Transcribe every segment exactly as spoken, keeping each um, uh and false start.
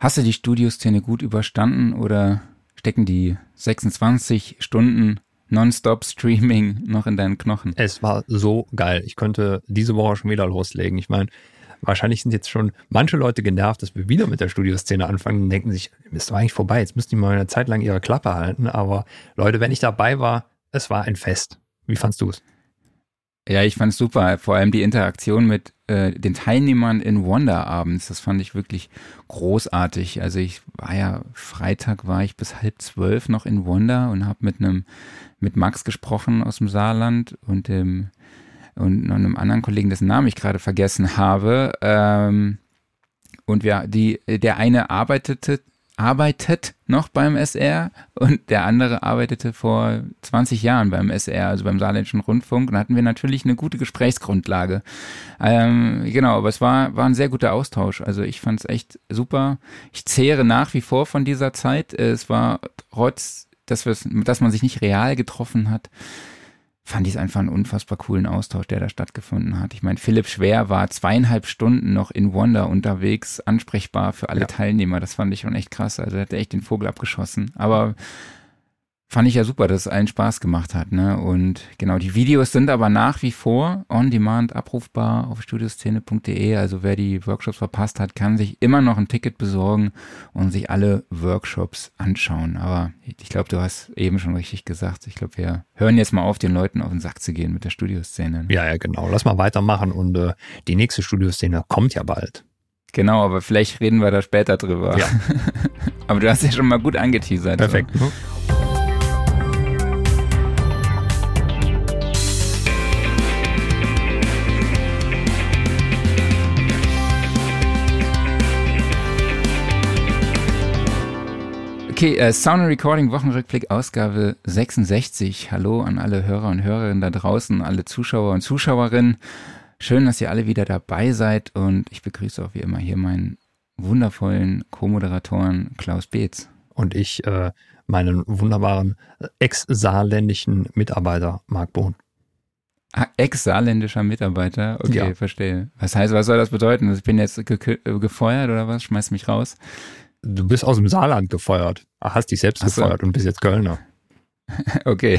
Hast du die Studioszene gut überstanden oder stecken die sechsundzwanzig Stunden Nonstop-Streaming noch in deinen Knochen? Es war so geil. Ich könnte diese Woche schon wieder loslegen. Ich meine, wahrscheinlich sind jetzt schon manche Leute genervt, dass wir wieder mit der Studioszene anfangen und denken sich, ist doch eigentlich vorbei, jetzt müssen die mal eine Zeit lang ihre Klappe halten. Aber Leute, wenn ich dabei war, es war ein Fest. Wie fandst du es? Ja, ich fand es super. Vor allem die Interaktion mit äh, den Teilnehmern in Wonder abends, das fand ich wirklich großartig. Also ich war ja, Freitag war ich bis halb zwölf noch in Wonder und habe mit einem, mit Max gesprochen aus dem Saarland und dem und noch einem anderen Kollegen, dessen Namen ich gerade vergessen habe. Ähm, und wir, die, der eine arbeitete arbeitet noch beim S R und der andere arbeitete vor zwanzig Jahren beim S R, also beim Saarländischen Rundfunk. Und da hatten wir natürlich eine gute Gesprächsgrundlage. Ähm, genau, aber es war, war ein sehr guter Austausch. Also ich fand es echt super. Ich zehre nach wie vor von dieser Zeit. Es war trotz, dass, dass man sich nicht real getroffen hat, fand ich es einfach einen unfassbar coolen Austausch, der da stattgefunden hat. Ich meine, Philipp Schwer war zweieinhalb Stunden noch in Wonder unterwegs, ansprechbar für alle ja. Teilnehmer. Das fand ich schon echt krass. Also er hat echt den Vogel abgeschossen. Aber fand ich ja super, dass es allen Spaß gemacht hat. Ne? Und genau, die Videos sind aber nach wie vor on demand abrufbar auf studioszene punkt de. Also wer die Workshops verpasst hat, kann sich immer noch ein Ticket besorgen und sich alle Workshops anschauen. Aber ich glaube, du hast eben schon richtig gesagt. Ich glaube, wir hören jetzt mal auf, den Leuten auf den Sack zu gehen mit der Studioszene. Ja, ja, genau. Lass mal weitermachen und äh, die nächste Studioszene kommt ja bald. Genau, aber vielleicht reden wir da später drüber. Ja. Aber du hast ja schon mal gut angeteasert. Perfekt. So. Okay, äh, Sound and Recording Wochenrückblick Ausgabe sechsundsechzig. Hallo an alle Hörer und Hörerinnen da draußen, alle Zuschauer und Zuschauerinnen. Schön, dass ihr alle wieder dabei seid und ich begrüße auch wie immer hier meinen wundervollen Co-Moderatoren Klaus Beetz. Und ich äh, meinen wunderbaren ex-saarländischen Mitarbeiter Marc Bohn. Ah, ex-saarländischer Mitarbeiter? Okay, ja. Verstehe. Was heißt, was soll das bedeuten? Ich bin jetzt ge- gefeuert oder was? Schmeiß mich raus? Du bist aus dem Saarland gefeuert. Ach, hast dich selbst so. gefeuert und bist jetzt Kölner. Okay.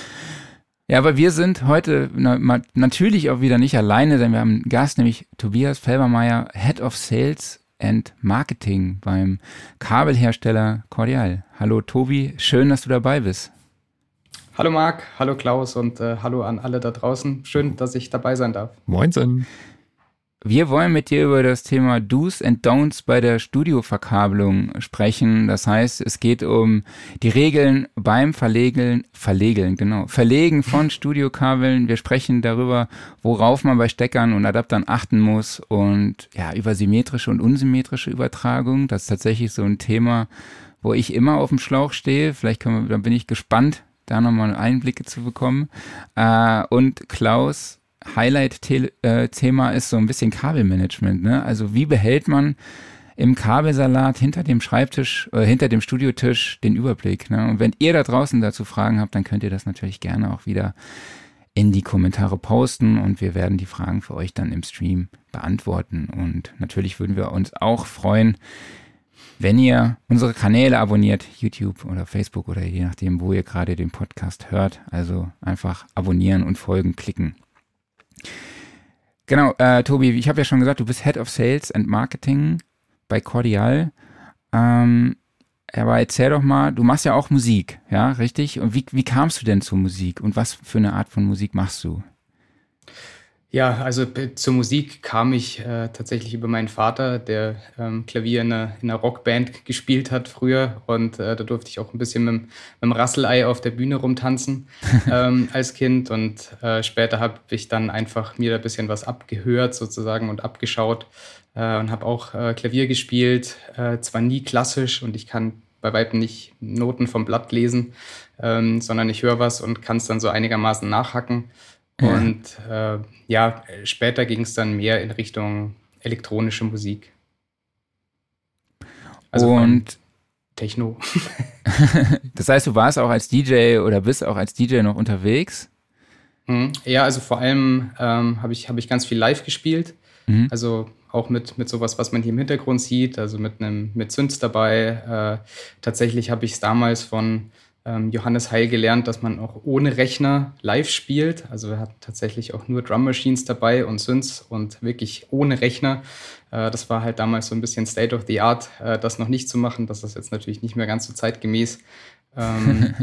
Ja, aber wir sind heute na, natürlich auch wieder nicht alleine, denn wir haben einen Gast, nämlich Tobias Felbermeier, Head of Sales and Marketing beim Kabelhersteller Cordial. Hallo Tobi, schön, dass du dabei bist. Hallo Marc, hallo Klaus und äh, hallo an alle da draußen. Schön, dass ich dabei sein darf. Moinsen. Wir wollen mit dir über das Thema Do's and Don'ts bei der Studioverkabelung sprechen. Das heißt, es geht um die Regeln beim Verlegeln, Verlegeln, genau, Verlegen von Studiokabeln. Wir sprechen darüber, worauf man bei Steckern und Adaptern achten muss und ja, über symmetrische und unsymmetrische Übertragung. Das ist tatsächlich so ein Thema, wo ich immer auf dem Schlauch stehe. Vielleicht können wir, dann bin ich gespannt, da nochmal Einblicke zu bekommen. Äh, und Klaus, Highlight-Thema ist so ein bisschen Kabelmanagement, ne? Also wie behält man im Kabelsalat hinter dem Schreibtisch, äh, hinter dem Studiotisch den Überblick, ne? Und wenn ihr da draußen dazu Fragen habt, dann könnt ihr das natürlich gerne auch wieder in die Kommentare posten und wir werden die Fragen für euch dann im Stream beantworten. Und natürlich würden wir uns auch freuen, wenn ihr unsere Kanäle abonniert, YouTube oder Facebook oder je nachdem, wo ihr gerade den Podcast hört. Also einfach abonnieren und folgen klicken. Genau, äh, Tobi, ich habe ja schon gesagt, du bist Head of Sales and Marketing bei Cordial. Ähm, aber erzähl doch mal, du machst ja auch Musik, ja, richtig? Und wie, wie kamst du denn zur Musik und was für eine Art von Musik machst du? Ja, also äh, zur Musik kam ich äh, tatsächlich über meinen Vater, der ähm, Klavier in einer, in einer Rockband gespielt hat früher und äh, da durfte ich auch ein bisschen mit, mit dem Rasselei auf der Bühne rumtanzen ähm, als Kind und äh, später habe ich dann einfach mir da ein bisschen was abgehört sozusagen und abgeschaut äh, und habe auch äh, Klavier gespielt, äh, zwar nie klassisch und ich kann bei weitem nicht Noten vom Blatt lesen, ähm, sondern ich höre was und kann es dann so einigermaßen nachhacken. Und äh, ja, später ging es dann mehr in Richtung elektronische Musik. Also und Techno. Das heißt, du warst auch als D J oder bist auch als D J noch unterwegs? Ja, also vor allem ähm, habe ich, hab ich ganz viel live gespielt. Mhm. Also auch mit, mit sowas, was man hier im Hintergrund sieht, also mit einem mit Synths dabei. Äh, tatsächlich habe ich es damals von ähm, Johannes Heil gelernt, dass man auch ohne Rechner live spielt. Also wir hatten tatsächlich auch nur Drum Machines dabei und Synths und wirklich ohne Rechner. Äh, das war halt damals so ein bisschen State of the Art, äh, das noch nicht zu machen. Das ist jetzt natürlich nicht mehr ganz so zeitgemäß. Ähm,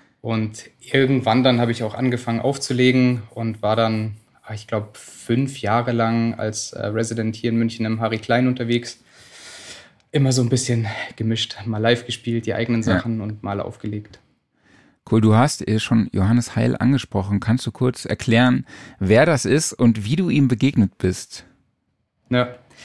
und irgendwann dann habe ich auch angefangen aufzulegen und war dann, ich glaube, fünf Jahre lang als äh, Resident hier in München im Harry Klein unterwegs. Immer so ein bisschen gemischt, mal live gespielt, die eigenen Sachen ja. und mal aufgelegt. Cool, du hast schon Johannes Heil angesprochen. Kannst du kurz erklären, wer das ist und wie du ihm begegnet bist? Ja,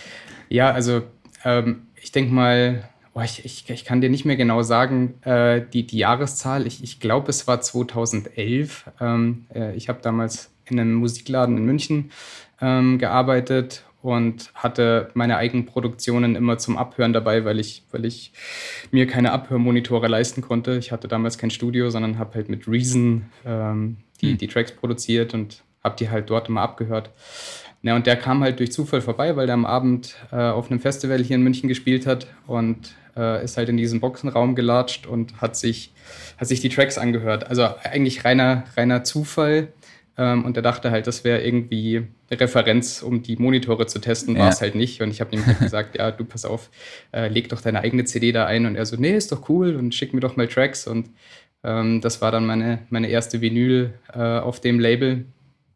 ja also ähm, ich denke mal, oh, ich, ich, ich kann dir nicht mehr genau sagen, äh, die, die Jahreszahl. Ich, ich glaube, es war zweitausendelf. Ähm, äh, ich habe damals in einem Musikladen in München ähm, gearbeitet und hatte meine eigenen Produktionen immer zum Abhören dabei, weil ich, weil ich mir keine Abhörmonitore leisten konnte. Ich hatte damals kein Studio, sondern habe halt mit Reason ähm, die, hm. die Tracks produziert und habe die halt dort immer abgehört. Ja, und der kam halt durch Zufall vorbei, weil der am Abend äh, auf einem Festival hier in München gespielt hat und äh, ist halt in diesen Boxenraum gelatscht und hat sich, hat sich die Tracks angehört. Also eigentlich reiner, reiner Zufall. Ähm, und er dachte halt, das wäre irgendwie eine Referenz, um die Monitore zu testen, war es ja. halt nicht. Und ich habe ihm halt gesagt, ja, du pass auf, äh, leg doch deine eigene C D da ein. Und er so, nee, ist doch cool und schick mir doch mal Tracks. Und ähm, das war dann meine, meine erste Vinyl äh, auf dem Label.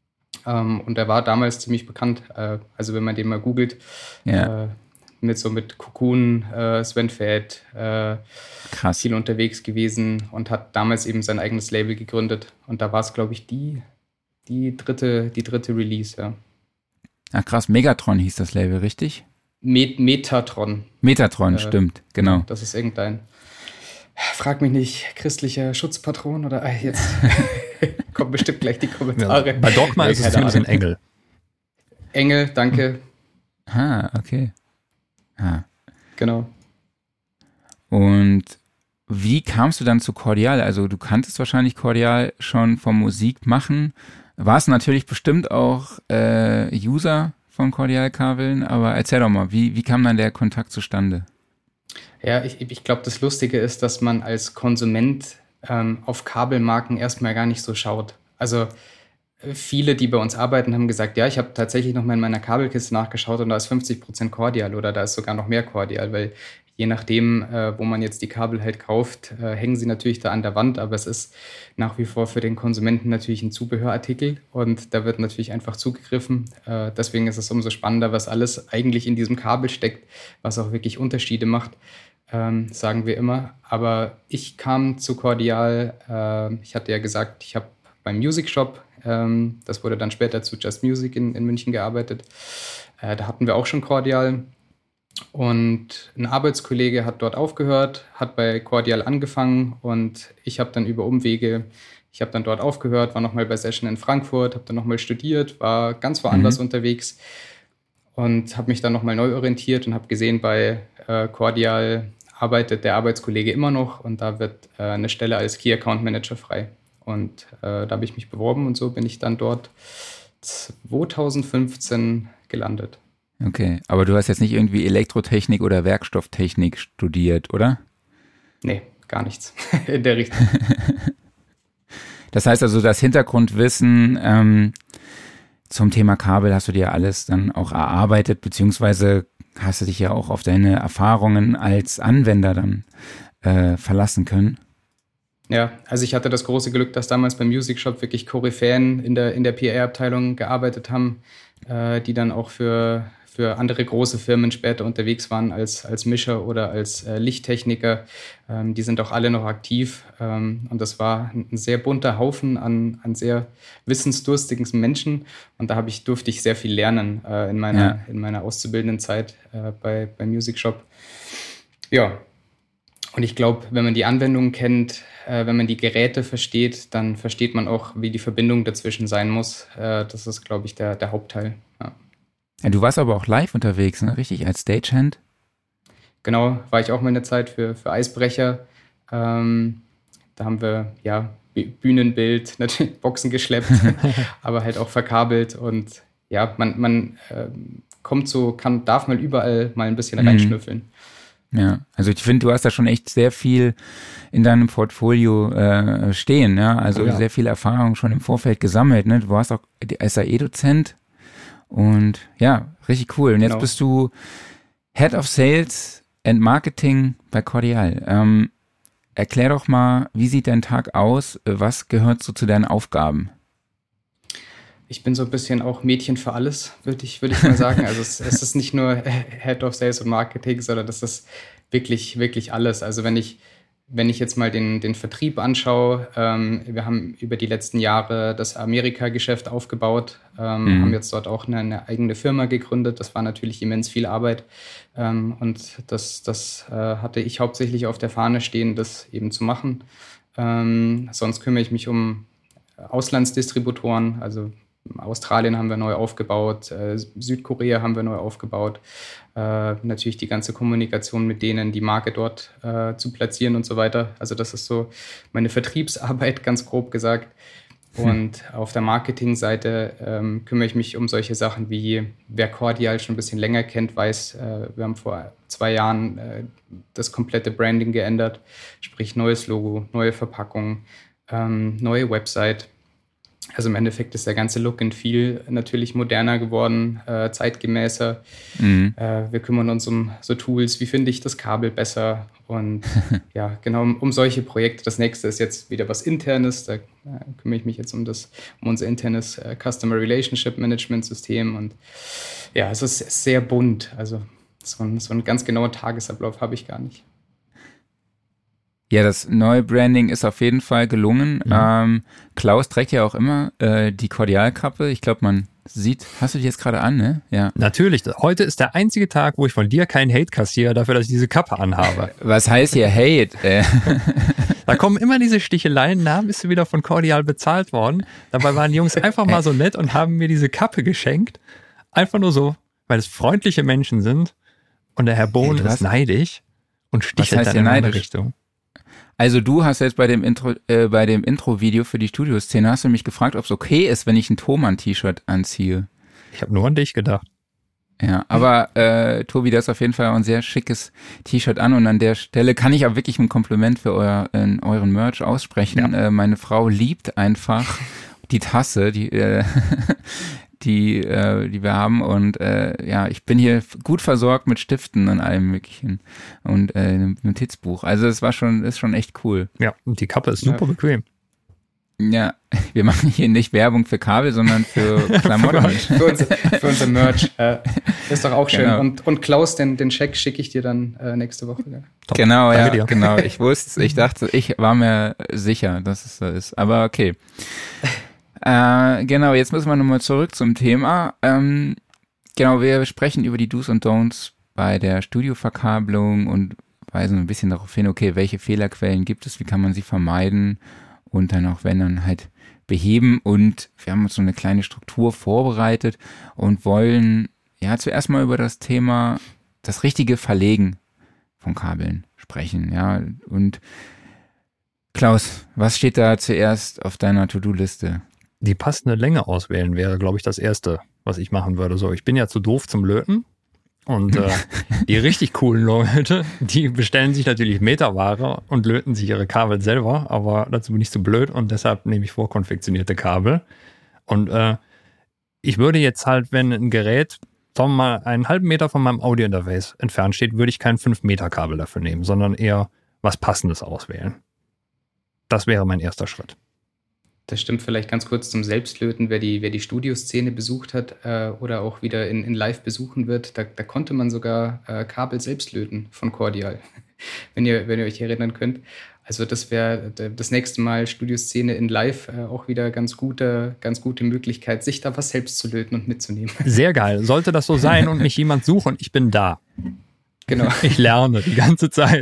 Ähm, und er war damals ziemlich bekannt. Äh, also wenn man den mal googelt, ja. äh, mit so mit Cocoon, äh, Sven Väth, äh, Krass. viel unterwegs gewesen und hat damals eben sein eigenes Label gegründet. Und da war es, glaube ich, die... Die dritte, die dritte Release, ja. Ach krass, Megatron hieß das Label, richtig? Met- Metatron. Metatron, äh, stimmt, genau. Das ist irgendein, frag mich nicht, christlicher Schutzpatron oder äh, jetzt kommen bestimmt gleich die Kommentare. Ja, bei Dogma ist es zumindest ein Engel. Engel, danke. Ah, okay. Ah. Genau. Und wie kamst du dann zu Cordial? Also du kanntest wahrscheinlich Cordial schon vom Musikmachen. Warst natürlich bestimmt auch äh, User von Cordial-Kabeln, aber erzähl doch mal, wie, wie kam dann der Kontakt zustande? Ja, ich, ich glaube, das Lustige ist, dass man als Konsument ähm, auf Kabelmarken erstmal gar nicht so schaut. Also viele, die bei uns arbeiten, haben gesagt, ja, ich habe tatsächlich noch mal in meiner Kabelkiste nachgeschaut und da ist fünfzig Prozent Cordial oder da ist sogar noch mehr Cordial, weil je nachdem, äh, wo man jetzt die Kabel halt kauft, äh, hängen sie natürlich da an der Wand, aber es ist nach wie vor für den Konsumenten natürlich ein Zubehörartikel und da wird natürlich einfach zugegriffen. Äh, deswegen ist es umso spannender, was alles eigentlich in diesem Kabel steckt, was auch wirklich Unterschiede macht, ähm, sagen wir immer. Aber ich kam zu Cordial, äh, ich hatte ja gesagt, ich habe beim Music Shop, ähm, das wurde dann später zu Just Music in, in München gearbeitet, äh, da hatten wir auch schon Cordial. Und ein Arbeitskollege hat dort aufgehört, hat bei Cordial angefangen und ich habe dann über Umwege, ich habe dann dort aufgehört, war nochmal bei Session in Frankfurt, habe dann nochmal studiert, war ganz woanders mhm. unterwegs und habe mich dann nochmal neu orientiert und habe gesehen, bei äh, Cordial arbeitet der Arbeitskollege immer noch und da wird äh, eine Stelle als Key Account Manager frei. Und äh, da habe ich mich beworben und so bin ich dann dort zweitausendfünfzehn gelandet. Okay, aber du hast jetzt nicht irgendwie Elektrotechnik oder Werkstofftechnik studiert, oder? Nee, gar nichts in der Richtung. Das heißt also, das Hintergrundwissen ähm, zum Thema Kabel hast du dir alles dann auch erarbeitet, beziehungsweise hast du dich ja auch auf deine Erfahrungen als Anwender dann äh, verlassen können. Ja, also ich hatte das große Glück, dass damals beim Music Shop wirklich Koryphäen in der, in der P R-Abteilung gearbeitet haben, äh, die dann auch für, für andere große Firmen später unterwegs waren als, als Mischer oder als äh, Lichttechniker. Ähm, die sind auch alle noch aktiv. Ähm, und das war ein sehr bunter Haufen an, an sehr wissensdurstigen Menschen. Und da habe ich, durfte ich sehr viel lernen äh, in, meiner, ja. in meiner auszubildenden Zeit äh, bei, bei Music Shop. Ja. Und ich glaube, wenn man die Anwendungen kennt, äh, wenn man die Geräte versteht, dann versteht man auch, wie die Verbindung dazwischen sein muss. Äh, das ist, glaube ich, der, der Hauptteil. Ja. Ja, du warst aber auch live unterwegs, ne? Richtig, als Stagehand? Genau, war ich auch mal eine Zeit für, für Eisbrecher. Ähm, da haben wir ja Bühnenbild, natürlich Boxen geschleppt, aber halt auch verkabelt. Und ja, man, man äh, kommt so, kann, darf mal überall mal ein bisschen reinschnüffeln. Ja, also ich finde, du hast da schon echt sehr viel in deinem Portfolio äh, stehen, ja, also oh ja. sehr viel Erfahrung schon im Vorfeld gesammelt, ne? Du warst auch S A E-Dozent und ja, richtig cool. Und jetzt genau. bist du Head of Sales and Marketing bei Cordial. Ähm, erklär doch mal, wie sieht dein Tag aus? Was gehört so zu deinen Aufgaben? Ich bin so ein bisschen auch Mädchen für alles, würde ich, würd ich mal sagen. Also es, es ist nicht nur Head of Sales und Marketing, sondern das ist wirklich, wirklich alles. Also wenn ich, wenn ich jetzt mal den, den Vertrieb anschaue, ähm, wir haben über die letzten Jahre das Amerika-Geschäft aufgebaut, ähm, mhm. haben jetzt dort auch eine, eine eigene Firma gegründet. Das war natürlich immens viel Arbeit. Ähm, und das, das äh, hatte ich hauptsächlich auf der Fahne stehen, das eben zu machen. Ähm, sonst kümmere ich mich um Auslandsdistributoren, also Australien haben wir neu aufgebaut, äh, Südkorea haben wir neu aufgebaut. Äh, natürlich die ganze Kommunikation mit denen, die Marke dort äh, zu platzieren und so weiter. Also das ist so meine Vertriebsarbeit, ganz grob gesagt. Und hm. auf der Marketingseite ähm, kümmere ich mich um solche Sachen wie, wer Cordial schon ein bisschen länger kennt, weiß, äh, wir haben vor zwei Jahren äh, das komplette Branding geändert, sprich neues Logo, neue Verpackung, ähm, neue Website. Also im Endeffekt ist der ganze Look and Feel natürlich moderner geworden, äh, zeitgemäßer. Mhm. Äh, wir kümmern uns um so Tools, wie finde ich das Kabel besser und ja, genau um, um solche Projekte. Das nächste ist jetzt wieder was Internes, da äh, kümmere ich mich jetzt um das, um unser internes äh, Customer Relationship Management System und ja, es ist sehr bunt. Also so ein, so ein ganz genauer Tagesablauf habe ich gar nicht. Ja, das neue Branding ist auf jeden Fall gelungen. Mhm. Ähm, Klaus trägt ja auch immer äh, die Cordial-Kappe. Ich glaube, man sieht, hast du die jetzt gerade an, ne? Ja. Natürlich. Heute ist der einzige Tag, wo ich von dir keinen Hate kassiere dafür, dass ich diese Kappe anhabe. Was heißt hier Hate? Äh. Da kommen immer diese Sticheleien. Na, bist du wieder von Cordial bezahlt worden? Dabei waren die Jungs einfach mal so nett und haben mir diese Kappe geschenkt. Einfach nur so, weil es freundliche Menschen sind. Und der Herr Bohn hey, ist neidisch und stichelt dann in meine Richtung. Also du hast jetzt bei dem Intro, äh, bei dem Intro-Video für die Studioszene, hast du mich gefragt, ob es okay ist, wenn ich ein Thomann-T-Shirt anziehe. Ich habe nur an dich gedacht. Ja, aber äh, Tobi, das ist auf jeden Fall auch ein sehr schickes T-Shirt an und an der Stelle kann ich auch wirklich ein Kompliment für euer, äh, euren Merch aussprechen. Ja. Äh, meine Frau liebt einfach die Tasse, die äh, die äh, die wir haben und äh, ja, ich bin hier gut versorgt mit Stiften und allem möglichen und äh, einem Notizbuch. Also es war schon, ist schon echt cool. Ja, und die Kappe ist super ja. bequem. Ja, wir machen hier nicht Werbung für Kabel, sondern für Klamotten. für, unser, für unser Merch. Äh, ist doch auch schön. Genau. Und, und Klaus, den, den Scheck schicke ich dir dann äh, nächste Woche. Ja. Genau, Danke ja, dir. genau. Ich wusste, ich dachte, ich war mir sicher, dass es so ist. Aber okay. Äh, genau, jetzt müssen wir nochmal zurück zum Thema. Ähm, genau, wir sprechen über die Do's und Don'ts bei der Studioverkabelung und weisen ein bisschen darauf hin, okay, welche Fehlerquellen gibt es, wie kann man sie vermeiden und dann auch, wenn dann halt beheben. Und wir haben uns so eine kleine Struktur vorbereitet und wollen ja zuerst mal über das Thema das richtige Verlegen von Kabeln sprechen. Ja, und Klaus, was steht da zuerst auf deiner To-Do-Liste? Die passende Länge auswählen wäre, glaube ich, das Erste, was ich machen würde. So, ich bin ja zu doof zum Löten und äh, die richtig coolen Leute, die bestellen sich natürlich Meterware und löten sich ihre Kabel selber, aber dazu bin ich zu blöd und deshalb nehme ich vorkonfektionierte Kabel. Und äh, ich würde jetzt halt, wenn ein Gerät, sagen wir mal, einen halben Meter von meinem Audiointerface entfernt steht, würde ich kein fünf Meter Kabel dafür nehmen, sondern eher was Passendes auswählen. Das wäre mein erster Schritt. Das stimmt, vielleicht ganz kurz zum Selbstlöten, wer die, wer die Studioszene besucht hat äh, oder auch wieder in, in Live besuchen wird, da, da konnte man sogar äh, Kabel selbst löten von Cordial, wenn ihr, wenn ihr euch erinnern könnt. Also das wäre das nächste Mal Studioszene in Live äh, auch wieder ganz gute, ganz gute Möglichkeit, sich da was selbst zu löten und mitzunehmen. Sehr geil. Sollte das so sein und mich jemand suchen, ich bin da. Genau. Ich lerne die ganze Zeit.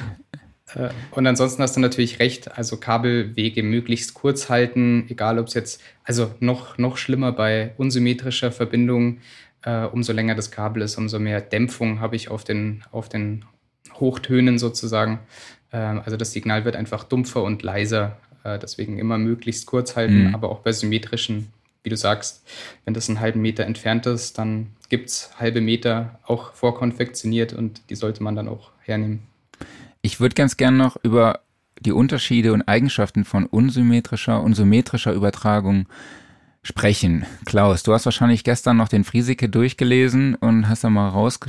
Und ansonsten hast du natürlich recht, also Kabelwege möglichst kurz halten, egal ob es jetzt, also noch, noch schlimmer bei unsymmetrischer Verbindung, äh, umso länger das Kabel ist, umso mehr Dämpfung habe ich auf den, auf den Hochtönen sozusagen. Äh, also das Signal wird einfach dumpfer und leiser, äh, deswegen immer möglichst kurz halten, mhm. aber auch bei symmetrischen wie du sagst, wenn das einen halben Meter entfernt ist, dann gibt es halbe Meter auch vorkonfektioniert und die sollte man dann auch hernehmen. Ich würde ganz gerne noch über die Unterschiede und Eigenschaften von unsymmetrischer und symmetrischer Übertragung sprechen. Klaus, du hast wahrscheinlich gestern noch den Friesike durchgelesen und hast da mal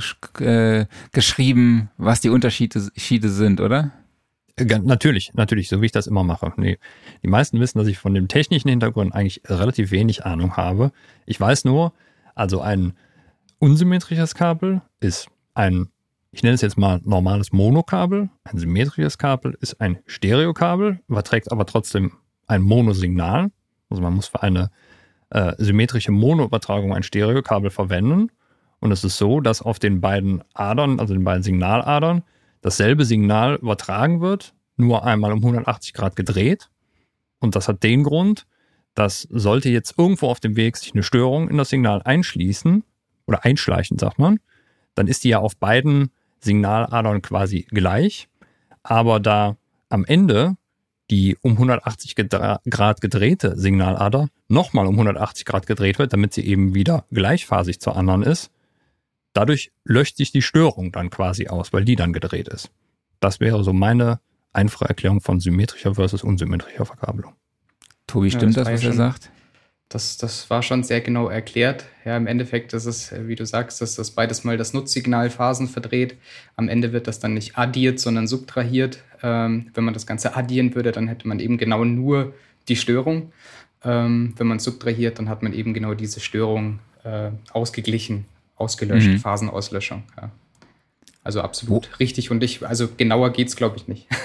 rausgeschrieben, äh, was die Unterschiede sind, oder? Natürlich, natürlich, so wie ich das immer mache. Nee. Die meisten wissen, dass ich von dem technischen Hintergrund eigentlich relativ wenig Ahnung habe. Ich weiß nur, also ein unsymmetrisches Kabel ist ein, ich nenne es jetzt mal normales Monokabel. Ein symmetrisches Kabel ist ein Stereokabel, überträgt aber trotzdem ein Monosignal. Also man muss für eine äh, symmetrische Monoübertragung ein Stereokabel verwenden. Und es ist so, dass auf den beiden Adern, also den beiden Signaladern, dasselbe Signal übertragen wird, nur einmal um hundertachtzig Grad gedreht. Und das hat den Grund, dass sollte jetzt irgendwo auf dem Weg sich eine Störung in das Signal einschließen oder einschleichen, sagt man, dann ist die ja auf beiden Signaladern quasi gleich. Aber da am Ende die um hundertachtzig Grad gedrehte Signalader nochmal um hundertachtzig Grad gedreht wird, damit sie eben wieder gleichphasig zur anderen ist, dadurch löscht sich die Störung dann quasi aus, weil die dann gedreht ist. Das wäre so meine einfache Erklärung von symmetrischer versus unsymmetrischer Verkabelung. Tobi, stimmt ja, das, das was schon, er sagt? Das, das war schon sehr genau erklärt. Ja, im Endeffekt ist es, wie du sagst, dass das beides mal das Nutzsignal Phasen verdreht. Am Ende wird das dann nicht addiert, sondern subtrahiert. Ähm, wenn man das Ganze addieren würde, dann hätte man eben genau nur die Störung. Ähm, wenn man subtrahiert, dann hat man eben genau diese Störung äh, ausgeglichen. Ausgelöscht, mhm. Phasenauslöschung. Ja. Also absolut Wo? richtig und ich, also genauer geht's, glaube ich, nicht.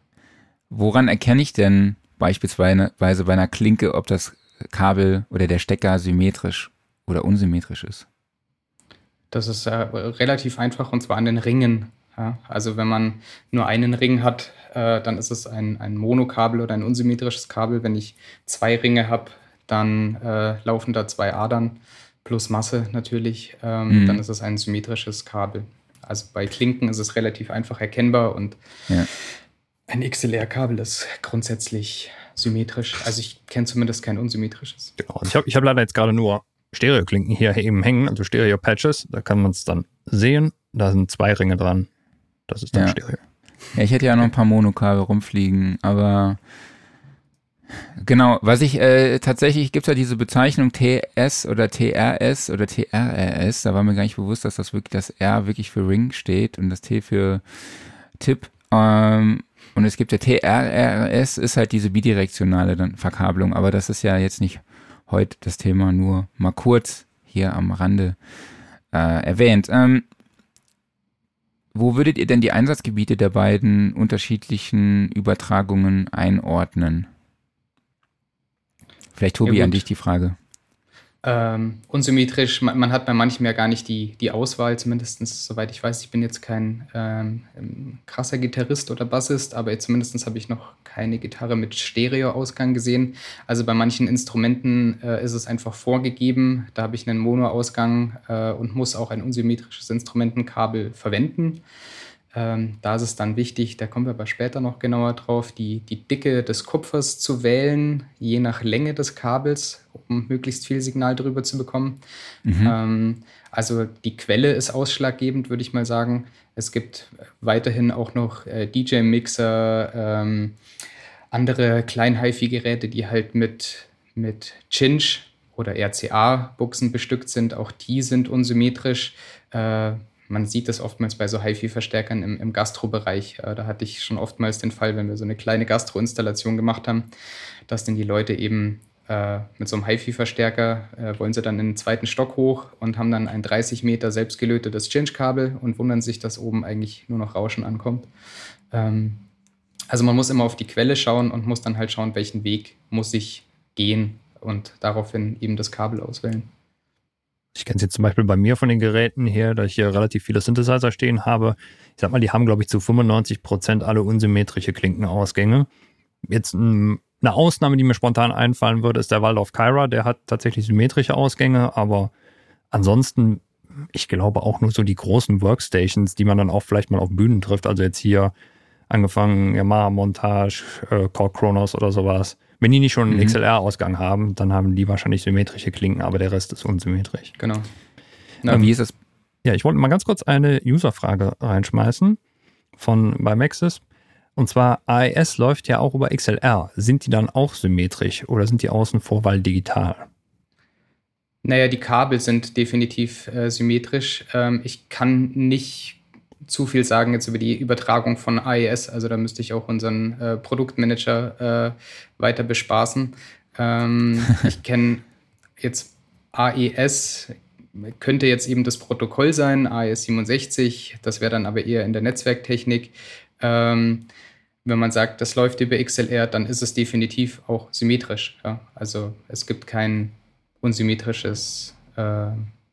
Woran erkenne ich denn beispielsweise bei einer Klinke, ob das Kabel oder der Stecker symmetrisch oder unsymmetrisch ist? Das ist äh, relativ einfach und zwar an den Ringen. Ja. Also wenn man nur einen Ring hat, äh, dann ist es ein, ein Monokabel oder ein unsymmetrisches Kabel. Wenn ich zwei Ringe habe, dann äh, laufen da zwei Adern plus Masse natürlich, ähm, mhm. dann ist es ein symmetrisches Kabel. Also bei Klinken ist es relativ einfach erkennbar und ja. ein X L R-Kabel ist grundsätzlich symmetrisch. Also ich kenne zumindest kein unsymmetrisches. Genau. Ich habe ich hab leider jetzt gerade nur Stereo-Klinken hier eben hängen, also Stereo-Patches. Da kann man es dann sehen. Da sind zwei Ringe dran. Das ist dann ja. Stereo. Ja, ich hätte ja noch ein paar Monokabel rumfliegen, aber genau, was ich äh, tatsächlich, gibt es ja diese Bezeichnung T S oder T R S oder T R R S, da war mir gar nicht bewusst, dass das wirklich das R wirklich für Ring steht und das T für Tipp. Ähm, und es gibt ja T R R S, ist halt diese bidirektionale dann Verkabelung, aber das ist ja jetzt nicht heute das Thema, nur mal kurz hier am Rande äh, erwähnt. Ähm, wo würdet ihr denn die Einsatzgebiete der beiden unterschiedlichen Übertragungen einordnen? Vielleicht, Tobi, ja, an dich die Frage. Ähm, unsymmetrisch, man, man hat bei manchem ja gar nicht die, die Auswahl, zumindest soweit ich weiß. Ich bin jetzt kein ähm, krasser Gitarrist oder Bassist, aber jetzt zumindest habe ich noch keine Gitarre mit Stereoausgang gesehen. Also bei manchen Instrumenten äh, ist es einfach vorgegeben. Da habe ich einen Monoausgang äh, und muss auch ein unsymmetrisches Instrumentenkabel verwenden. Ähm, da ist es dann wichtig, da kommen wir aber später noch genauer drauf, die, die Dicke des Kupfers zu wählen, je nach Länge des Kabels, um möglichst viel Signal drüber zu bekommen. Mhm. Ähm, also die Quelle ist ausschlaggebend, würde ich mal sagen. Es gibt weiterhin auch noch äh, D J-Mixer, ähm, andere Klein-Hi-Fi-Geräte, die halt mit, mit Cinch oder R C A-Buchsen bestückt sind. Auch die sind unsymmetrisch. Äh, Man sieht das oftmals bei so Hi-Fi-Verstärkern im, im Gastro-Bereich. Äh, da hatte ich schon oftmals den Fall, wenn wir so eine kleine Gastro-Installation gemacht haben, dass dann die Leute eben äh, mit so einem Hi-Fi-Verstärker äh, wollen sie dann in den zweiten Stock hoch und haben dann ein dreißig Meter selbstgelötetes Cinch-Kabel und wundern sich, dass oben eigentlich nur noch Rauschen ankommt. Ähm, also man muss immer auf die Quelle schauen und muss dann halt schauen, welchen Weg muss ich gehen und daraufhin eben das Kabel auswählen. Ich kenne es jetzt zum Beispiel bei mir von den Geräten her, da ich hier relativ viele Synthesizer stehen habe. Ich sag mal, die haben, glaube ich, zu fünfundneunzig Prozent alle unsymmetrische Klinkenausgänge. Jetzt ein, eine Ausnahme, die mir spontan einfallen würde, ist der Waldorf Kyra. Der hat tatsächlich symmetrische Ausgänge, aber ansonsten, ich glaube auch nur so die großen Workstations, die man dann auch vielleicht mal auf Bühnen trifft. Also jetzt hier angefangen Yamaha Montage, äh, Korg Kronos oder sowas, Wenn die nicht schon einen Mhm. X L R-Ausgang haben, dann haben die wahrscheinlich symmetrische Klinken, aber der Rest ist unsymmetrisch. Genau. Na, wie ist das? Ja, ich wollte mal ganz kurz eine User-Frage reinschmeißen von bei Maxis. Und zwar, A E S läuft ja auch über X L R. Sind die dann auch symmetrisch oder sind die außen vor, weil digital? Naja, die Kabel sind definitiv äh, symmetrisch. Ähm, ich kann nicht zu viel sagen jetzt über die Übertragung von A E S. Also da müsste ich auch unseren äh, Produktmanager äh, weiter bespaßen. Ähm, ich kenne jetzt A E S, könnte jetzt eben das Protokoll sein, A E S siebenundsechzig. Das wäre dann aber eher in der Netzwerktechnik. Ähm, wenn man sagt, das läuft über X L R, dann ist es definitiv auch symmetrisch. Ja? Also es gibt kein unsymmetrisches äh,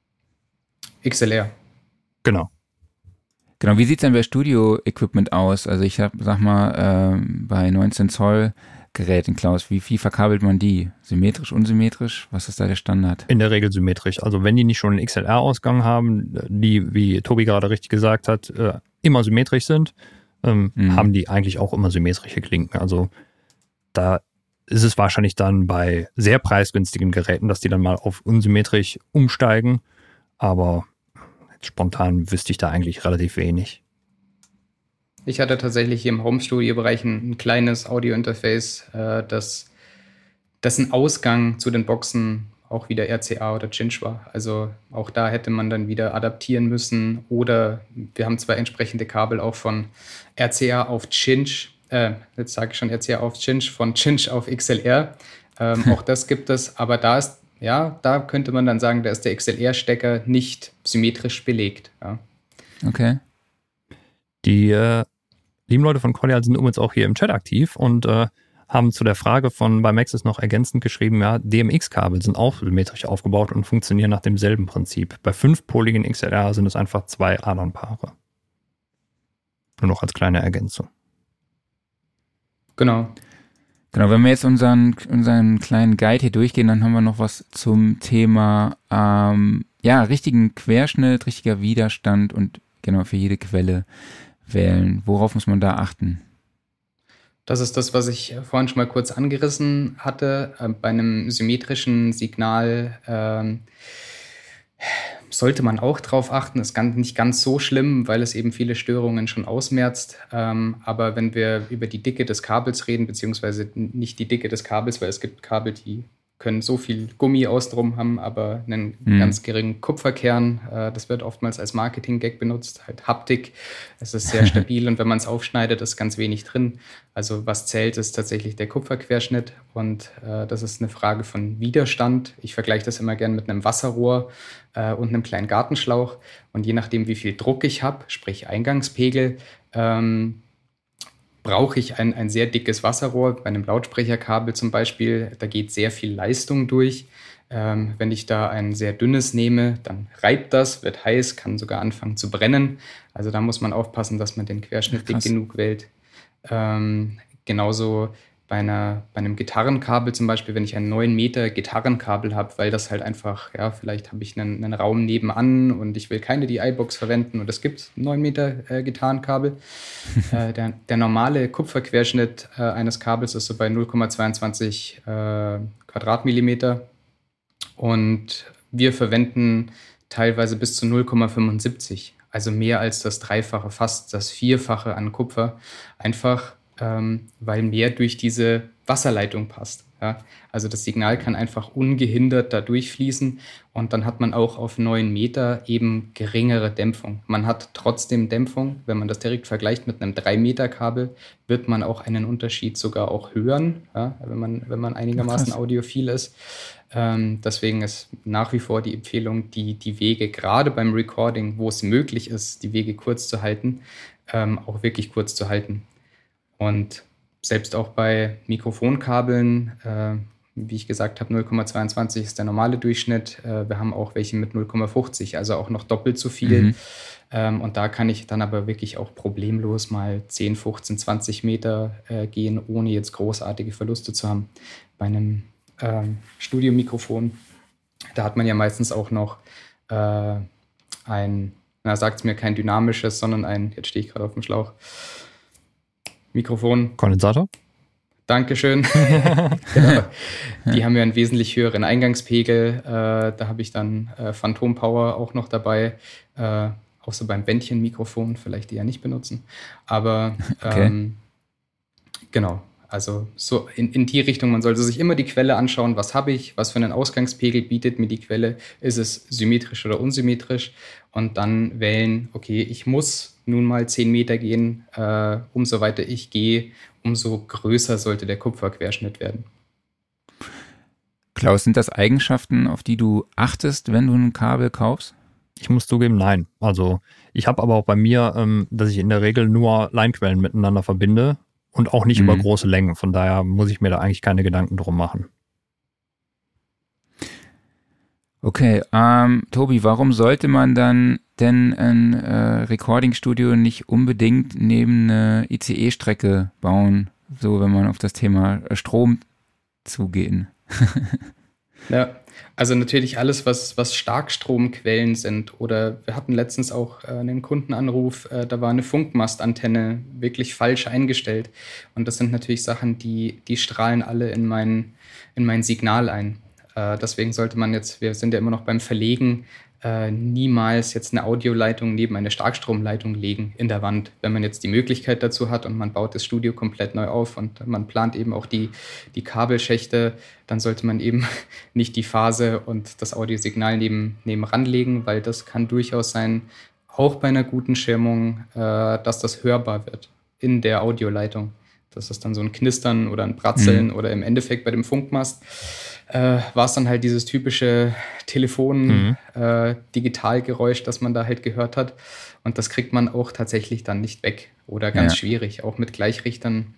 X L R. Genau. Genau, wie sieht es denn bei Studio-Equipment aus? Also ich hab, sag mal, äh, bei neunzehn Zoll Geräten, Klaus, wie viel verkabelt man die? Symmetrisch, unsymmetrisch? Was ist da der Standard? In der Regel symmetrisch. Also wenn die nicht schon einen X L R-Ausgang haben, die, wie Tobi gerade richtig gesagt hat, äh, immer symmetrisch sind, ähm, mhm. haben die eigentlich auch immer symmetrische Klinken. Also da ist es wahrscheinlich dann bei sehr preisgünstigen Geräten, dass die dann mal auf unsymmetrisch umsteigen. Aber spontan wüsste ich da eigentlich relativ wenig. Ich hatte tatsächlich hier im Home-Studio-Bereich ein, ein kleines Audio-Interface, äh, das, dessen Ausgang zu den Boxen auch wieder R C A oder Cinch war. Also auch da hätte man dann wieder adaptieren müssen. Oder wir haben zwei entsprechende Kabel auch von R C A auf Cinch. Äh, jetzt sage ich schon R C A auf Cinch, von Cinch auf X L R. Ähm, auch das gibt es. Aber da ist, ja, da könnte man dann sagen, da ist der X L R-Stecker nicht symmetrisch belegt. Ja. Okay. Die äh, lieben Leute von Cordial sind übrigens auch hier im Chat aktiv und äh, haben zu der Frage von bei Maxis noch ergänzend geschrieben, ja, D M X-Kabel sind auch symmetrisch aufgebaut und funktionieren nach demselben Prinzip. Bei fünfpoligen X L R sind es einfach zwei Adernpaare. Nur noch als kleine Ergänzung. Genau. Genau, wenn wir jetzt unseren, unseren kleinen Guide hier durchgehen, dann haben wir noch was zum Thema, ähm, ja, richtigen Querschnitt, richtiger Widerstand und genau für jede Quelle wählen. Worauf muss man da achten? Das ist das, was ich vorhin schon mal kurz angerissen hatte. Äh, bei einem symmetrischen Signal ähm, sollte man auch drauf achten. Ist ganz, nicht ganz so schlimm, weil es eben viele Störungen schon ausmerzt. Ähm, aber wenn wir über die Dicke des Kabels reden, beziehungsweise nicht die Dicke des Kabels, weil es gibt Kabel, die können so viel Gummi außenrum haben, aber einen mhm. ganz geringen Kupferkern. Äh, das wird oftmals als Marketing-Gag benutzt, halt Haptik. Es ist sehr stabil und wenn man es aufschneidet, ist ganz wenig drin. Also was zählt, ist tatsächlich der Kupferquerschnitt und äh, das ist eine Frage von Widerstand. Ich vergleiche das immer gern mit einem Wasserrohr äh, und einem kleinen Gartenschlauch und je nachdem, wie viel Druck ich habe, sprich Eingangspegel, ähm, brauche ich ein, ein sehr dickes Wasserrohr. Bei einem Lautsprecherkabel zum Beispiel, da geht sehr viel Leistung durch. Ähm, wenn ich da ein sehr dünnes nehme, dann reibt das, wird heiß, kann sogar anfangen zu brennen. Also da muss man aufpassen, dass man den Querschnitt dick genug wählt. Ähm, genauso bei, einer, bei einem Gitarrenkabel zum Beispiel, wenn ich ein neun Meter Gitarrenkabel habe, weil das halt einfach, ja, vielleicht habe ich einen, einen Raum nebenan und ich will keine D I-Box verwenden und es gibt neun Meter äh, Gitarrenkabel. äh, der, der normale Kupferquerschnitt äh, eines Kabels ist so bei null Komma zweiundzwanzig äh, Quadratmillimeter und wir verwenden teilweise bis zu null Komma fünfundsiebzig, also mehr als das Dreifache, fast das Vierfache an Kupfer, einfach Ähm, weil mehr durch diese Wasserleitung passt. Ja? Also das Signal kann einfach ungehindert da durchfließen und dann hat man auch auf neun Meter eben geringere Dämpfung. Man hat trotzdem Dämpfung. Wenn man das direkt vergleicht mit einem drei Meter Kabel, wird man auch einen Unterschied sogar auch hören, ja? wenn man, wenn man einigermaßen audiophil ist. Ähm, deswegen ist nach wie vor die Empfehlung, die, die Wege, gerade beim Recording, wo es möglich ist, die Wege kurz zu halten, ähm, auch wirklich kurz zu halten. Und selbst auch bei Mikrofonkabeln, äh, wie ich gesagt habe, null Komma zweiundzwanzig ist der normale Durchschnitt. Äh, wir haben auch welche mit null Komma fünfzig, also auch noch doppelt so viel. Mhm. Ähm, und da kann ich dann aber wirklich auch problemlos mal zehn, fünfzehn, zwanzig Meter äh, gehen, ohne jetzt großartige Verluste zu haben. Bei einem ähm, Studiomikrofon, da hat man ja meistens auch noch äh, ein, na sagt es mir, kein dynamisches, sondern ein, jetzt stehe ich gerade auf dem Schlauch, Mikrofon. Kondensator? Dankeschön. Genau. Die haben ja einen wesentlich höheren Eingangspegel. Äh, da habe ich dann äh, Phantom Power auch noch dabei. Äh, auch so beim Bändchenmikrofon, vielleicht eher nicht benutzen. Aber okay. ähm, genau, also so in, in die Richtung, man sollte sich immer die Quelle anschauen, was habe ich, was für einen Ausgangspegel bietet mir die Quelle, ist es symmetrisch oder unsymmetrisch und dann wählen, okay, ich muss nun mal zehn Meter gehen, äh, umso weiter ich gehe, umso größer sollte der Kupferquerschnitt werden. Klaus, sind das Eigenschaften, auf die du achtest, wenn du ein Kabel kaufst? Ich muss zugeben, nein. Also ich habe aber auch bei mir, ähm, dass ich in der Regel nur Leinquellen miteinander verbinde und auch nicht mhm. über große Längen. Von daher muss ich mir da eigentlich keine Gedanken drum machen. Okay, ähm, Tobi, warum sollte man dann denn ein äh, Recording-Studio nicht unbedingt neben eine I C E-Strecke bauen, so wenn man auf das Thema Strom zugehen? Ja, also natürlich alles, was, was Starkstromquellen sind. Oder wir hatten letztens auch äh, einen Kundenanruf, äh, da war eine Funkmastantenne wirklich falsch eingestellt. Und das sind natürlich Sachen, die, die strahlen alle in mein, in mein Signal ein. Äh, deswegen sollte man jetzt, wir sind ja immer noch beim Verlegen, äh, niemals jetzt eine Audioleitung neben eine Starkstromleitung legen in der Wand. Wenn man jetzt die Möglichkeit dazu hat und man baut das Studio komplett neu auf und man plant eben auch die, die Kabelschächte, dann sollte man eben nicht die Phase und das Audiosignal neben, nebenan legen, weil das kann durchaus sein, auch bei einer guten Schirmung, äh, dass das hörbar wird in der Audioleitung. Das ist dann so ein Knistern oder ein Bratzeln mhm. oder im Endeffekt bei dem Funkmast äh, war es dann halt dieses typische Telefon-Digitalgeräusch, mhm. äh, das man da halt gehört hat. Und das kriegt man auch tatsächlich dann nicht weg oder ganz ja. schwierig. Auch mit Gleichrichtern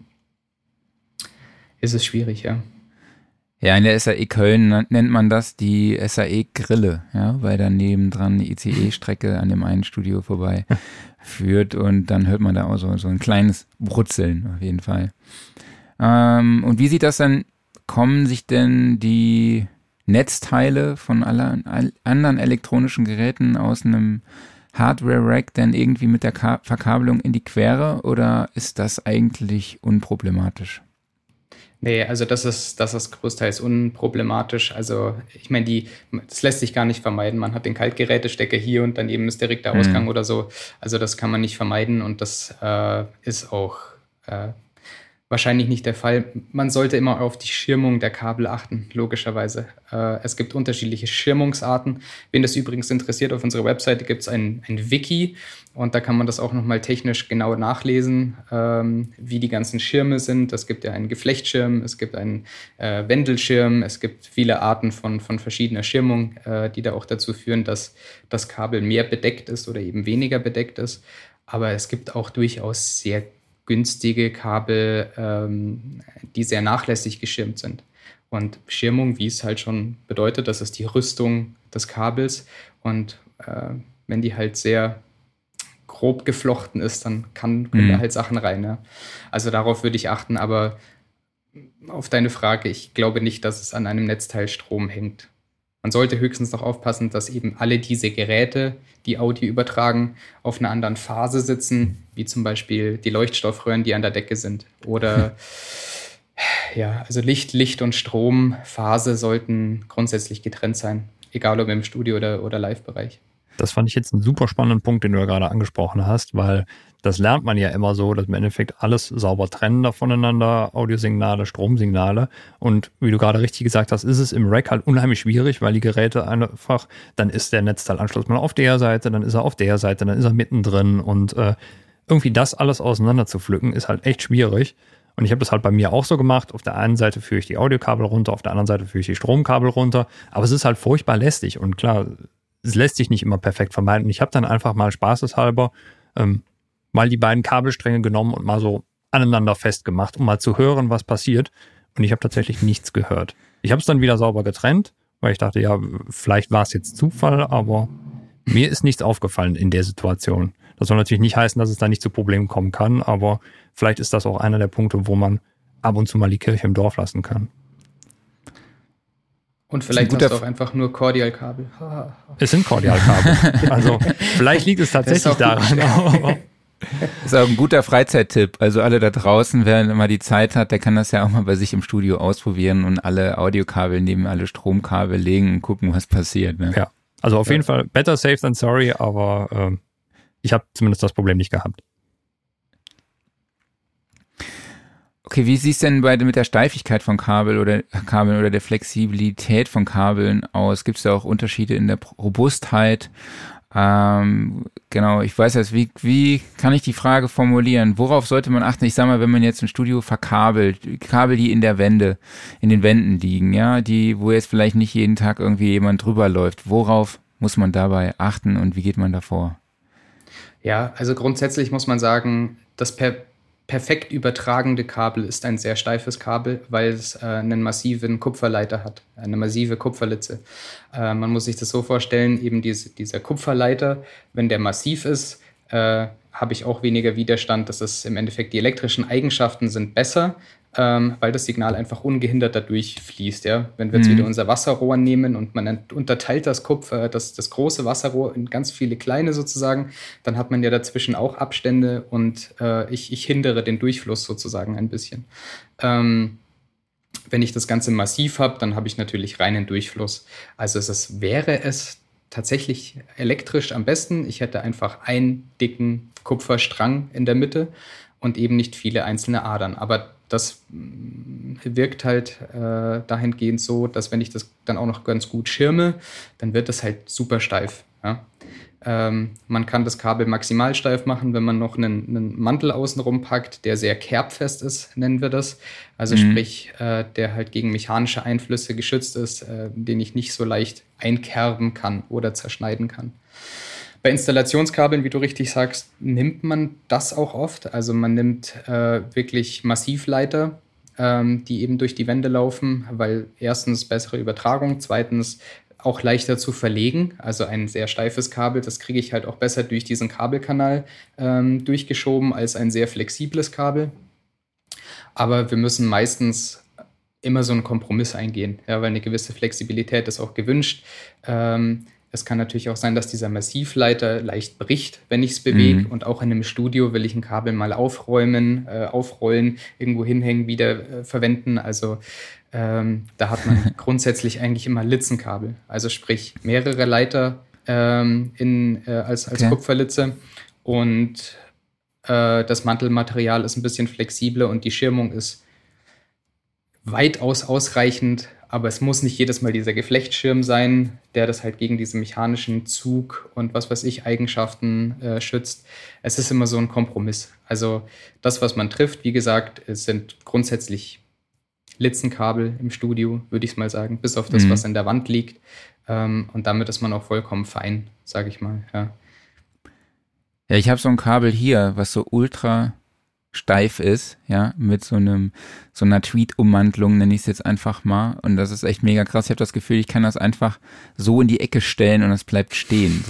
ist es schwierig, ja. Ja, in der S A E Köln nennt man das die S A E-Grille, ja, weil da nebendran eine I C E-Strecke an dem einen Studio vorbei führt und dann hört man da auch so, so ein kleines Brutzeln auf jeden Fall. Ähm, und wie sieht das dann, kommen sich denn die Netzteile von aller, all, anderen elektronischen Geräten aus einem Hardware-Rack denn irgendwie mit der Ka- Verkabelung in die Quere oder ist das eigentlich unproblematisch? Nee, also das ist, das ist großteils unproblematisch. Also ich meine, die, das lässt sich gar nicht vermeiden. Man hat den Kaltgerätestecker hier und daneben ist direkt der Ausgang mhm. oder so. Also das kann man nicht vermeiden und das äh, ist auch äh, wahrscheinlich nicht der Fall. Man sollte immer auf die Schirmung der Kabel achten, logischerweise. Äh, es gibt unterschiedliche Schirmungsarten. Wen das übrigens interessiert, auf unserer Webseite gibt es ein, ein Wiki und da kann man das auch nochmal technisch genau nachlesen, ähm, wie die ganzen Schirme sind. Es gibt ja einen Geflechtschirm, es gibt einen äh, Wendelschirm, es gibt viele Arten von, von verschiedener Schirmung, äh, die da auch dazu führen, dass das Kabel mehr bedeckt ist oder eben weniger bedeckt ist. Aber es gibt auch durchaus sehr günstige Kabel, ähm, die sehr nachlässig geschirmt sind. Und Schirmung, wie es halt schon bedeutet, das ist die Rüstung des Kabels. Und äh, wenn die halt sehr grob geflochten ist, dann kann, können mhm. da halt Sachen rein. Ja. Also darauf würde ich achten. Aber auf deine Frage, ich glaube nicht, dass es an einem Netzteil Strom hängt. Man sollte höchstens noch aufpassen, dass eben alle diese Geräte, die Audio übertragen, auf einer anderen Phase sitzen, wie zum Beispiel die Leuchtstoffröhren, die an der Decke sind. Oder ja, also Licht, Licht und Strom, Phase sollten grundsätzlich getrennt sein, egal ob im Studio- oder, oder Live-Bereich. Das fand ich jetzt einen super spannenden Punkt, den du ja gerade angesprochen hast, weil das lernt man ja immer so, dass im Endeffekt alles sauber trennen voneinander, Audiosignale, Stromsignale. Und wie du gerade richtig gesagt hast, ist es im Rack halt unheimlich schwierig, weil die Geräte einfach, dann ist der Netzteilanschluss mal auf der Seite, dann ist er auf der Seite, dann ist er mittendrin und äh, irgendwie das alles auseinander zu pflücken, ist halt echt schwierig. Und ich habe das halt bei mir auch so gemacht. Auf der einen Seite führe ich die Audiokabel runter, auf der anderen Seite führe ich die Stromkabel runter. Aber es ist halt furchtbar lästig und klar, es lässt sich nicht immer perfekt vermeiden. Ich habe dann einfach mal spaßeshalber ähm, mal die beiden Kabelstränge genommen und mal so aneinander festgemacht, um mal zu hören, was passiert. Und ich habe tatsächlich nichts gehört. Ich habe es dann wieder sauber getrennt, weil ich dachte, ja, vielleicht war es jetzt Zufall, aber mir ist nichts aufgefallen in der Situation. Das soll natürlich nicht heißen, dass es da nicht zu Problemen kommen kann, aber vielleicht ist das auch einer der Punkte, wo man ab und zu mal die Kirche im Dorf lassen kann. Und vielleicht hast du auch einfach nur Cordial-Kabel. Es sind Cordial-Kabel. Also vielleicht liegt es tatsächlich daran. Aber Ist auch ein guter Freizeittipp. Also alle da draußen, wer mal die Zeit hat, der kann das ja auch mal bei sich im Studio ausprobieren und alle Audiokabel neben alle Stromkabel legen und gucken, was passiert. Ne? Ja, also auf ja. jeden Fall better safe than sorry, aber ähm, ich habe zumindest das Problem nicht gehabt. Okay, wie sieht es denn bei, mit der Steifigkeit von Kabel oder Kabeln oder der Flexibilität von Kabeln aus? Gibt es da auch Unterschiede in der Robustheit? Ähm, genau, ich weiß jetzt, wie, wie kann ich die Frage formulieren? Worauf sollte man achten? Ich sag mal, wenn man jetzt ein Studio verkabelt, Kabel, die in der Wände, in den Wänden liegen, ja, die, wo jetzt vielleicht nicht jeden Tag irgendwie jemand drüber läuft. Worauf muss man dabei achten und wie geht man davor? Ja, also grundsätzlich muss man sagen, das per perfekt übertragende Kabel ist ein sehr steifes Kabel, weil es äh, einen massiven Kupferleiter hat, eine massive Kupferlitze. Äh, man muss sich das so vorstellen, eben diese, dieser Kupferleiter, wenn der massiv ist, äh, habe ich auch weniger Widerstand. Das ist im Endeffekt, die elektrischen Eigenschaften sind besser, ähm, weil das Signal einfach ungehindert dadurch fließt. Ja? Wenn wir jetzt mhm. wieder unser Wasserrohr nehmen und man unterteilt das Kupfer, das, das große Wasserrohr in ganz viele kleine sozusagen, dann hat man ja dazwischen auch Abstände und äh, ich, ich hindere den Durchfluss sozusagen ein bisschen. Ähm, wenn ich das Ganze massiv habe, dann habe ich natürlich reinen Durchfluss. Also es ist, wäre es tatsächlich elektrisch am besten. Ich hätte einfach einen dicken Kupferstrang in der Mitte und eben nicht viele einzelne Adern. Aber das wirkt halt äh, dahingehend so, dass wenn ich das dann auch noch ganz gut schirme, dann wird das halt super steif. Ja? Ähm, man kann das Kabel maximal steif machen, wenn man noch einen, einen Mantel außenrum packt, der sehr kerbfest ist, nennen wir das. Also mhm. sprich, äh, der halt gegen mechanische Einflüsse geschützt ist, äh, den ich nicht so leicht einkerben kann oder zerschneiden kann. Bei Installationskabeln, wie du richtig sagst, nimmt man das auch oft. Also man nimmt äh, wirklich Massivleiter, ähm, die eben durch die Wände laufen, weil erstens bessere Übertragung, zweitens auch leichter zu verlegen. Also ein sehr steifes Kabel, das kriege ich halt auch besser durch diesen Kabelkanal ähm, durchgeschoben als ein sehr flexibles Kabel. Aber wir müssen meistens immer so einen Kompromiss eingehen, ja, weil eine gewisse Flexibilität ist auch gewünscht. Ähm, Es kann natürlich auch sein, dass dieser Massivleiter leicht bricht, wenn ich es bewege. Mhm. Und auch in einem Studio will ich ein Kabel mal aufräumen, äh, aufrollen, irgendwo hinhängen, wieder äh, verwenden. Also ähm, da hat man grundsätzlich eigentlich immer Litzenkabel. Also sprich mehrere Leiter ähm, in, äh, als, als okay. Kupferlitze. Und äh, das Mantelmaterial ist ein bisschen flexibler und die Schirmung ist weitaus ausreichend. Aber es muss nicht jedes Mal dieser Geflechtsschirm sein, der das halt gegen diesen mechanischen Zug und was weiß ich Eigenschaften äh, schützt. Es ist immer so ein Kompromiss. Also das, was man trifft, wie gesagt, es sind grundsätzlich Litzenkabel im Studio, würde ich es mal sagen, bis auf das, mhm. was in der Wand liegt. Ähm, und damit ist man auch vollkommen fein, sage ich mal. Ja, ja, ich habe so ein Kabel hier, was so ultra steif ist, ja, mit so einem, so einer Tweet-Ummantelung, nenne ich es jetzt einfach mal. Und das ist echt mega krass. Ich habe das Gefühl, ich kann das einfach so in die Ecke stellen und es bleibt stehen.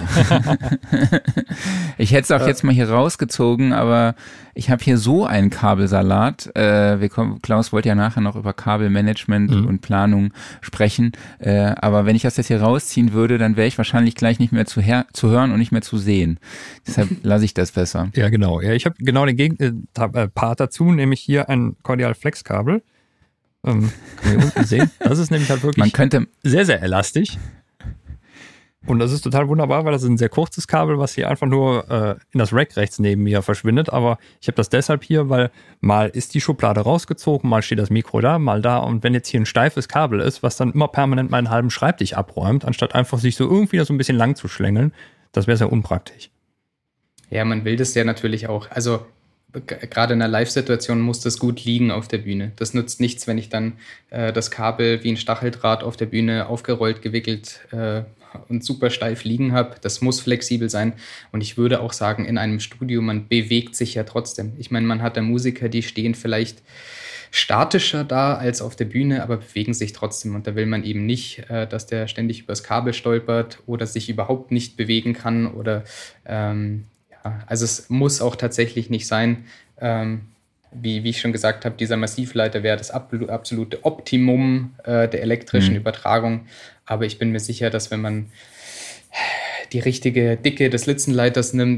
Ich hätte es auch jetzt mal hier rausgezogen, aber ich habe hier so einen Kabelsalat. Äh, wir kommen, Klaus wollte ja nachher noch über Kabelmanagement mhm. und Planung sprechen. Äh, aber wenn ich das jetzt hier rausziehen würde, dann wäre ich wahrscheinlich gleich nicht mehr zu, her- zu hören und nicht mehr zu sehen. Deshalb lasse ich das besser. Ja, genau. Ja, ich habe genau den Gegen- äh, Part dazu, nämlich hier ein Cordial Flex Kabel. Ähm, kann man hier unten sehen. Das ist nämlich halt wirklich Man könnte sehr, sehr elastisch. Und das ist total wunderbar, weil das ist ein sehr kurzes Kabel, was hier einfach nur äh, in das Rack rechts neben mir verschwindet. Aber ich habe das deshalb hier, weil mal ist die Schublade rausgezogen, mal steht das Mikro da, mal da. Und wenn jetzt hier ein steifes Kabel ist, was dann immer permanent meinen halben Schreibtisch abräumt, anstatt einfach sich so irgendwie da so ein bisschen lang zu schlängeln, das wäre sehr unpraktisch. Ja, man will das ja natürlich auch. Also gerade in einer Live-Situation muss das gut liegen auf der Bühne. Das nützt nichts, wenn ich dann äh, das Kabel wie ein Stacheldraht auf der Bühne aufgerollt, gewickelt äh, und super steif liegen habe. Das muss flexibel sein. Und ich würde auch sagen, in einem Studio, man bewegt sich ja trotzdem. Ich meine, man hat da Musiker, die stehen vielleicht statischer da als auf der Bühne, aber bewegen sich trotzdem. Und da will man eben nicht, äh, dass der ständig übers Kabel stolpert oder sich überhaupt nicht bewegen kann oder ähm, also es muss auch tatsächlich nicht sein, ähm, wie, wie ich schon gesagt habe, dieser Massivleiter wäre das absolute Optimum äh, der elektrischen mhm. Übertragung. Aber ich bin mir sicher, dass wenn man die richtige Dicke des Litzenleiters nimmt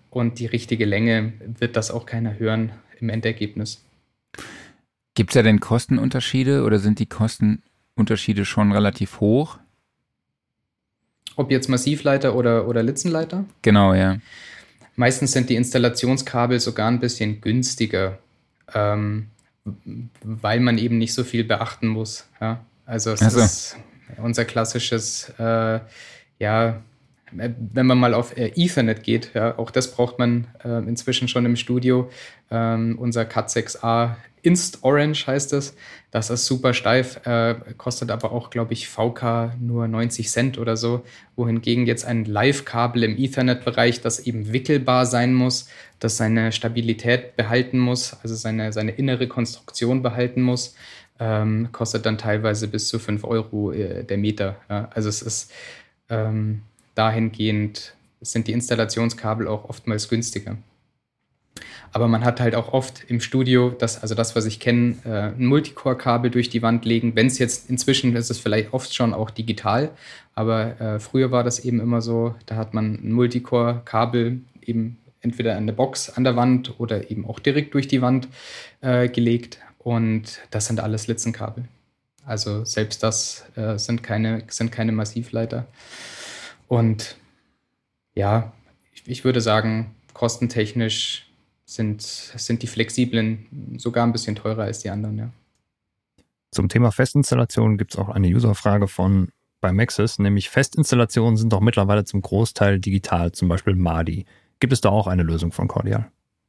und die richtige Länge wird das auch keiner hören im Endergebnis. Gibt es da denn Kostenunterschiede oder sind die Kostenunterschiede schon relativ hoch? Ob jetzt Massivleiter oder, oder Litzenleiter? Genau, ja. Meistens sind die Installationskabel sogar ein bisschen günstiger, ähm, weil man eben nicht so viel beachten muss. Ja? Also es Also. ist unser klassisches, äh, ja, wenn man mal auf äh, Ethernet geht, ja, auch das braucht man äh, inzwischen schon im Studio. Ähm, unser Cat sechs a Inst Orange heißt es. Das ist super steif, äh, kostet aber auch, glaube ich, V K nur neunzig Cent oder so. Wohingegen jetzt ein Live-Kabel im Ethernet-Bereich, das eben wickelbar sein muss, das seine Stabilität behalten muss, also seine, seine innere Konstruktion behalten muss, ähm, kostet dann teilweise bis zu fünf Euro äh, der Meter. Ja. Also es ist ähm, dahingehend sind die Installationskabel auch oftmals günstiger. Aber man hat halt auch oft im Studio, das, also das, was ich kenne, äh, ein Multicore-Kabel durch die Wand legen. Wenn es jetzt inzwischen ist, es vielleicht oft schon auch digital, aber äh, früher war das eben immer so, da hat man ein Multicore-Kabel eben entweder an der Box an der Wand oder eben auch direkt durch die Wand äh, gelegt und das sind alles Litzenkabel. Also selbst das äh, sind keine, sind keine Massivleiter. Und ja, ich, ich würde sagen, kostentechnisch sind, sind die flexiblen sogar ein bisschen teurer als die anderen, ja. Zum Thema Festinstallation gibt es auch eine Userfrage von bei Maxis, nämlich Festinstallationen sind doch mittlerweile zum Großteil digital, zum Beispiel Madi. Gibt es da auch eine Lösung von Cordial?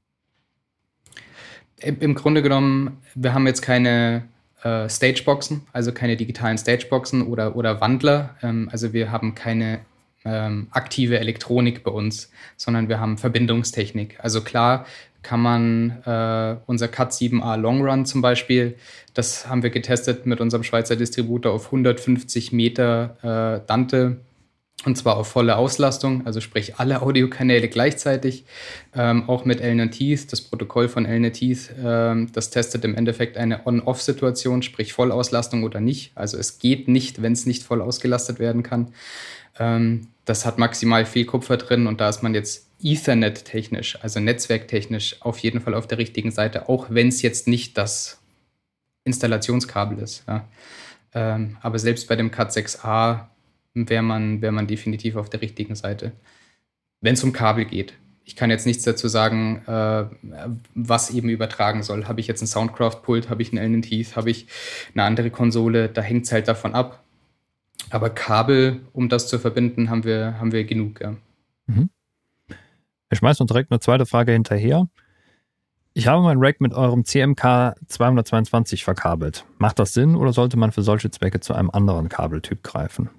Im Grunde genommen, wir haben jetzt keine äh, Stageboxen, also keine digitalen Stageboxen oder, oder Wandler. Ähm, also wir haben keine ähm, aktive Elektronik bei uns, sondern wir haben Verbindungstechnik. Also klar kann man äh, unser Cat sieben a Long Run zum Beispiel, das haben wir getestet mit unserem Schweizer Distributor auf hundertfünfzig Meter äh, Dante, und zwar auf volle Auslastung, also sprich alle Audiokanäle gleichzeitig, ähm, auch mit Elner Teeth. Das Protokoll von Elner Teeth, ähm, das testet im Endeffekt eine On-Off-Situation, sprich Vollauslastung oder nicht. Also es geht nicht, wenn es nicht voll ausgelastet werden kann. Ähm, das hat maximal viel Kupfer drin und da ist man jetzt Ethernet-technisch, also netzwerktechnisch auf jeden Fall auf der richtigen Seite, auch wenn es jetzt nicht das Installationskabel ist. Ja. Ähm, aber selbst bei dem Cat sechs a wäre man, wär man definitiv auf der richtigen Seite, wenn es um Kabel geht. Ich kann jetzt nichts dazu sagen, äh, was eben übertragen soll. Habe ich jetzt ein Soundcraft-Pult, habe ich einen Elner Teeth, habe ich eine andere Konsole, da hängt es halt davon ab. Aber Kabel, um das zu verbinden, haben wir, haben wir genug. Ja. Mhm. Wir schmeißen uns direkt eine zweite Frage hinterher. Ich habe mein Rack mit eurem C M K zweihundertzweiundzwanzig verkabelt. Macht das Sinn oder sollte man für solche Zwecke zu einem anderen Kabeltyp greifen?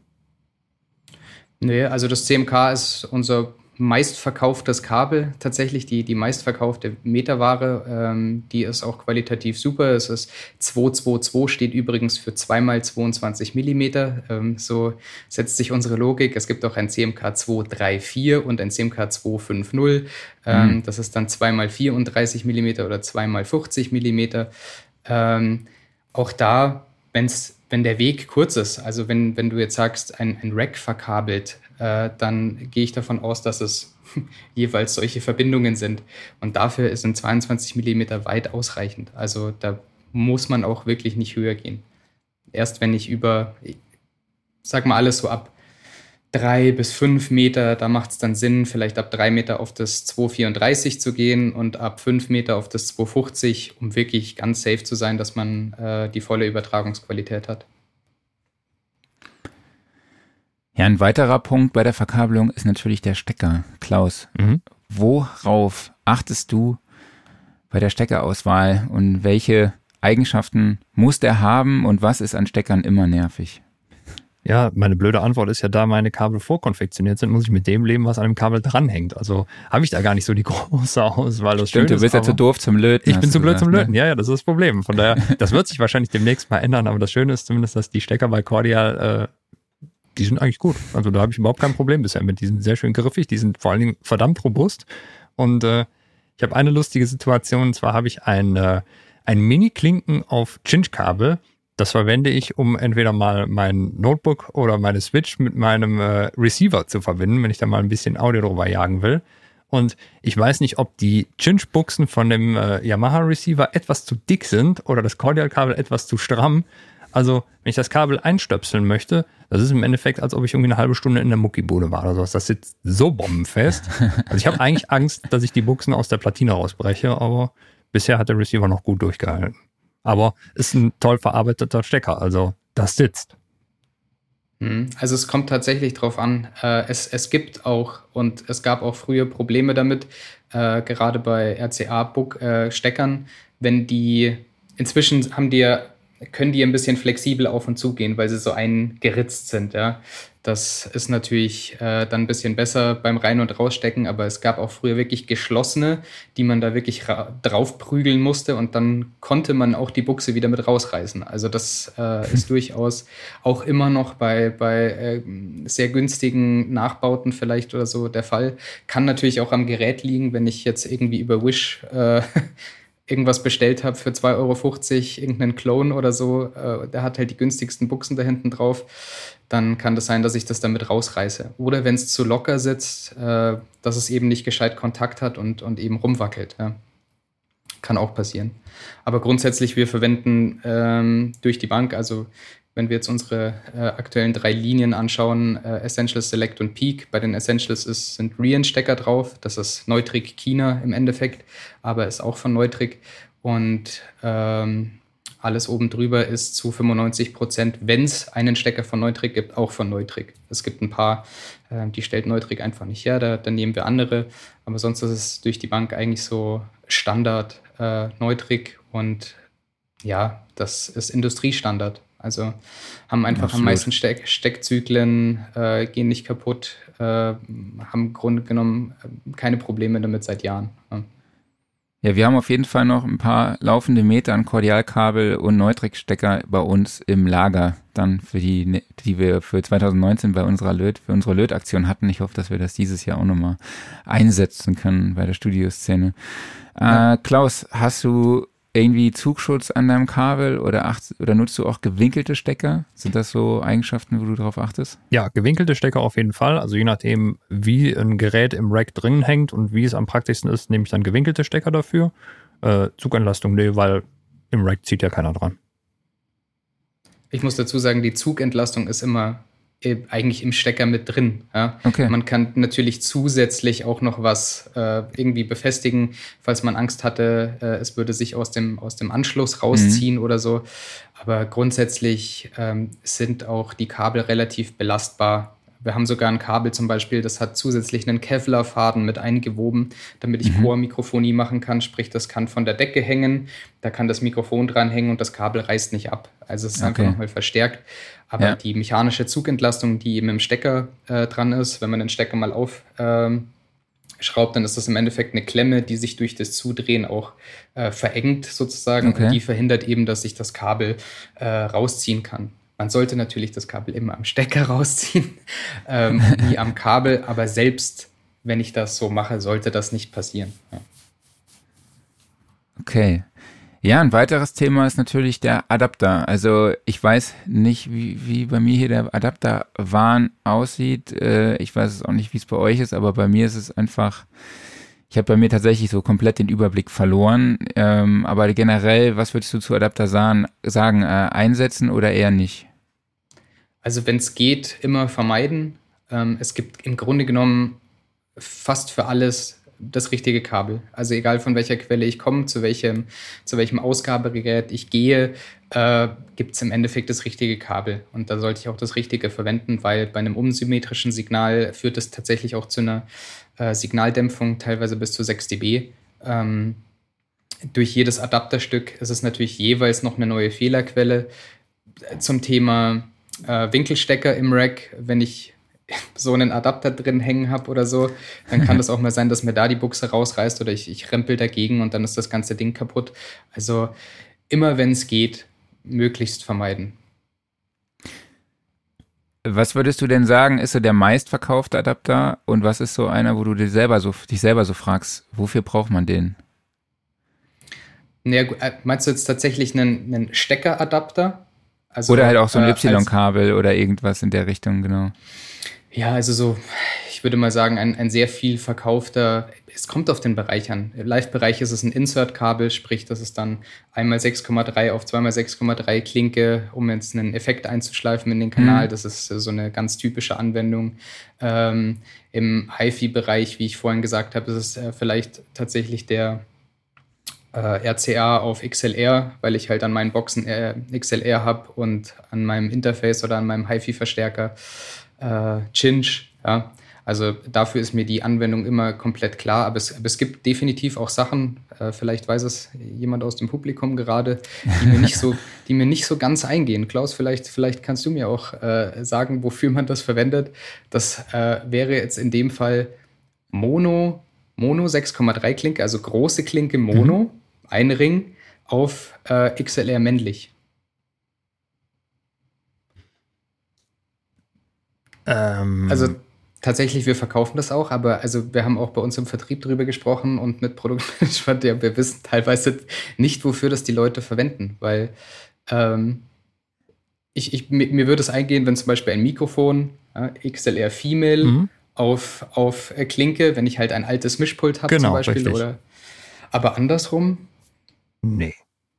Nee, also das C M K ist unser meistverkauftes Kabel, tatsächlich die, die meistverkaufte Meterware. Ähm, die ist auch qualitativ super. Es ist zweihundertzweiundzwanzig, steht übrigens für zwei mal zweiundzwanzig Millimeter. Ähm, so setzt sich unsere Logik. Es gibt auch ein C M K zweihundertvierunddreißig und ein C M K zweihundertfünfzig. Ähm, mhm. Das ist dann zwei mal vierunddreißig Millimeter oder zwei mal fünfzig Millimeter. Ähm, auch da, wenn's, wenn der Weg kurz ist, also wenn, wenn du jetzt sagst, ein, ein Rack verkabelt, äh, dann gehe ich davon aus, dass es jeweils solche Verbindungen sind. Und dafür sind zweiundzwanzig Millimeter weit ausreichend. Also da muss man auch wirklich nicht höher gehen. Erst wenn ich über, ich sag mal alles so ab drei bis fünf Meter, da macht es dann Sinn, vielleicht ab drei Meter auf das zweihundertvierunddreißig zu gehen und ab fünf Meter auf das zweihundertfünfzig, um wirklich ganz safe zu sein, dass man äh, die volle Übertragungsqualität hat. Ja, ein weiterer Punkt bei der Verkabelung ist natürlich der Stecker. Klaus, mhm. worauf achtest du bei der Steckerauswahl und welche Eigenschaften muss der haben und was ist an Steckern immer nervig? Ja, meine blöde Antwort ist ja, da meine Kabel vorkonfektioniert sind, muss ich mit dem leben, was an dem Kabel dranhängt. Also habe ich da gar nicht so die große Auswahl. Das Stimmt, du bist ja zu doof zum Löten. Ich bin zu blöd gesagt, zum Löten, ne? ja, ja, das ist das Problem. Von daher, das wird sich wahrscheinlich demnächst mal ändern, aber das Schöne ist zumindest, dass die Stecker bei Cordial, äh, die sind eigentlich gut. Also da habe ich überhaupt kein Problem bisher mit. Die sind sehr schön griffig, die sind vor allen Dingen verdammt robust. Und äh, ich habe eine lustige Situation, und zwar habe ich ein, äh, ein Mini-Klinken auf Cinch-Kabel. Das verwende ich, um entweder mal mein Notebook oder meine Switch mit meinem äh, Receiver zu verbinden, wenn ich da mal ein bisschen Audio drüber jagen will. Und ich weiß nicht, ob die Cinch-Buchsen von dem äh, Yamaha-Receiver etwas zu dick sind oder das Cordial-Kabel etwas zu stramm. Also, wenn ich das Kabel einstöpseln möchte, das ist im Endeffekt, als ob ich irgendwie eine halbe Stunde in der Muckibude war oder sowas. Das sitzt so bombenfest. Also ich habe eigentlich Angst, dass ich die Buchsen aus der Platine rausbreche, aber bisher hat der Receiver noch gut durchgehalten. Aber ist ein toll verarbeiteter Stecker, also das sitzt. Also es kommt tatsächlich drauf an. Äh, es, es gibt auch und es gab auch früher Probleme damit, äh, gerade bei R C A-Steckern, wenn die, inzwischen haben die ja, können die ein bisschen flexibel auf und zu gehen, weil sie so eingeritzt sind, ja. Das ist natürlich äh, dann ein bisschen besser beim Rein- und Rausstecken, aber es gab auch früher wirklich geschlossene, die man da wirklich ra- drauf prügeln musste und dann konnte man auch die Buchse wieder mit rausreißen. Also das äh, ist durchaus auch immer noch bei, bei äh, sehr günstigen Nachbauten vielleicht oder so der Fall. Kann natürlich auch am Gerät liegen, wenn ich jetzt irgendwie über Wish äh, irgendwas bestellt habe für zwei Euro fünfzig, irgendeinen Clone oder so, äh, der hat halt die günstigsten Buchsen da hinten drauf, dann kann das sein, dass ich das damit rausreiße. Oder wenn es zu locker sitzt, äh, dass es eben nicht gescheit Kontakt hat und, und eben rumwackelt. Ja. Kann auch passieren. Aber grundsätzlich, wir verwenden ähm, durch die Bank, also wenn wir jetzt unsere äh, aktuellen drei Linien anschauen, äh, Essentials, Select und Peak. Bei den Essentials ist, sind Rian-Stecker drauf. Das ist Neutrik China im Endeffekt, aber ist auch von Neutrik. Und ähm, alles oben drüber ist zu fünfundneunzig Prozent, wenn es einen Stecker von Neutrik gibt, auch von Neutrik. Es gibt ein paar, äh, die stellt Neutrik einfach nicht her, da, da nehmen wir andere. Aber sonst ist es durch die Bank eigentlich so Standard äh, Neutrik und ja, das ist Industriestandard. Also haben einfach Absolut. am meisten Steck, Steckzyklen, äh, gehen nicht kaputt, äh, haben im Grunde genommen keine Probleme damit seit Jahren. Ja. Ja, wir haben auf jeden Fall noch ein paar laufende Meter an Cordialkabel und Neutrik-Stecker bei uns im Lager, dann für die, die wir für zwanzig neunzehn bei unserer Löt, für unsere Lötaktion hatten. Ich hoffe, dass wir das dieses Jahr auch nochmal einsetzen können bei der Studioszene. Ja. Äh, Klaus, hast du irgendwie Zugschutz an deinem Kabel oder, acht, oder nutzt du auch gewinkelte Stecker? Sind das so Eigenschaften, wo du drauf achtest? Ja, gewinkelte Stecker auf jeden Fall. Also je nachdem, wie ein Gerät im Rack drin hängt und wie es am praktischsten ist, nehme ich dann gewinkelte Stecker dafür. Äh, Zugentlastung, nee, weil im Rack zieht ja keiner dran. Ich muss dazu sagen, die Zugentlastung ist immer eigentlich im Stecker mit drin. Ja? Okay. Man kann natürlich zusätzlich auch noch was äh, irgendwie befestigen, falls man Angst hatte, äh, es würde sich aus dem, aus dem Anschluss rausziehen mhm. oder so. Aber grundsätzlich ähm, sind auch die Kabel relativ belastbar. Wir haben sogar ein Kabel zum Beispiel, das hat zusätzlich einen Kevlar-Faden mit eingewoben, damit ich mhm. Chormikrofonie machen kann. Sprich, das kann von der Decke hängen, da kann das Mikrofon dran hängen und das Kabel reißt nicht ab. Also es ist okay. einfach nochmal verstärkt. Aber ja. die mechanische Zugentlastung, die eben im Stecker äh, dran ist, wenn man den Stecker mal aufschraubt, ähm, dann ist das im Endeffekt eine Klemme, die sich durch das Zudrehen auch äh, verengt sozusagen. Okay. Und die verhindert eben, dass ich das Kabel äh, rausziehen kann. Man sollte natürlich das Kabel immer am Stecker rausziehen, ähm, nie am Kabel, aber selbst wenn ich das so mache, sollte das nicht passieren. Ja. Okay. Ja, ein weiteres Thema ist natürlich der Adapter. Also ich weiß nicht, wie, wie bei mir hier der Adapterwahn aussieht. Äh, ich weiß es auch nicht, wie es bei euch ist, aber bei mir ist es einfach, ich habe bei mir tatsächlich so komplett den Überblick verloren. Ähm, aber generell, was würdest du zu Adapter sagen? sagen äh, einsetzen oder eher nicht? Also wenn es geht, immer vermeiden. Ähm, es gibt im Grunde genommen fast für alles das richtige Kabel. Also egal von welcher Quelle ich komme, zu welchem, zu welchem Ausgabegerät ich gehe, äh, gibt es im Endeffekt das richtige Kabel. Und da sollte ich auch das Richtige verwenden, weil bei einem unsymmetrischen Signal führt es tatsächlich auch zu einer äh, Signaldämpfung, teilweise bis zu sechs Dezibel. Ähm, durch jedes Adapterstück ist es natürlich jeweils noch eine neue Fehlerquelle. Zum Thema äh, Winkelstecker im Rack, wenn ich so einen Adapter drin hängen habe oder so, dann kann das auch mal sein, dass mir da die Buchse rausreißt oder ich, ich rempel dagegen und dann ist das ganze Ding kaputt. Also immer, wenn es geht, möglichst vermeiden. Was würdest du denn sagen, ist so der meistverkaufte Adapter und was ist so einer, wo du dich selber so, dich selber so fragst, wofür braucht man den? Naja, meinst du jetzt tatsächlich einen, einen Steckeradapter? Also, oder halt auch so ein äh, Y-Kabel oder irgendwas in der Richtung, genau. Ja, also so, ich würde mal sagen, ein, ein sehr viel verkaufter, es kommt auf den Bereich an. Im Live-Bereich ist es ein Insert-Kabel, sprich, das ist dann einmal sechs Komma drei auf zweimal sechs Komma drei Klinke, um jetzt einen Effekt einzuschleifen in den Kanal. Mhm. Das ist so eine ganz typische Anwendung. Ähm, Im Hi-Fi-Bereich, wie ich vorhin gesagt habe, ist es äh, vielleicht tatsächlich der äh, R C A auf X L R, weil ich halt an meinen Boxen äh, X L R habe und an meinem Interface oder an meinem Hi-Fi-Verstärker äh, Cinch, ja. Also dafür ist mir die Anwendung immer komplett klar, aber es, aber es gibt definitiv auch Sachen, äh, vielleicht weiß es jemand aus dem Publikum gerade, die mir nicht so, die mir nicht so ganz eingehen. Klaus, vielleicht, vielleicht kannst du mir auch äh, sagen, wofür man das verwendet. Das äh, wäre jetzt in dem Fall Mono, Mono sechs Komma drei Klinke, also große Klinke Mono, mhm. ein Ring auf äh, X L R männlich. Ähm. Also tatsächlich, wir verkaufen das auch, aber also wir haben auch bei uns im Vertrieb drüber gesprochen und mit Produktmanagement, ja, wir wissen teilweise nicht, wofür das die Leute verwenden, weil ähm, ich, ich, mir, mir würde es eingehen, wenn zum Beispiel ein Mikrofon, ja, X L R Female mhm. auf, auf Klinke, wenn ich halt ein altes Mischpult habe, genau, zum Beispiel. Richtig. Oder, aber andersrum? Nee.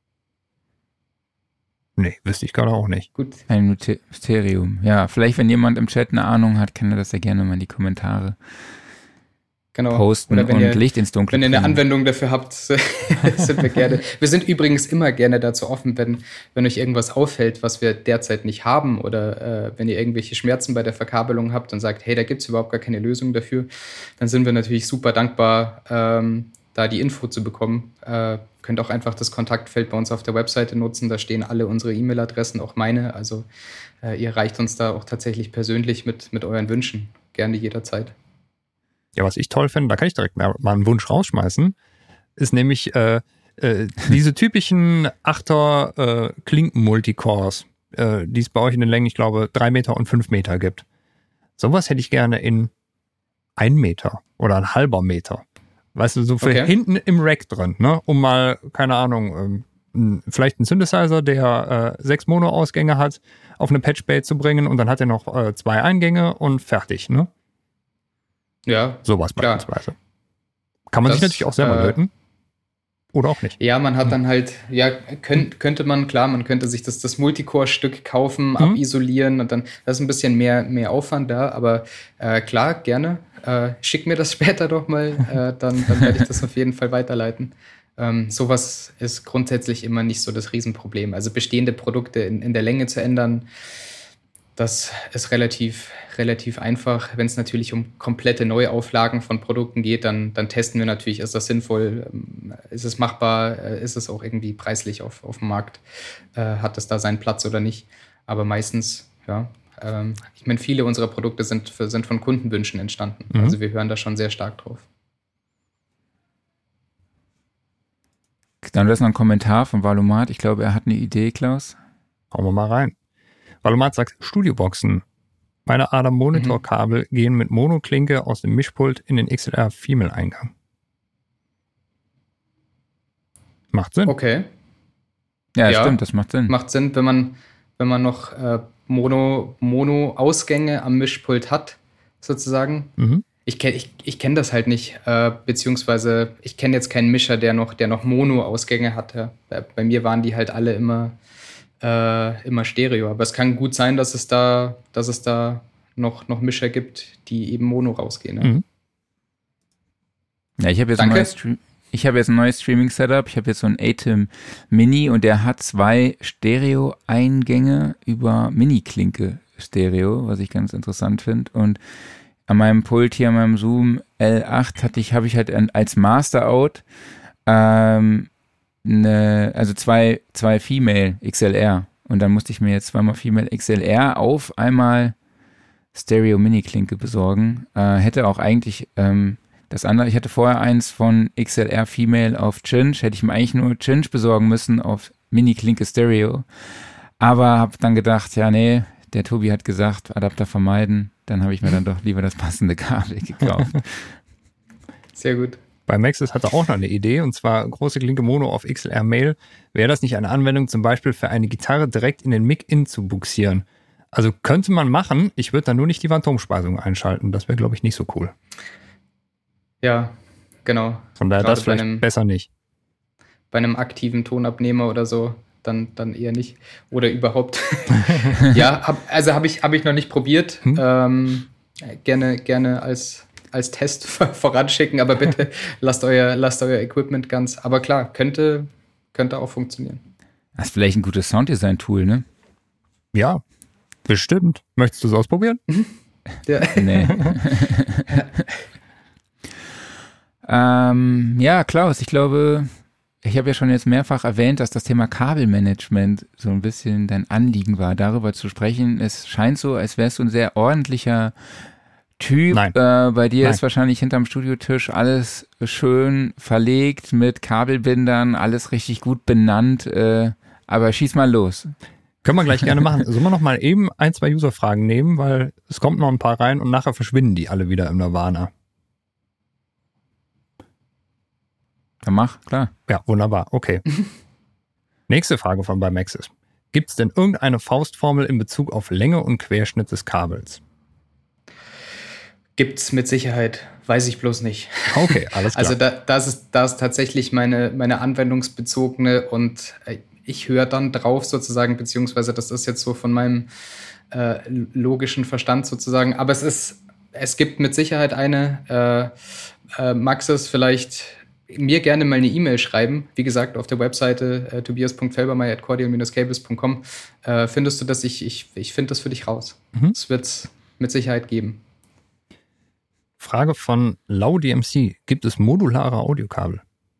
Nee, wüsste ich gerade auch nicht. Gut. Ein Mysterium. Ja, vielleicht, wenn jemand im Chat eine Ahnung hat, kann er das ja gerne mal in die Kommentare genau. posten und ihr, Licht ins Dunkel Wenn ihr eine bringen. Anwendung dafür habt, sind wir gerne. Wir sind übrigens immer gerne dazu offen, wenn, wenn euch irgendwas auffällt, was wir derzeit nicht haben oder äh, wenn ihr irgendwelche Schmerzen bei der Verkabelung habt und sagt, hey, da gibt es überhaupt gar keine Lösung dafür, dann sind wir natürlich super dankbar, ähm, da die Info zu bekommen. Äh, könnt auch einfach das Kontaktfeld bei uns auf der Webseite nutzen. Da stehen alle unsere E-Mail-Adressen, auch meine. Also äh, ihr erreicht uns da auch tatsächlich persönlich mit, mit euren Wünschen. Gerne jederzeit. Ja, was ich toll finde, da kann ich direkt mal einen Wunsch rausschmeißen, ist nämlich äh, äh, diese typischen Achter äh, Klinken-Multicores, äh, die es bei euch in den Längen, ich glaube, drei Meter und fünf Meter gibt. Sowas hätte ich gerne in ein Meter oder ein halber Meter. Weißt du, so für okay. hinten im Rack drin, ne? Um mal, keine Ahnung, ähm, vielleicht einen Synthesizer, der äh, sechs Mono-Ausgänge hat, auf eine Patchbay zu bringen und dann hat er noch äh, zwei Eingänge und fertig, ne? Ja. Sowas klar. beispielsweise. Kann man das, sich natürlich auch selber äh, löten. Oder auch nicht. Ja, man hat dann halt, ja, könnt, könnte man, klar, man könnte sich das, das Multicore-Stück kaufen, mhm. abisolieren und dann, das ist ein bisschen mehr, mehr Aufwand da, aber äh, klar, gerne. Äh, schick mir das später doch mal, äh, dann, dann werde ich das auf jeden Fall weiterleiten. Ähm, sowas ist grundsätzlich immer nicht so das Riesenproblem. Also bestehende Produkte in, in der Länge zu ändern, das ist relativ, relativ einfach. Wenn es natürlich um komplette Neuauflagen von Produkten geht, dann, dann testen wir natürlich, ist das sinnvoll, ist es machbar, ist es auch irgendwie preislich auf, auf dem Markt, äh, hat es da seinen Platz oder nicht. Aber meistens, ja, ähm, ich meine, viele unserer Produkte sind, für, sind von Kundenwünschen entstanden. Mhm. Also wir hören da schon sehr stark drauf. Dann ist noch ein Kommentar von Valomat. Ich glaube, er hat eine Idee, Klaus. Hauen wir mal rein. Valomat sagt, Studioboxen. Meine Adam Monitorkabel mhm. gehen mit Monoklinke aus dem Mischpult in den X L R Female-Eingang. Macht Sinn. Okay. Ja, ja, stimmt, das macht Sinn. Macht Sinn, wenn man, wenn man noch äh, Mono, Mono-Ausgänge am Mischpult hat, sozusagen. Mhm. Ich kenne ich, ich kenn das halt nicht, äh, beziehungsweise ich kenne jetzt keinen Mischer, der noch, der noch Mono-Ausgänge hatte. Bei, bei mir waren die halt alle immer Äh, immer Stereo, aber es kann gut sein, dass es da, dass es da noch, noch Mischer gibt, die eben Mono rausgehen. Ne? Mhm. Ja, ich habe jetzt, Stream- hab jetzt ein neues Streaming-Setup. Ich habe jetzt so ein ATEM Mini und der hat zwei Stereo-Eingänge über Mini-Klinke Stereo, was ich ganz interessant finde. Und an meinem Pult hier, an meinem Zoom L acht, hatte ich, habe ich halt als Master-Out ähm, Eine, also zwei, zwei Female X L R und dann musste ich mir jetzt zweimal Female X L R auf einmal Stereo Mini Klinke besorgen. Äh, hätte auch eigentlich ähm, das andere, ich hatte vorher eins von X L R Female auf Cinch, hätte ich mir eigentlich nur Cinch besorgen müssen auf Mini Klinke Stereo, aber habe dann gedacht, ja nee, der Tobi hat gesagt, Adapter vermeiden, dann habe ich mir dann doch lieber das passende Kabel gekauft. Sehr gut. Bei Maxis hatte auch noch eine Idee, und zwar große Klinke Mono auf X L R Male. Wäre das nicht eine Anwendung zum Beispiel für eine Gitarre direkt in den Mic-In zu buxieren? Also könnte man machen, ich würde da nur nicht die Phantomspeisung einschalten. Das wäre, glaube ich, nicht so cool. Ja, genau. Von daher Gerade das vielleicht bei einem, besser nicht. Bei einem aktiven Tonabnehmer oder so, dann, dann eher nicht. Oder überhaupt. Ja, hab, also habe ich, hab ich noch nicht probiert. Hm? Ähm, gerne, gerne als, als Test voranschicken, aber bitte lasst euer, lasst euer Equipment ganz. Aber klar, könnte, könnte auch funktionieren. Das ist vielleicht ein gutes Sounddesign-Tool, ne? Ja, bestimmt. Möchtest du es ausprobieren? Ja. Nee. ähm, ja, Klaus, ich glaube, ich habe ja schon jetzt mehrfach erwähnt, dass das Thema Kabelmanagement so ein bisschen dein Anliegen war, darüber zu sprechen. Es scheint so, als wärst du ein sehr ordentlicher Typ. Nein. Äh, bei dir Nein. ist wahrscheinlich hinterm Studiotisch alles schön verlegt mit Kabelbindern, alles richtig gut benannt. Äh, aber schieß mal los. Können wir gleich gerne machen. Sollen wir noch mal eben ein, zwei User-Fragen nehmen, weil es kommt noch ein paar rein und nachher verschwinden die alle wieder im Nirvana. Dann mach, klar. Ja, wunderbar. Okay. Nächste Frage von bei Maxis. Gibt es denn irgendeine Faustformel in Bezug auf Länge und Querschnitt des Kabels? Gibt's mit Sicherheit, weiß ich bloß nicht. Okay, alles klar. Also da, das ist, das ist tatsächlich meine, meine anwendungsbezogene und ich höre dann drauf sozusagen, beziehungsweise das ist jetzt so von meinem äh, logischen Verstand sozusagen, aber es ist, es gibt mit Sicherheit eine, äh, äh, Maxis vielleicht mir gerne mal eine E-Mail schreiben. Wie gesagt, auf der Webseite äh, tobias punkt felbermeier at cordial dash cables punkt com äh, findest du das, ich, ich, ich finde das für dich raus. Mhm. Das wird es mit Sicherheit geben. Frage von LauDMC. Gibt es modulare Audiokabel?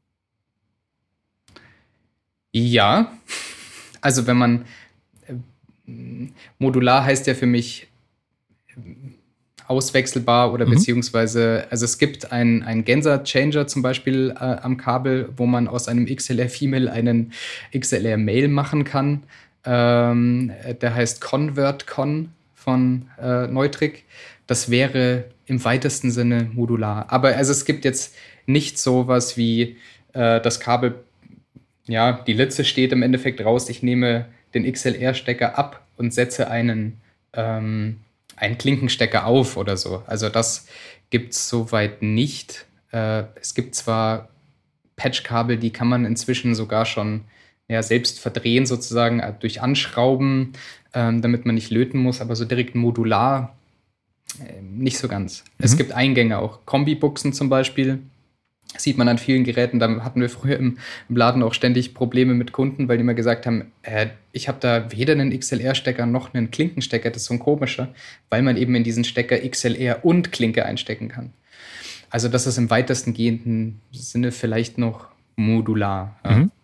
Ja, also wenn man äh, modular heißt ja für mich äh, auswechselbar oder mhm. beziehungsweise, also es gibt einen, einen Genser-Changer zum Beispiel äh, am Kabel, wo man aus einem X L R-Female einen X L R-Male machen kann. Ähm, der heißt ConvertCon von äh, Neutrik. Das wäre im weitesten Sinne modular. Aber also es gibt jetzt nicht sowas wie äh, das Kabel. Ja, die Litze steht im Endeffekt raus. Ich nehme den X L R-Stecker ab und setze einen, ähm, einen Klinkenstecker auf oder so. Also das gibt es soweit nicht. Äh, es gibt zwar Patchkabel, die kann man inzwischen sogar schon ja, selbst verdrehen, sozusagen äh, durch Anschrauben, ähm, damit man nicht löten muss, aber so direkt modular äh, nicht so ganz. Mhm. Es gibt Eingänge auch. Kombibuchsen zum Beispiel. Sieht man an vielen Geräten, da hatten wir früher im, im Laden auch ständig Probleme mit Kunden, weil die immer gesagt haben, äh, ich habe da weder einen X L R-Stecker noch einen Klinkenstecker, das ist so ein komischer, weil man eben in diesen Stecker X L R und Klinke einstecken kann. Also das ist im weitesten gehenden Sinne vielleicht noch modular. Ja. Mhm.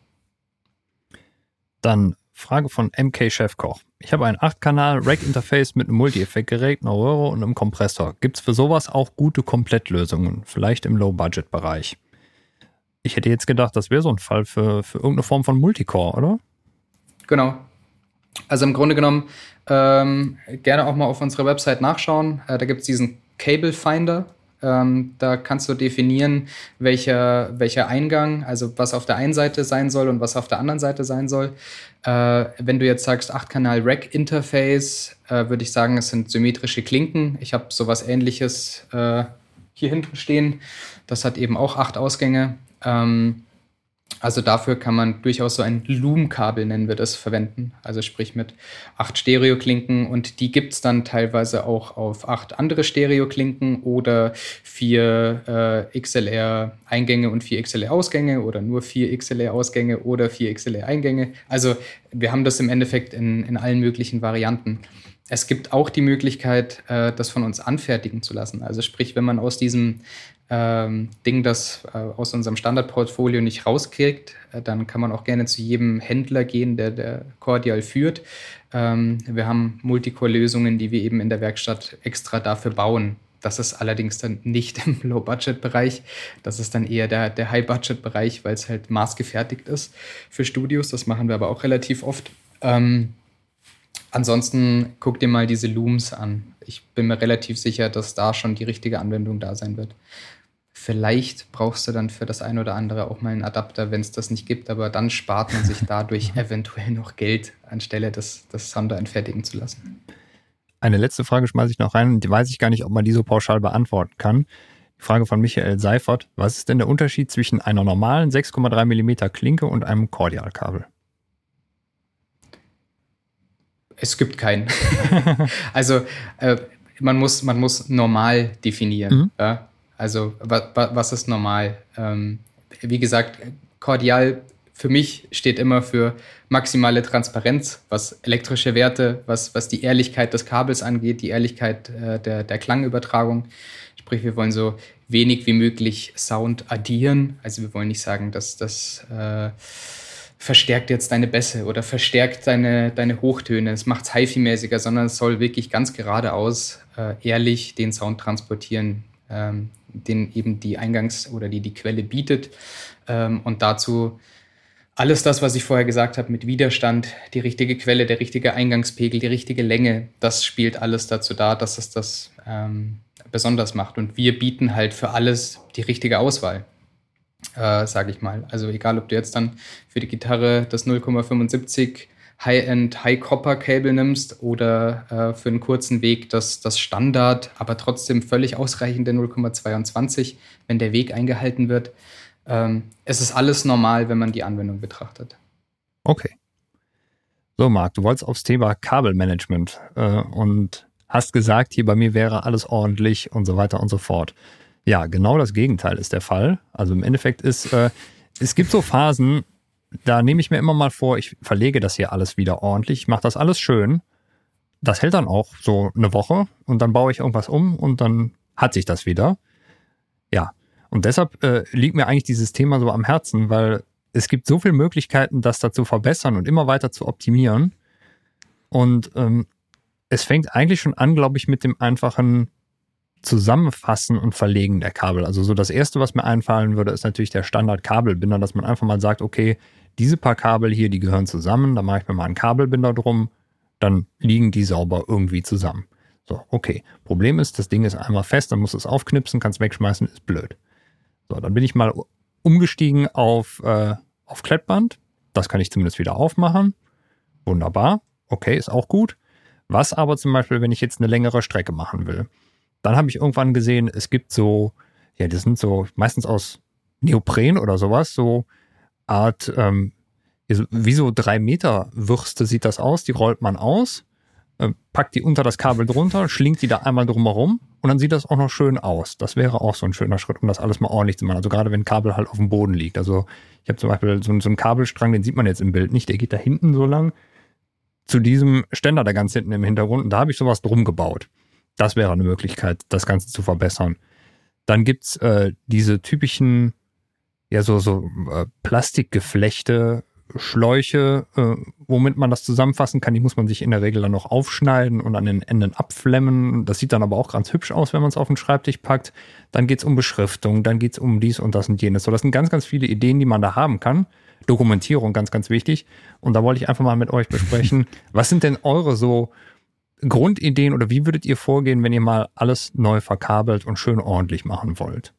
Dann Frage von M K Chefkoch. Ich habe ein acht Kanal Rack-Interface mit einem Multi-Effekt-Gerät, einer Röhre und einem Kompressor. Gibt es für sowas auch gute Komplettlösungen? Vielleicht im Low-Budget-Bereich. Ich hätte jetzt gedacht, das wäre so ein Fall für, für irgendeine Form von Multicore, oder? Genau. Also im Grunde genommen ähm, gerne auch mal auf unserer Website nachschauen. Äh, da gibt es diesen Cable Finder. Ähm, da kannst du definieren, welcher, welcher Eingang, also was auf der einen Seite sein soll und was auf der anderen Seite sein soll. Äh, wenn du jetzt sagst, acht Kanal Rack Interface, äh, würde ich sagen, es sind symmetrische Klinken. Ich habe sowas Ähnliches äh, hier hinten stehen. Das hat eben auch acht Ausgänge. Ähm, also dafür kann man durchaus so ein Loom-Kabel, nennen wir das, verwenden. Also sprich mit acht Stereoklinken, und die gibt es dann teilweise auch auf acht andere Stereoklinken oder vier äh, X L R-Eingänge und vier X L R-Ausgänge oder nur vier X L R-Ausgänge oder vier X L R-Eingänge. Also wir haben das im Endeffekt in, in allen möglichen Varianten. Es gibt auch die Möglichkeit, äh, das von uns anfertigen zu lassen. Also sprich, wenn man aus diesem ähm, Ding, das äh, aus unserem Standardportfolio nicht rauskriegt, äh, dann kann man auch gerne zu jedem Händler gehen, der, der Cordial führt. Ähm, wir haben Multicore-Lösungen, die wir eben in der Werkstatt extra dafür bauen. Das ist allerdings dann nicht im Low-Budget-Bereich. Das ist dann eher der, der High-Budget-Bereich, weil es halt maßgefertigt ist für Studios. Das machen wir aber auch relativ oft. Ähm, Ansonsten guck dir mal diese Looms an. Ich bin mir relativ sicher, dass da schon die richtige Anwendung da sein wird. Vielleicht brauchst du dann für das ein oder andere auch mal einen Adapter, wenn es das nicht gibt, aber dann spart man sich dadurch eventuell noch Geld, anstelle das, das Sonderanfertigen zu lassen. Eine letzte Frage schmeiße ich noch rein, die weiß ich gar nicht, ob man die so pauschal beantworten kann. Die Frage von Michael Seifert: Was ist denn der Unterschied zwischen einer normalen sechs Komma drei Millimeter Klinke und einem Kordialkabel? Es gibt keinen. Also äh, man muss, man muss normal definieren. Mhm. Ja? Also wa, wa, was ist normal? Ähm, wie gesagt, Kordial für mich steht immer für maximale Transparenz, was elektrische Werte, was, was die Ehrlichkeit des Kabels angeht, die Ehrlichkeit äh, der, der Klangübertragung. Sprich, wir wollen so wenig wie möglich Sound addieren. Also wir wollen nicht sagen, dass das äh, verstärkt jetzt deine Bässe oder verstärkt deine, deine Hochtöne. Es macht es Hi-Fi-mäßiger, sondern es soll wirklich ganz geradeaus äh, ehrlich den Sound transportieren, ähm, den eben die Eingangs- oder die die Quelle bietet. Ähm, und dazu alles das, was ich vorher gesagt habe, mit Widerstand, die richtige Quelle, der richtige Eingangspegel, die richtige Länge, das spielt alles dazu da, dass es das ähm, besonders macht. Und wir bieten halt für alles die richtige Auswahl, äh, sage ich mal. Also egal, ob du jetzt dann für die Gitarre das null Komma fünfundsiebzig High-End, High-Copper-Cable nimmst oder äh, für einen kurzen Weg das, das Standard, aber trotzdem völlig ausreichende null Komma zweiundzwanzig, wenn der Weg eingehalten wird. Ähm, es ist alles normal, wenn man die Anwendung betrachtet. Okay. So, Marc, du wolltest aufs Thema Kabelmanagement äh, und hast gesagt, hier bei mir wäre alles ordentlich und so weiter und so fort. Ja, genau das Gegenteil ist der Fall. Also im Endeffekt ist, äh, es gibt so Phasen, da nehme ich mir immer mal vor, ich verlege das hier alles wieder ordentlich, ich mache das alles schön. Das hält dann auch so eine Woche und dann baue ich irgendwas um und dann hat sich das wieder. Ja. Und deshalb äh, liegt mir eigentlich dieses Thema so am Herzen, weil es gibt so viele Möglichkeiten, das da zu verbessern und immer weiter zu optimieren. Und ähm, es fängt eigentlich schon an, glaube ich, mit dem einfachen Zusammenfassen und Verlegen der Kabel. Also so das Erste, was mir einfallen würde, ist natürlich der Standard-Kabelbinder, dass man einfach mal sagt, okay, diese paar Kabel hier, die gehören zusammen, da mache ich mir mal einen Kabelbinder drum, dann liegen die sauber irgendwie zusammen. So, okay. Problem ist, das Ding ist einmal fest, dann musst du es aufknipsen, kannst wegschmeißen, ist blöd. So, dann bin ich mal umgestiegen auf, äh, auf Klettband. Das kann ich zumindest wieder aufmachen. Wunderbar. Okay, ist auch gut. Was aber zum Beispiel, wenn ich jetzt eine längere Strecke machen will, dann habe ich irgendwann gesehen, es gibt so, ja, das sind so meistens aus Neopren oder sowas, so Art, ähm, wie so drei Meter Würste sieht das aus. Die rollt man aus, äh, packt die unter das Kabel drunter, schlingt die da einmal drumherum. Und dann sieht das auch noch schön aus. Das wäre auch so ein schöner Schritt, um das alles mal ordentlich zu machen. Also gerade wenn ein Kabel halt auf dem Boden liegt. Also ich habe zum Beispiel so, so einen Kabelstrang, den sieht man jetzt im Bild nicht. Der geht da hinten so lang zu diesem Ständer da ganz hinten im Hintergrund. Und da habe ich sowas drum gebaut. Das wäre eine Möglichkeit, das Ganze zu verbessern. Dann gibt's äh, diese typischen, ja so, so äh, Plastikgeflechte, Schläuche, äh, womit man das zusammenfassen kann. Die muss man sich in der Regel dann noch aufschneiden und an den Enden abflemmen. Das sieht dann aber auch ganz hübsch aus, wenn man es auf den Schreibtisch packt. Dann geht's um Beschriftung, dann geht's um dies und das und jenes. So, das sind ganz, ganz viele Ideen, die man da haben kann. Dokumentierung, ganz, ganz wichtig. Und da wollte ich einfach mal mit euch besprechen, was sind denn eure so Grundideen oder wie würdet ihr vorgehen, wenn ihr mal alles neu verkabelt und schön ordentlich machen wollt?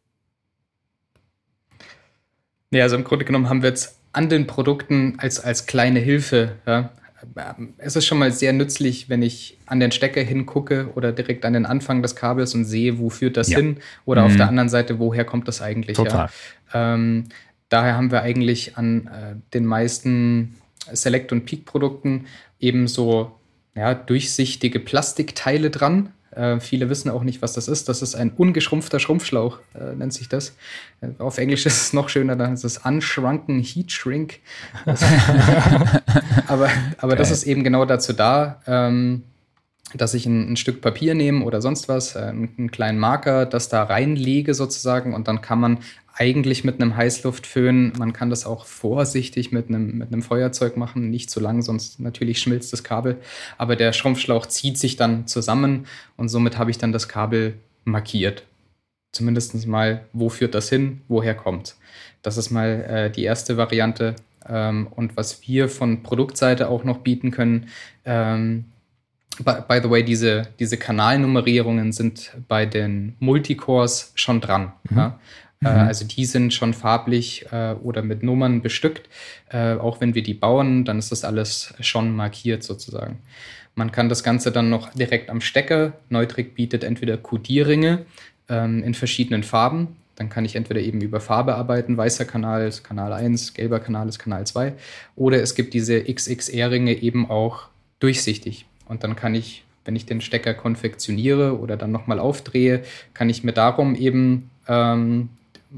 Ja, also im Grunde genommen haben wir jetzt an den Produkten als, als kleine Hilfe. Ja. Es ist schon mal sehr nützlich, wenn ich an den Stecker hingucke oder direkt an den Anfang des Kabels und sehe, wo führt das ja. hin? Oder mhm. auf der anderen Seite, woher kommt das eigentlich? Total. Ja. Ähm, daher haben wir eigentlich an äh, den meisten Select- und Peak-Produkten eben so ja, durchsichtige Plastikteile dran. Äh, viele wissen auch nicht, was das ist. Das ist ein ungeschrumpfter Schrumpfschlauch, äh, nennt sich das. Äh, auf Englisch ist es noch schöner, dann ist es Unshrunken Heat Shrink. Das, aber aber das ist eben genau dazu da, ähm, dass ich ein, ein Stück Papier nehme oder sonst was, äh, einen kleinen Marker, das da reinlege sozusagen und dann kann man eigentlich mit einem Heißluftföhn, man kann das auch vorsichtig mit einem, mit einem Feuerzeug machen, nicht zu lang, sonst natürlich schmilzt das Kabel. Aber der Schrumpfschlauch zieht sich dann zusammen und somit habe ich dann das Kabel markiert. Zumindest mal, wo führt das hin, woher kommt. Das ist mal äh, die erste Variante. Ähm, und was wir von Produktseite auch noch bieten können, ähm, by, by the way, diese, diese Kanalnummerierungen sind bei den Multicores schon dran. Mhm. Ja? Mhm. Also die sind schon farblich äh, oder mit Nummern bestückt. Äh, auch wenn wir die bauen, dann ist das alles schon markiert sozusagen. Man kann das Ganze dann noch direkt am Stecker. Neutrik bietet entweder Q D-Ringe ähm, in verschiedenen Farben. Dann kann ich entweder eben über Farbe arbeiten, weißer Kanal ist Kanal eins, gelber Kanal ist Kanal zwei. Oder es gibt diese X X R-Ringe eben auch durchsichtig. Und dann kann ich, wenn ich den Stecker konfektioniere oder dann nochmal aufdrehe, kann ich mir darum eben ähm,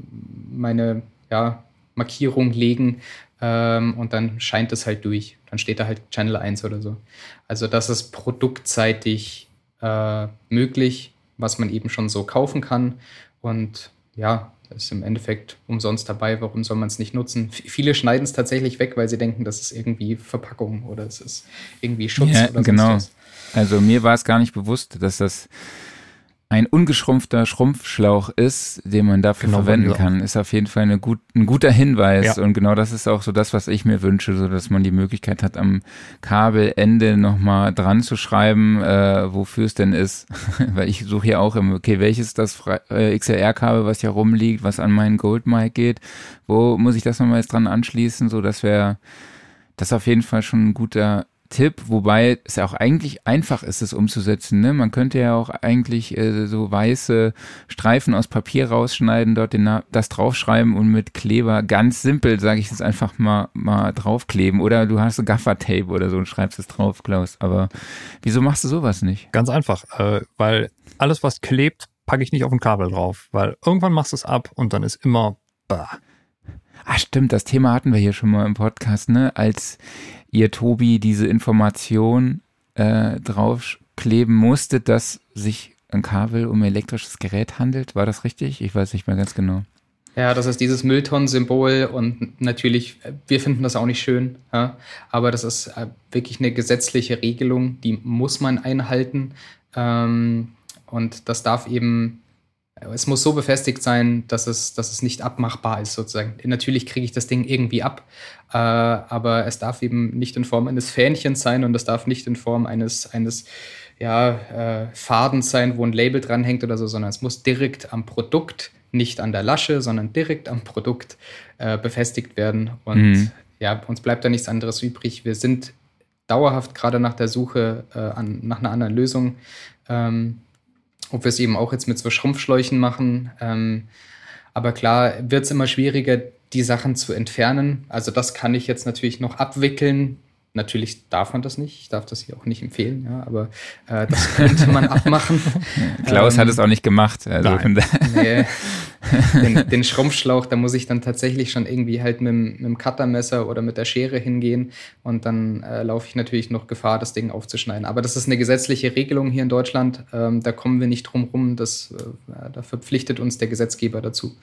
meine ja, Markierung legen ähm, und dann scheint es halt durch. Dann steht da halt Channel eins oder so. Also das ist produktseitig äh, möglich, was man eben schon so kaufen kann. Und ja, das ist im Endeffekt umsonst dabei. Warum soll man es nicht nutzen? F- viele schneiden es tatsächlich weg, weil sie denken, das ist irgendwie Verpackung oder es ist irgendwie Schutz Ja, oder sonst genau. was. Also mir war es gar nicht bewusst, dass das ein ungeschrumpfter Schrumpfschlauch ist, den man dafür Genau, verwenden bei mir kann, ist auf jeden Fall eine gut, ein guter Hinweis. Ja. Und genau das ist auch so das, was ich mir wünsche, so dass man die Möglichkeit hat, am Kabelende nochmal dran zu schreiben, äh, wofür es denn ist. Weil ich suche ja auch immer, okay, welches ist das Fre- äh, X L R-Kabel, was hier rumliegt, was an meinen Goldmic geht, wo muss ich das nochmal jetzt dran anschließen, so das wäre, das ist auf jeden Fall schon ein guter Tipp, wobei es ja auch eigentlich einfach ist, es umzusetzen. Ne? Man könnte ja auch eigentlich äh, so weiße Streifen aus Papier rausschneiden, dort den Na- das draufschreiben und mit Kleber ganz simpel, sage ich jetzt einfach mal, mal draufkleben. Oder du hast so Gaffer-Tape oder so und schreibst es drauf, Klaus. Aber wieso machst du sowas nicht? Ganz einfach, äh, weil alles, was klebt, packe ich nicht auf ein Kabel drauf. Weil irgendwann machst du es ab und dann ist immer bah. Ah, stimmt, das Thema hatten wir hier schon mal im Podcast, ne? Als ihr, Tobi, diese Information äh, draufkleben musstet, dass sich ein Kabel um ein elektrisches Gerät handelt. War das richtig? Ich weiß nicht mehr ganz genau. Ja, das ist dieses Mülltonnen-Symbol und natürlich, wir finden das auch nicht schön, ja, aber das ist äh, wirklich eine gesetzliche Regelung, die muss man einhalten ähm, und das darf eben, es muss so befestigt sein, dass es, dass es nicht abmachbar ist sozusagen. Natürlich kriege ich das Ding irgendwie ab, äh, aber es darf eben nicht in Form eines Fähnchens sein und es darf nicht in Form eines, eines ja, äh, Fadens sein, wo ein Label dranhängt oder so, sondern es muss direkt am Produkt, nicht an der Lasche, sondern direkt am Produkt äh, befestigt werden. Und Mhm. ja, uns bleibt da nichts anderes übrig. Wir sind dauerhaft gerade nach der Suche äh, an, nach einer anderen Lösung. Ähm, ob wir es eben auch jetzt mit so Schrumpfschläuchen machen. Ähm, aber klar, wird es immer schwieriger, die Sachen zu entfernen. Also das kann ich jetzt natürlich noch abwickeln. Natürlich darf man das nicht. Ich darf das hier auch nicht empfehlen, ja, aber äh, das könnte man abmachen. Klaus ähm, hat es auch nicht gemacht. Also von da- Nee, den, den Schrumpfschlauch, da muss ich dann tatsächlich schon irgendwie halt mit, dem- mit dem Cuttermesser oder mit der Schere hingehen und dann äh, laufe ich natürlich noch Gefahr, das Ding aufzuschneiden. Aber das ist eine gesetzliche Regelung hier in Deutschland, ähm, da kommen wir nicht drum rum, das, äh, da verpflichtet uns der Gesetzgeber dazu.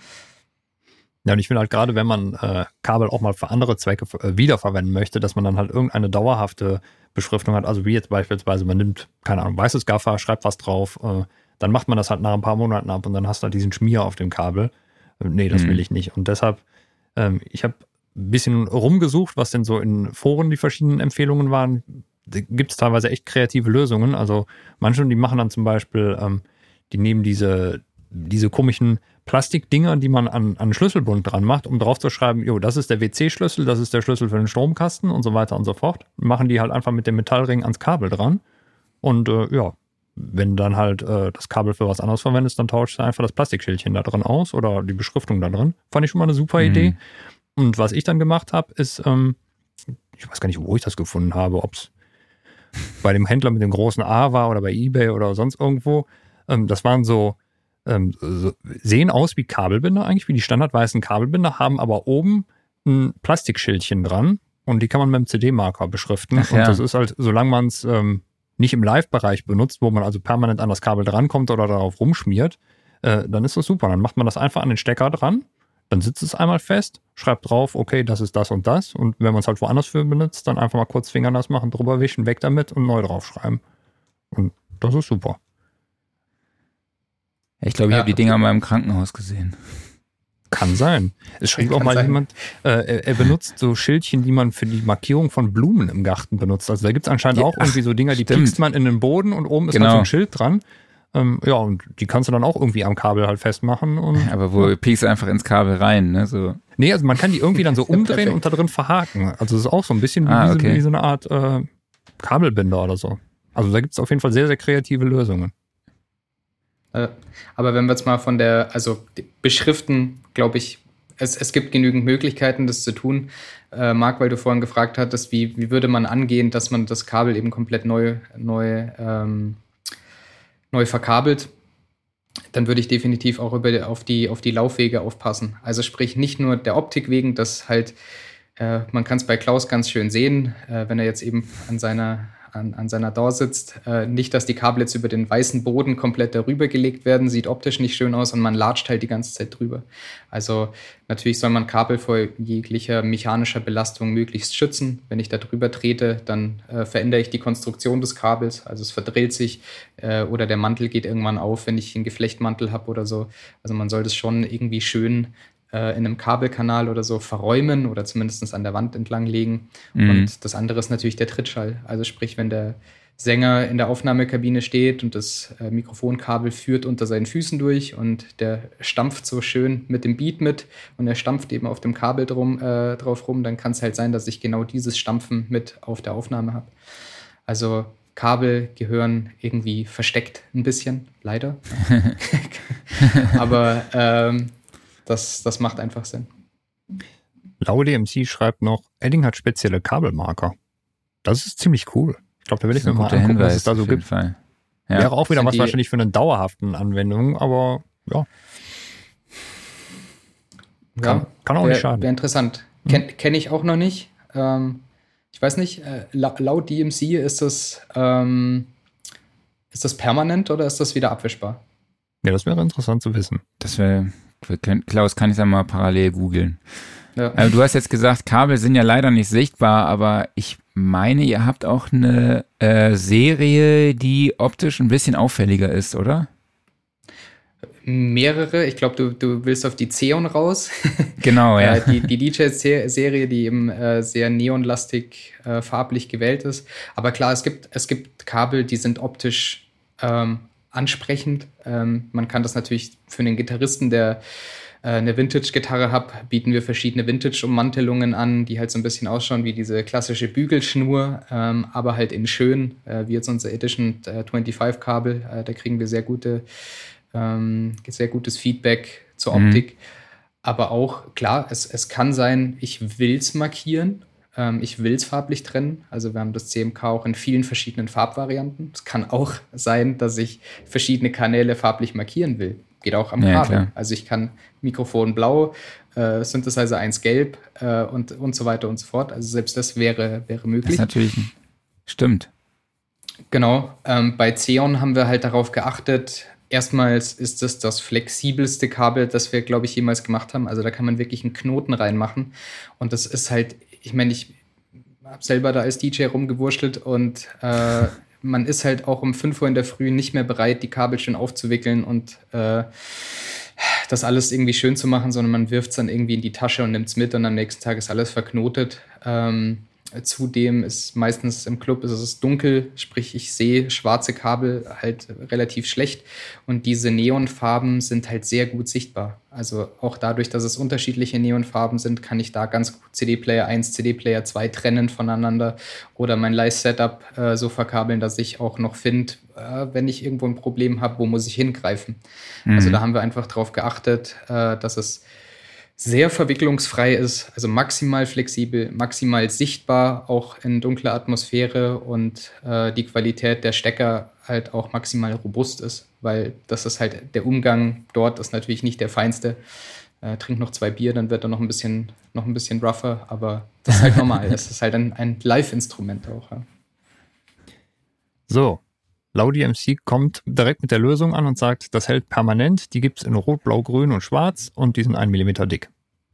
Ja, und ich finde halt gerade, wenn man äh, Kabel auch mal für andere Zwecke äh, wiederverwenden möchte, dass man dann halt irgendeine dauerhafte Beschriftung hat. Also wie jetzt beispielsweise, man nimmt, keine Ahnung, weißes Gaffer, schreibt was drauf, äh, dann macht man das halt nach ein paar Monaten ab und dann hast du halt diesen Schmier auf dem Kabel. Äh, nee, das Mhm. will ich nicht. Und deshalb, ähm, ich habe ein bisschen rumgesucht, was denn so in Foren die verschiedenen Empfehlungen waren. Da gibt es teilweise echt kreative Lösungen. Also manche, die machen dann zum Beispiel, ähm, die nehmen diese, diese komischen Plastikdinger, die man an, an Schlüsselbund dran macht, um drauf zu schreiben, jo, das ist der W C-Schlüssel, das ist der Schlüssel für den Stromkasten und so weiter und so fort. Machen die halt einfach mit dem Metallring ans Kabel dran. Und äh, ja, wenn dann halt äh, das Kabel für was anderes verwendest, dann tauscht du einfach das Plastikschildchen da drin aus oder die Beschriftung da drin. Fand ich schon mal eine super Mhm. Idee. Und was ich dann gemacht habe, ist, ähm, ich weiß gar nicht, wo ich das gefunden habe, ob es bei dem Händler mit dem großen A war oder bei eBay oder sonst irgendwo. Ähm, das waren so, ähm, so, sehen aus wie Kabelbinder eigentlich, wie die standardweißen Kabelbinder, haben aber oben ein Plastikschildchen dran und die kann man mit dem C D-Marker beschriften. Ach und ja. das ist halt, solange man es ähm, nicht im Live-Bereich benutzt, wo man also permanent an das Kabel drankommt oder darauf rumschmiert, äh, dann ist das super. Dann macht man das einfach an den Stecker dran, dann sitzt es einmal fest, schreibt drauf, okay, das ist das und das. Und wenn man es halt woanders für benutzt, dann einfach mal kurz Fingernass machen, drüber wischen, weg damit und neu draufschreiben. Und das ist super. Ich glaube, ich Ja, habe die Dinger mal im Krankenhaus gesehen. Kann sein. Es schrieb Kann auch mal sein. jemand, äh, er, er benutzt so Schildchen, die man für die Markierung von Blumen im Garten benutzt. Also da gibt es anscheinend Ja, auch irgendwie so Dinger, die stimmt. piekst man in den Boden und oben ist Genau. halt so ein Schild dran. Ähm, ja, und die kannst du dann auch irgendwie am Kabel halt festmachen. Und, Aber wo piekst du einfach ins Kabel rein, ne? So. nee, also man kann die irgendwie dann so Das ist ja umdrehen perfekt. und da drin verhaken. Also es ist auch so ein bisschen wie, Ah, diese, okay. wie so eine Art äh, Kabelbinder oder so. Also da gibt es auf jeden Fall sehr, sehr kreative Lösungen. Äh, aber wenn wir jetzt mal von der, also beschriften, glaube ich, es, es gibt genügend Möglichkeiten, das zu tun. Äh, Marc, weil du vorhin gefragt hattest, wie, wie würde man angehen, dass man das Kabel eben komplett neu, neu, ähm, neu verkabelt, dann würde ich definitiv auch über, auf, die, auf die Laufwege aufpassen. Also sprich nicht nur der Optik wegen, dass halt, äh, man kann es bei Klaus ganz schön sehen, äh, wenn er jetzt eben an seiner An, an seiner D A W sitzt. Äh, nicht, dass die Kabel jetzt über den weißen Boden komplett darüber gelegt werden, sieht optisch nicht schön aus und man latscht halt die ganze Zeit drüber. Also natürlich soll man Kabel vor jeglicher mechanischer Belastung möglichst schützen. Wenn ich da drüber trete, dann äh, verändere ich die Konstruktion des Kabels, also es verdreht sich äh, oder der Mantel geht irgendwann auf, wenn ich einen Geflechtmantel habe oder so. Also man soll das schon irgendwie schön in einem Kabelkanal oder so verräumen oder zumindest an der Wand entlang legen. Mhm. Und das andere ist natürlich der Trittschall. Also sprich, wenn der Sänger in der Aufnahmekabine steht und das äh, Mikrofonkabel führt unter seinen Füßen durch und der stampft so schön mit dem Beat mit und er stampft eben auf dem Kabel drum, äh, drauf rum, dann kann es halt sein, dass ich genau dieses Stampfen mit auf der Aufnahme habe. Also Kabel gehören irgendwie versteckt ein bisschen, leider. Aber ähm, Das, das macht einfach Sinn. Laudi M C schreibt noch, Edding hat spezielle Kabelmarker. Das ist ziemlich cool. Ich glaube, da will ich mir mal angucken, Hinweis, was es da so gibt. Fall. Ja. Wäre auch wieder was wahrscheinlich für eine dauerhaften Anwendung, aber ja. Kann, ja, kann auch wär, nicht schaden. Wäre interessant. Hm. Ken, Kenne ich auch noch nicht. Ähm, ich weiß nicht, äh, laut D M C ist das, ähm, ist das permanent oder ist das wieder abwischbar? Ja, das wäre interessant zu wissen. Das wäre... Klaus, kann ich ja mal parallel googeln. Ja. Also du hast jetzt gesagt, Kabel sind ja leider nicht sichtbar, aber ich meine, ihr habt auch eine äh, Serie, die optisch ein bisschen auffälliger ist, oder? Mehrere. Ich glaube, du, du willst auf die Xeon raus. Genau, ja. die die D J-Serie, die eben äh, sehr neonlastig äh, farblich gewählt ist. Aber klar, es gibt, es gibt Kabel, die sind optisch ähm, ansprechend. Ähm, man kann das natürlich für einen Gitarristen, der äh, eine Vintage-Gitarre hat, bieten wir verschiedene Vintage-Ummantelungen an, die halt so ein bisschen ausschauen wie diese klassische Bügelschnur, ähm, aber halt in schön, äh, wie jetzt unser Edition äh, fünfundzwanzig-Kabel. Äh, da kriegen wir sehr gute, ähm, sehr gutes Feedback zur Optik. Mhm. Aber auch, klar, es, es kann sein, ich will es markieren. Ich will es farblich trennen. Also wir haben das C M K auch in vielen verschiedenen Farbvarianten. Es kann auch sein, dass ich verschiedene Kanäle farblich markieren will. Geht auch am ja, Kabel. Klar. Also ich kann Mikrofon blau, äh, Synthesizer eins gelb äh, und, und so weiter und so fort. Also selbst das wäre, wäre möglich. Das ist natürlich, stimmt. Genau. Ähm, bei Xeon haben wir halt darauf geachtet, erstmals ist das das flexibelste Kabel, das wir, glaube ich, jemals gemacht haben. Also da kann man wirklich einen Knoten reinmachen. Und das ist halt, ich meine, ich habe selber da als D J rumgewurschtelt und äh, man ist halt auch um fünf Uhr in der Früh nicht mehr bereit, die Kabel schön aufzuwickeln und äh, das alles irgendwie schön zu machen, sondern man wirft es dann irgendwie in die Tasche und nimmt es mit und am nächsten Tag ist alles verknotet. Ähm, Zudem ist meistens im Club ist es dunkel, sprich ich sehe schwarze Kabel halt relativ schlecht und diese Neonfarben sind halt sehr gut sichtbar. Also auch dadurch, dass es unterschiedliche Neonfarben sind, kann ich da ganz gut C D-Player eins, C D-Player zwei trennen voneinander oder mein Live-Setup äh, so verkabeln, dass ich auch noch finde, äh, wenn ich irgendwo ein Problem habe, wo muss ich hingreifen. Mhm. Also da haben wir einfach drauf geachtet, äh, dass es sehr verwicklungsfrei ist, also maximal flexibel, maximal sichtbar, auch in dunkler Atmosphäre und äh, die Qualität der Stecker halt auch maximal robust ist, weil das ist halt, der Umgang dort ist natürlich nicht der feinste. Äh, trink noch zwei Bier, dann wird er noch ein bisschen, noch ein bisschen rougher, aber das ist halt normal. Das ist halt ein, ein Live-Instrument auch. Ja. So, Laudi M C kommt direkt mit der Lösung an und sagt, das hält permanent, die gibt es in Rot, Blau, Grün und Schwarz und die sind ein Millimeter dick.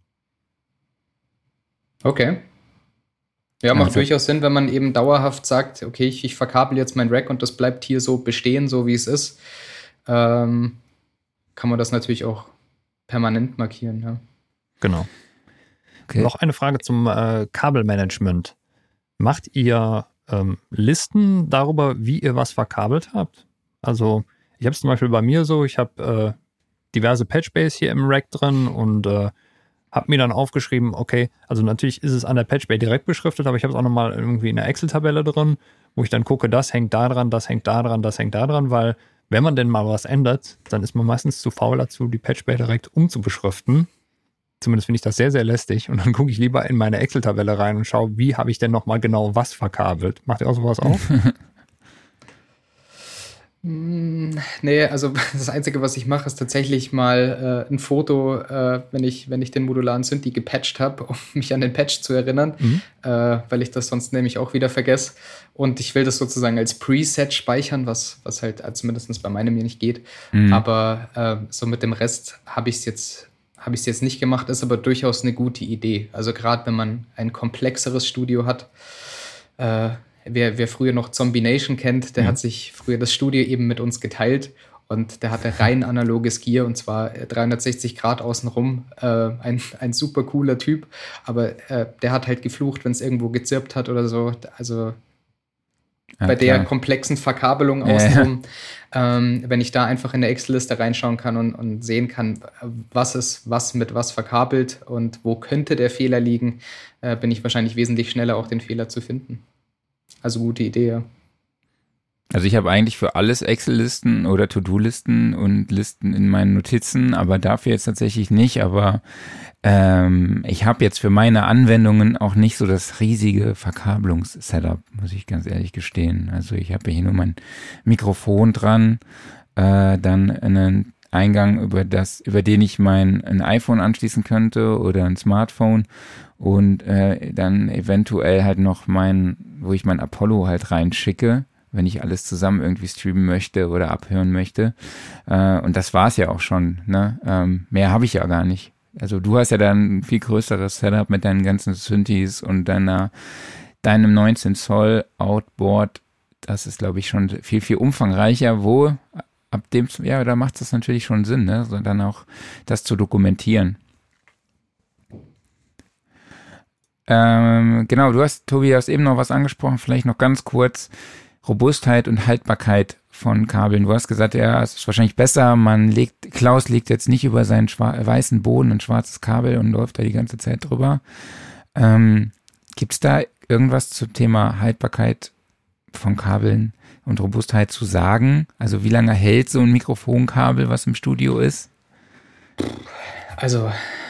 Okay. Ja, macht also durchaus Sinn, wenn man eben dauerhaft sagt, okay, ich, ich verkabel jetzt mein Rack und das bleibt hier so bestehen, so wie es ist. Ähm, kann man das natürlich auch permanent markieren, ja. Genau. Okay. Noch eine Frage zum äh, Kabelmanagement. Macht ihr ähm, Listen darüber, wie ihr was verkabelt habt? Also ich habe es zum Beispiel bei mir so, ich habe äh, diverse Patchbays hier im Rack drin und äh, habe mir dann aufgeschrieben, okay, also natürlich ist es an der Patchbay direkt beschriftet, aber ich habe es auch nochmal irgendwie in der Excel-Tabelle drin, wo ich dann gucke, das hängt da dran, das hängt da dran, das hängt da dran, weil wenn man denn mal was ändert, dann ist man meistens zu faul dazu, die Patchbay direkt umzubeschriften. Zumindest finde ich das sehr, sehr lästig. Und dann gucke ich lieber in meine Excel-Tabelle rein und schaue, wie habe ich denn nochmal genau was verkabelt. Macht ihr auch sowas auch? Nee, also das Einzige, was ich mache, ist tatsächlich mal äh, ein Foto, äh, wenn ich, wenn ich den modularen Synthi gepatcht habe, um mich an den Patch zu erinnern, mhm. äh, weil ich das sonst nämlich auch wieder vergesse. Und ich will das sozusagen als Preset speichern, was, was halt zumindest bei meinem hier nicht geht. Mhm. Aber äh, so mit dem Rest habe ich es jetzt, habe ich es jetzt nicht gemacht, ist aber durchaus eine gute Idee. Also gerade wenn man ein komplexeres Studio hat, äh, Wer, wer früher noch Zombie Nation kennt, der ja. hat sich früher das Studio eben mit uns geteilt und der hatte rein analoges Gear und zwar dreihundertsechzig Grad außenrum. Äh, ein, ein super cooler Typ, aber äh, der hat halt geflucht, wenn es irgendwo gezirpt hat oder so. Also ja, bei klar. der komplexen Verkabelung außenrum, ja. ähm, wenn ich da einfach in der Excel-Liste reinschauen kann und, und sehen kann, was ist was mit was verkabelt und wo könnte der Fehler liegen, äh, bin ich wahrscheinlich wesentlich schneller auch den Fehler zu finden. Also gute Idee, ja. Also ich habe eigentlich für alles Excel-Listen oder To-Do-Listen und Listen in meinen Notizen, aber dafür jetzt tatsächlich nicht. Aber ähm, ich habe jetzt für meine Anwendungen auch nicht so das riesige Verkabelungs-Setup, muss ich ganz ehrlich gestehen. Also ich habe hier nur mein Mikrofon dran, äh, dann einen Eingang, über das, über den ich mein ein iPhone anschließen könnte oder ein Smartphone und äh, dann eventuell halt noch mein, wo ich mein Apollo halt reinschicke, wenn ich alles zusammen irgendwie streamen möchte oder abhören möchte. Äh, und das war's ja auch schon, ne? Ähm, mehr habe ich ja gar nicht. Also du hast ja dann ein viel größeres Setup mit deinen ganzen Synthis und deiner, deinem neunzehn Zoll Outboard. Das ist, glaube ich, schon viel, viel umfangreicher, wo ab dem, ja, da macht es natürlich schon Sinn, ne? So dann auch das zu dokumentieren. Ähm, genau, du hast, Tobi, hast eben noch was angesprochen, vielleicht noch ganz kurz, Robustheit und Haltbarkeit von Kabeln. Du hast gesagt, ja, es ist wahrscheinlich besser, man legt, Klaus legt jetzt nicht über seinen schwa- weißen Boden ein schwarzes Kabel und läuft da die ganze Zeit drüber. Ähm, gibt's da irgendwas zum Thema Haltbarkeit von Kabeln und Robustheit zu sagen? Also wie lange hält so ein Mikrofonkabel, was im Studio ist? Also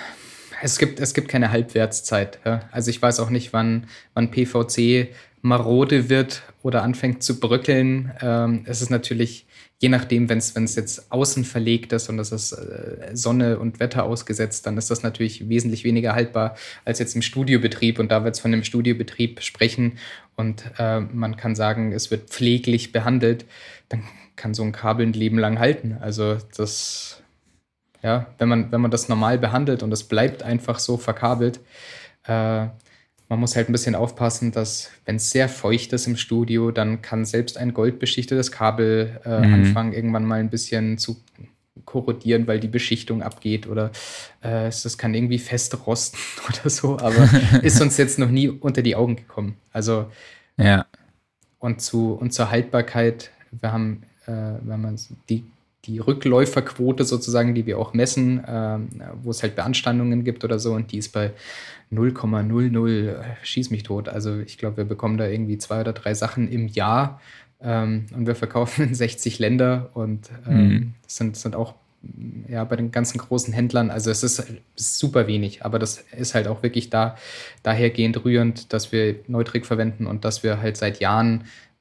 es gibt, es gibt keine Halbwertszeit. Ja? Also ich weiß auch nicht, wann, wann P V C marode wird oder anfängt zu bröckeln. Ähm, es ist natürlich, je nachdem, wenn es jetzt außen verlegt ist und es ist äh, Sonne und Wetter ausgesetzt, dann ist das natürlich wesentlich weniger haltbar als jetzt im Studiobetrieb. Und da wir jetzt von dem Studiobetrieb sprechen und äh, man kann sagen, es wird pfleglich behandelt, dann kann so ein Kabel ein Leben lang halten. Also das, ja, wenn man, wenn man das normal behandelt und es bleibt einfach so verkabelt, äh, man muss halt ein bisschen aufpassen, dass, wenn es sehr feucht ist im Studio, dann kann selbst ein goldbeschichtetes Kabel äh, mhm. anfangen, irgendwann mal ein bisschen zu korrodieren, weil die Beschichtung abgeht oder äh, das kann irgendwie festrosten oder so, aber ist uns jetzt noch nie unter die Augen gekommen. Also ja. Und, zu, und zur Haltbarkeit, wir haben, äh, wenn man die die Rückläuferquote sozusagen, die wir auch messen, äh, wo es halt Beanstandungen gibt oder so, und die ist bei null Komma null null, schieß mich tot. Also ich glaube, wir bekommen da irgendwie zwei oder drei Sachen im Jahr ähm, und wir verkaufen in sechzig Länder und ähm, mhm. das sind, sind auch ja bei den ganzen großen Händlern, also es ist, ist super wenig, aber das ist halt auch wirklich da dahergehend rührend, dass wir Neutrik verwenden und dass wir halt seit Jahren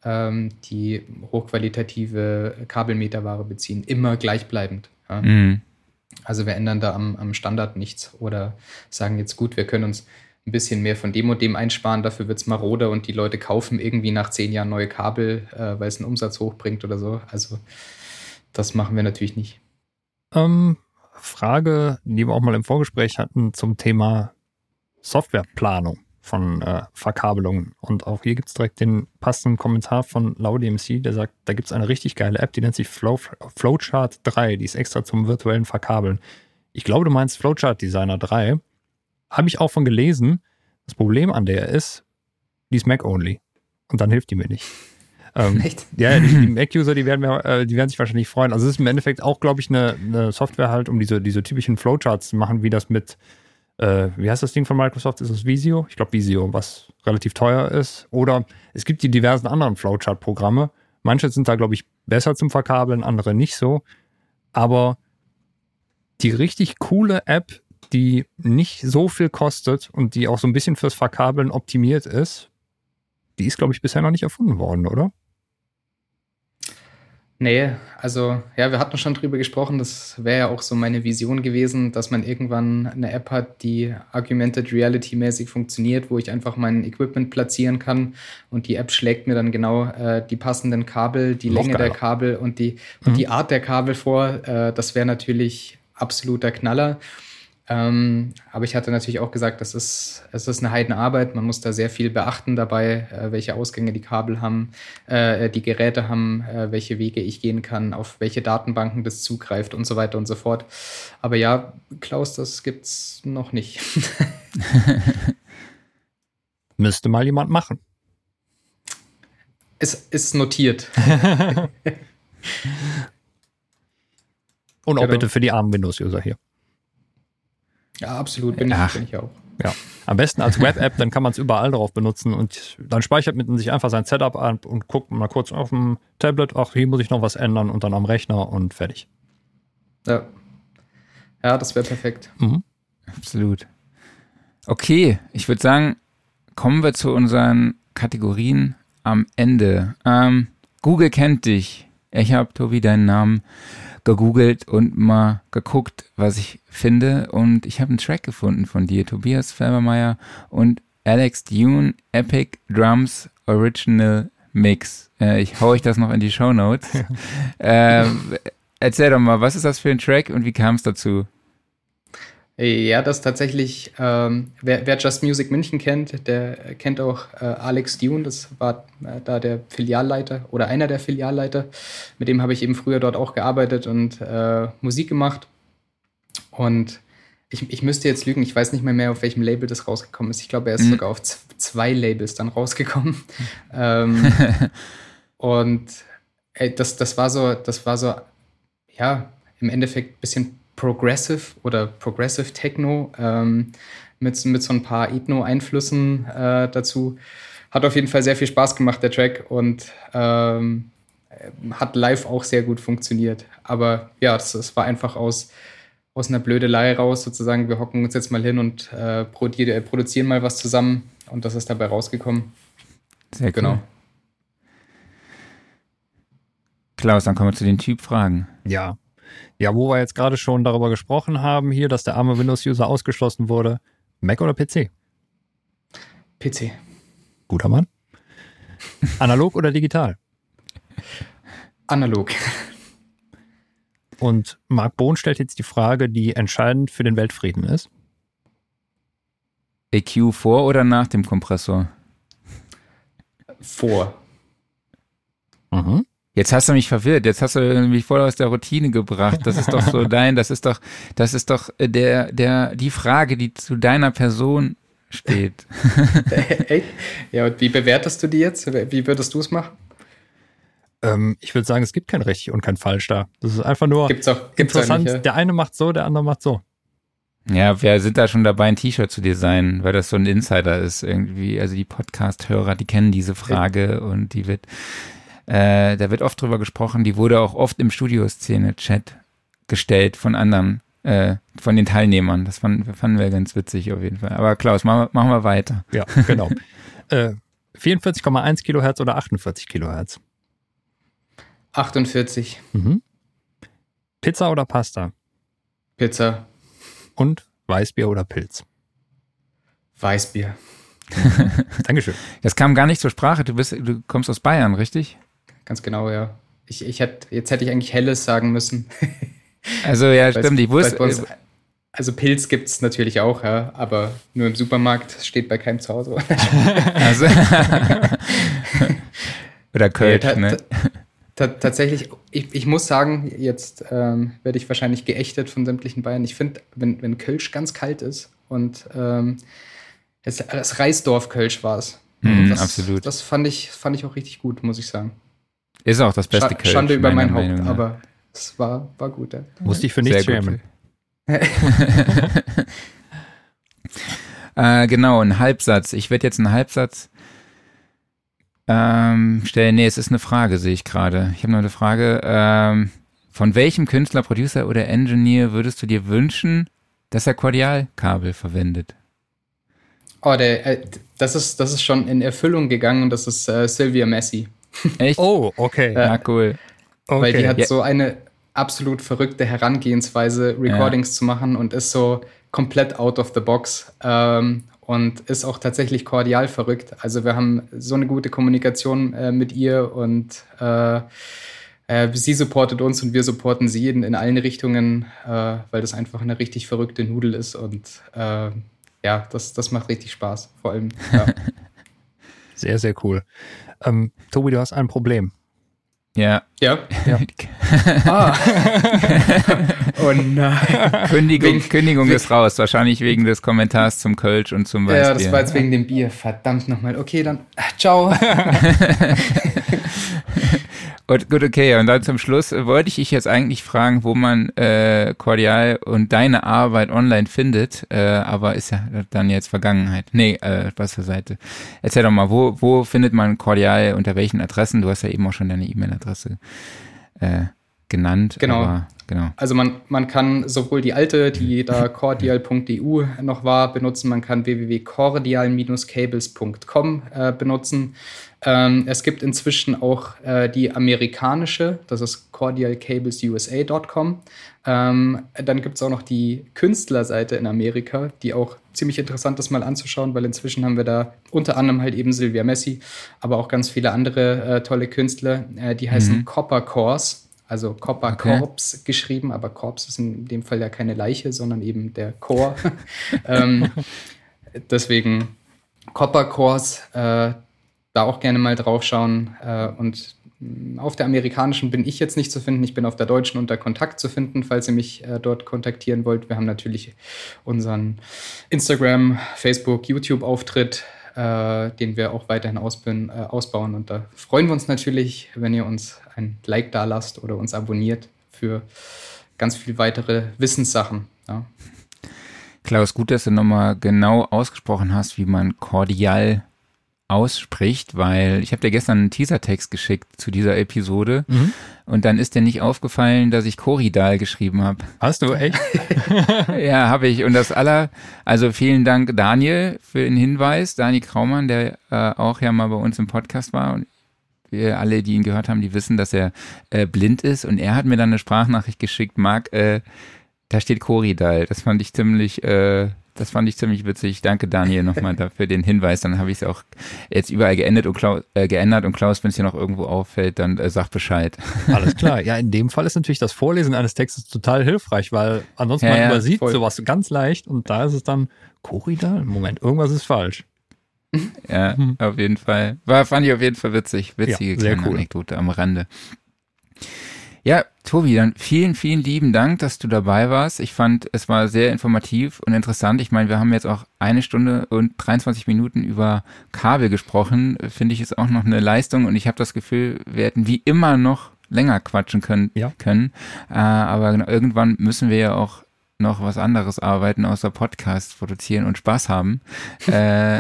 die hochqualitative Kabelmeterware beziehen, immer gleichbleibend. Ja. Mhm. Also wir ändern da am, am Standard nichts oder sagen jetzt, gut, wir können uns ein bisschen mehr von dem und dem einsparen, dafür wird es marode und die Leute kaufen irgendwie nach zehn Jahren neue Kabel, äh, weil es einen Umsatz hochbringt oder so. Also das machen wir natürlich nicht. Ähm, Frage, die wir auch mal im Vorgespräch hatten zum Thema Softwareplanung von äh, Verkabelungen. Und auch hier gibt es direkt den passenden Kommentar von LauDMC, der sagt, da gibt es eine richtig geile App, die nennt sich Flow, Flowchart drei, die ist extra zum virtuellen Verkabeln. Ich glaube, du meinst Flowchart Designer drei. Habe ich auch von gelesen. Das Problem an der ist, die ist Mac-only. Und dann hilft die mir nicht. Ähm, Echt? Ja, die, die Mac-User, die werden, mir, äh, die werden sich wahrscheinlich freuen. Also es ist im Endeffekt auch, glaube ich, eine, eine Software halt, um diese, diese typischen Flowcharts zu machen, wie das mit äh, wie heißt das Ding von Microsoft? Ist es Visio? Ich glaube Visio, was relativ teuer ist. Oder es gibt die diversen anderen Flowchart-Programme. Manche sind da, glaube ich, besser zum Verkabeln, andere nicht so. Aber die richtig coole App, die nicht so viel kostet und die auch so ein bisschen fürs Verkabeln optimiert ist, die ist, glaube ich, bisher noch nicht erfunden worden, oder? Nee, also ja, wir hatten schon drüber gesprochen, das wäre ja auch so meine Vision gewesen, dass man irgendwann eine App hat, die Augmented Reality mäßig funktioniert, wo ich einfach mein Equipment platzieren kann und die App schlägt mir dann genau äh, die passenden Kabel, die Noch Länge geiler. der Kabel und die, und Mhm. die Art der Kabel vor. Äh, das wäre natürlich absoluter Knaller. Ähm, aber ich hatte natürlich auch gesagt, das ist, es ist eine Heidenarbeit. Man muss da sehr viel beachten dabei, äh, welche Ausgänge die Kabel haben, äh, die Geräte haben, äh, welche Wege ich gehen kann, auf welche Datenbanken das zugreift und so weiter und so fort. Aber ja, Klaus, das gibt's noch nicht. Müsste mal jemand machen. Es ist notiert. Und auch Genau. bitte für die armen Windows-User hier. Ja, absolut, bin, Ach. ich, bin ich auch. Ja, am besten als Web-App, dann kann man es überall drauf benutzen und dann speichert man sich einfach sein Setup ab und guckt mal kurz auf dem Tablet, ach, hier muss ich noch was ändern und dann am Rechner und fertig. Ja, ja das wäre perfekt. Mhm. Absolut. Okay, ich würde sagen, kommen wir zu unseren Kategorien am Ende. Ähm, Google kennt dich. Ich habe, Tobi, deinen Namen gegoogelt und mal geguckt, was ich finde. Und ich habe einen Track gefunden von dir, Tobias Felbermeier und Alex Dune, Epic Drums Original Mix. Äh, ich hau euch das noch in die Shownotes. äh, erzähl doch mal, was ist das für ein Track und wie kam es dazu? Ja, das tatsächlich, ähm, wer, wer Just Music München kennt, der kennt auch äh, Alex Dune, das war äh, da der Filialleiter oder einer der Filialleiter. Mit dem habe ich eben früher dort auch gearbeitet und äh, Musik gemacht. Und ich, ich müsste jetzt lügen, ich weiß nicht mehr mehr, auf welchem Label das rausgekommen ist. Ich glaube, er ist Mhm. sogar auf z- zwei Labels dann rausgekommen. ähm, und ey, das, das war so, das war so, ja, im Endeffekt ein bisschen Progressive oder Progressive Techno ähm, mit, mit so ein paar Ethno-Einflüssen äh, dazu. Hat auf jeden Fall sehr viel Spaß gemacht, der Track, und ähm, hat live auch sehr gut funktioniert. Aber ja, das, das war einfach aus, aus einer Blödelei raus, sozusagen. Wir hocken uns jetzt mal hin und äh, produ- äh, produzieren mal was zusammen, und das ist dabei rausgekommen. Sehr cool. Genau. Klaus, dann kommen wir zu den Typfragen. Ja. Ja, wo wir jetzt gerade schon darüber gesprochen haben, hier, dass der arme Windows-User ausgeschlossen wurde. Mac oder P C? P C. Guter Mann. Analog oder digital? Analog. Und Marc Bohn stellt jetzt die Frage, die entscheidend für den Weltfrieden ist. E Q vor oder nach dem Kompressor? Vor. Mhm. Jetzt hast du mich verwirrt, jetzt hast du mich voll aus der Routine gebracht. Das ist doch so dein, das ist doch, das ist doch der, der, die Frage, die zu deiner Person steht. Echt? Ja, und wie bewertest du die jetzt? Wie würdest du es machen? Ähm, ich würde sagen, es gibt kein richtig und kein falsch da. Das ist einfach nur Gibt's auch, gibt's auch interessant. nicht, ja? Der eine macht so, der andere macht so. Ja, wir sind da schon dabei, ein T-Shirt zu designen, weil das so ein Insider ist irgendwie. Also die Podcast-Hörer, die kennen diese Frage und die wird, äh, da wird oft drüber gesprochen. Die wurde auch oft im Studioszene-Chat gestellt von anderen, äh, von den Teilnehmern. Das fanden, fanden wir ganz witzig auf jeden Fall. Aber Klaus, machen wir, machen wir weiter. Ja, genau. äh, vierundvierzig Komma eins Kilohertz oder achtundvierzig Kilohertz? achtundvierzig. Mhm. Pizza oder Pasta? Pizza. Und Weißbier oder Pilz? Weißbier. Dankeschön. Das kam gar nicht zur Sprache. Du bist, du kommst aus Bayern, richtig? Ganz genau, ja. Ich, ich hätte, jetzt hätte ich eigentlich Helles sagen müssen. Also ja, Weil- stimmt. Ich weil wusste, bei uns- Also Pilz gibt es natürlich auch, ja, aber nur im Supermarkt, steht bei keinem zu Hause. also, oder Kölsch, Nee, ta- ne? ta- ta- tatsächlich, ich, ich muss sagen, jetzt ähm, werde ich wahrscheinlich geächtet von sämtlichen Bayern. Ich finde, wenn, wenn Kölsch ganz kalt ist und ähm, es, das Reisdorf-Kölsch war es. Mhm, das, absolut. Das fand ich, fand ich auch richtig gut, muss ich sagen. Ist auch das beste Scha Kölsch. Schande über meiner mein Haupt, Meinung nach. aber es war, war gut. Ja. Musste ich für nichts Sehr gut. schämen. Äh, genau, ein Halbsatz. Ich werde jetzt einen Halbsatz ähm, stellen. Nee, es ist eine Frage, sehe ich gerade. Ich habe noch eine Frage. Ähm, von welchem Künstler, Producer oder Engineer würdest du dir wünschen, dass er Cordial-Kabel verwendet? Oh, der, äh, das ist, das ist schon in Erfüllung gegangen und das ist äh, Sylvia Messi. Echt? Oh, okay. Ja, ja cool. Okay. Weil die hat ja. so eine absolut verrückte Herangehensweise, Recordings ja. zu machen und ist so komplett out of the box ähm, und ist auch tatsächlich kordial verrückt. Also wir haben so eine gute Kommunikation äh, mit ihr und äh, äh, sie supportet uns und wir supporten sie in, in allen Richtungen, äh, weil das einfach eine richtig verrückte Nudel ist und äh, ja, das, das macht richtig Spaß, vor allem. Ja. Sehr, sehr cool. Ähm, Tobi, du hast ein Problem. Ja. Ja. ja. ah. Oh nein. Kündigung, wegen, Kündigung wegen, ist raus. Wahrscheinlich wegen des Kommentars zum Kölsch und zum Weißbier. Ja, das war jetzt wegen dem Bier. Verdammt nochmal. Okay, dann ciao. Und gut, okay. Und dann zum Schluss wollte ich dich jetzt eigentlich fragen, wo man äh, Cordial und deine Arbeit online findet. Äh, aber ist ja dann jetzt Vergangenheit. Nee, äh, was für Seite. Erzähl doch mal, wo, wo findet man Cordial, unter welchen Adressen? Du hast ja eben auch schon deine E-Mail-Adresse äh, genannt. Genau. Aber, genau. Also man, man kann sowohl die alte, die da cordial punkt e u noch war, benutzen. Man kann w w w punkt cordial dash cables punkt com äh, benutzen. Ähm, es gibt inzwischen auch äh, die amerikanische, das ist cordial cables u s a punkt com. Ähm, dann gibt es auch noch die Künstlerseite in Amerika, die auch ziemlich interessant ist mal anzuschauen, weil inzwischen haben wir da unter anderem halt eben Sylvia Messi, aber auch ganz viele andere äh, tolle Künstler, äh, die heißen mhm. Copper Corps, also Copper okay. Corps geschrieben, aber Corps ist in dem Fall ja keine Leiche, sondern eben der Chor. ähm, deswegen Copper Corps, äh, da auch gerne mal drauf schauen. Äh, und auf der amerikanischen bin ich jetzt nicht zu finden. Ich bin auf der deutschen unter Kontakt zu finden, falls ihr mich äh, dort kontaktieren wollt. Wir haben natürlich unseren Instagram, Facebook, YouTube-Auftritt, äh, den wir auch weiterhin ausbauen, äh, ausbauen. Und da freuen wir uns natürlich, wenn ihr uns ein Like da lasst oder uns abonniert für ganz viele weitere Wissenssachen. Ja. Klaus, gut, dass du nochmal genau ausgesprochen hast, wie man Cordial ausspricht, weil ich habe dir gestern einen Teasertext geschickt zu dieser Episode mhm. und dann ist dir nicht aufgefallen, dass ich Cordial geschrieben habe. Hast du, echt? Ja, habe ich. Und das aller, also vielen Dank Daniel für den Hinweis, Dani Kraumann, der äh, auch ja mal bei uns im Podcast war und wir alle, die ihn gehört haben, die wissen, dass er äh, blind ist und er hat mir dann eine Sprachnachricht geschickt, Marc, äh, da steht Cordial. Das fand ich ziemlich äh, Das fand ich ziemlich witzig. Danke, Daniel, nochmal dafür den Hinweis. Dann habe ich es auch jetzt überall geändert und Klaus, äh, geändert. Und Klaus, wenn es dir noch irgendwo auffällt, dann äh, sag Bescheid. Alles klar. Ja, in dem Fall ist natürlich das Vorlesen eines Textes total hilfreich, weil ansonsten ja, man ja, übersieht voll. sowas ganz leicht und da ist es dann Cordial. Moment, irgendwas ist falsch. Ja, mhm. auf jeden Fall. War, fand ich auf jeden Fall witzig. Witzige ja, sehr kleine cool. Anekdote am Rande. Ja, Tobi, dann vielen, vielen lieben Dank, dass du dabei warst. Ich fand, es war sehr informativ und interessant. Ich meine, wir haben jetzt auch eine Stunde und dreiundzwanzig Minuten über Kabel gesprochen. Finde ich, ist auch noch eine Leistung und ich habe das Gefühl, wir hätten wie immer noch länger quatschen können. Ja. können. Äh, aber irgendwann müssen wir ja auch noch was anderes arbeiten, außer Podcast produzieren und Spaß haben. äh,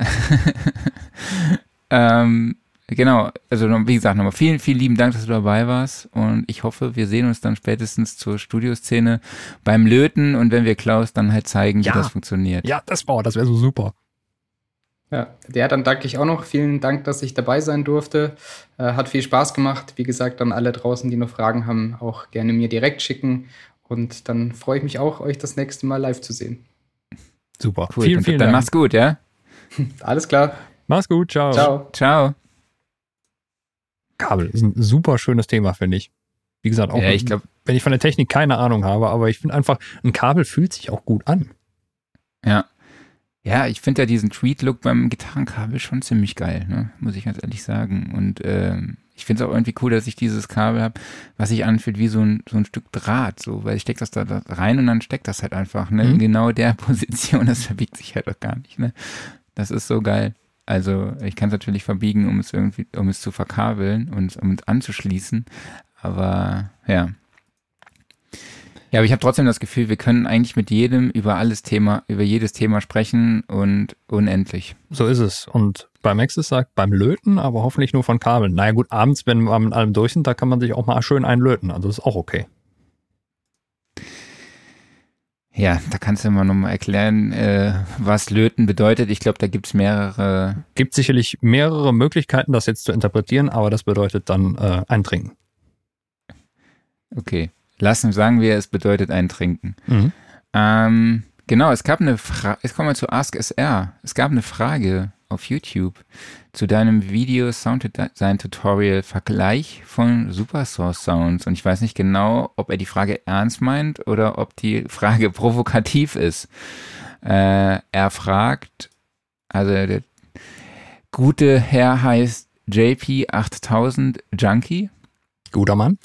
ähm, Genau, also wie gesagt, nochmal vielen, vielen lieben Dank, dass du dabei warst und ich hoffe, wir sehen uns dann spätestens zur Studioszene beim Löten und wenn wir Klaus dann halt zeigen, ja. wie das funktioniert. Ja, das war, das wäre so super. Ja, ja, dann danke ich auch noch. Vielen Dank, dass ich dabei sein durfte. Äh, hat viel Spaß gemacht. Wie gesagt, dann alle draußen, die noch Fragen haben, auch gerne mir direkt schicken und dann freue ich mich auch, euch das nächste Mal live zu sehen. Super, cool. vielen, dann, vielen dann Dank. Mach's gut, ja? Alles klar. Mach's gut, ciao. Ciao. Ciao. Kabel ist ein super schönes Thema, finde ich. Wie gesagt, auch ja, ich glaub, wenn ich von der Technik keine Ahnung habe, aber ich finde einfach, ein Kabel fühlt sich auch gut an. Ja. Ja, ich finde ja diesen Tweet-Look beim Gitarrenkabel schon ziemlich geil, ne? Muss ich ganz ehrlich sagen. Und ähm, ich finde es auch irgendwie cool, dass ich dieses Kabel habe, was sich anfühlt wie so ein, so ein Stück Draht, so, weil ich stecke das da, da rein und dann steckt das halt einfach, ne? Mhm. In genau der Position, das verbiegt sich halt auch gar nicht, ne? Das ist so geil. Also ich kann es natürlich verbiegen, um es irgendwie, um es zu verkabeln und um es anzuschließen. Aber ja. Ja, aber ich habe trotzdem das Gefühl, wir können eigentlich mit jedem über alles Thema, über jedes Thema sprechen und unendlich. So ist es. Und beim Access sagt, beim Löten, aber hoffentlich nur von Kabeln. Naja gut, abends, wenn wir mit allem durch sind, da kann man sich auch mal schön einlöten. Also ist auch okay. Ja, da kannst du mal nochmal erklären, äh, was Löten bedeutet. Ich glaube, da gibt es mehrere. Gibt sicherlich mehrere Möglichkeiten, das jetzt zu interpretieren, aber das bedeutet dann äh, eintrinken. Okay, lassen sagen wir, es bedeutet eintrinken. Mhm. Ähm, genau, es gab eine Frage, jetzt kommen wir zu Ask S R. Es gab eine Frage auf YouTube zu deinem Video Sound Design Tutorial Vergleich von Supersource Sounds. Und ich weiß nicht genau, ob er die Frage ernst meint oder ob die Frage provokativ ist. Äh, er fragt, also der gute Herr heißt J P achttausend Junkie. Guter Mann.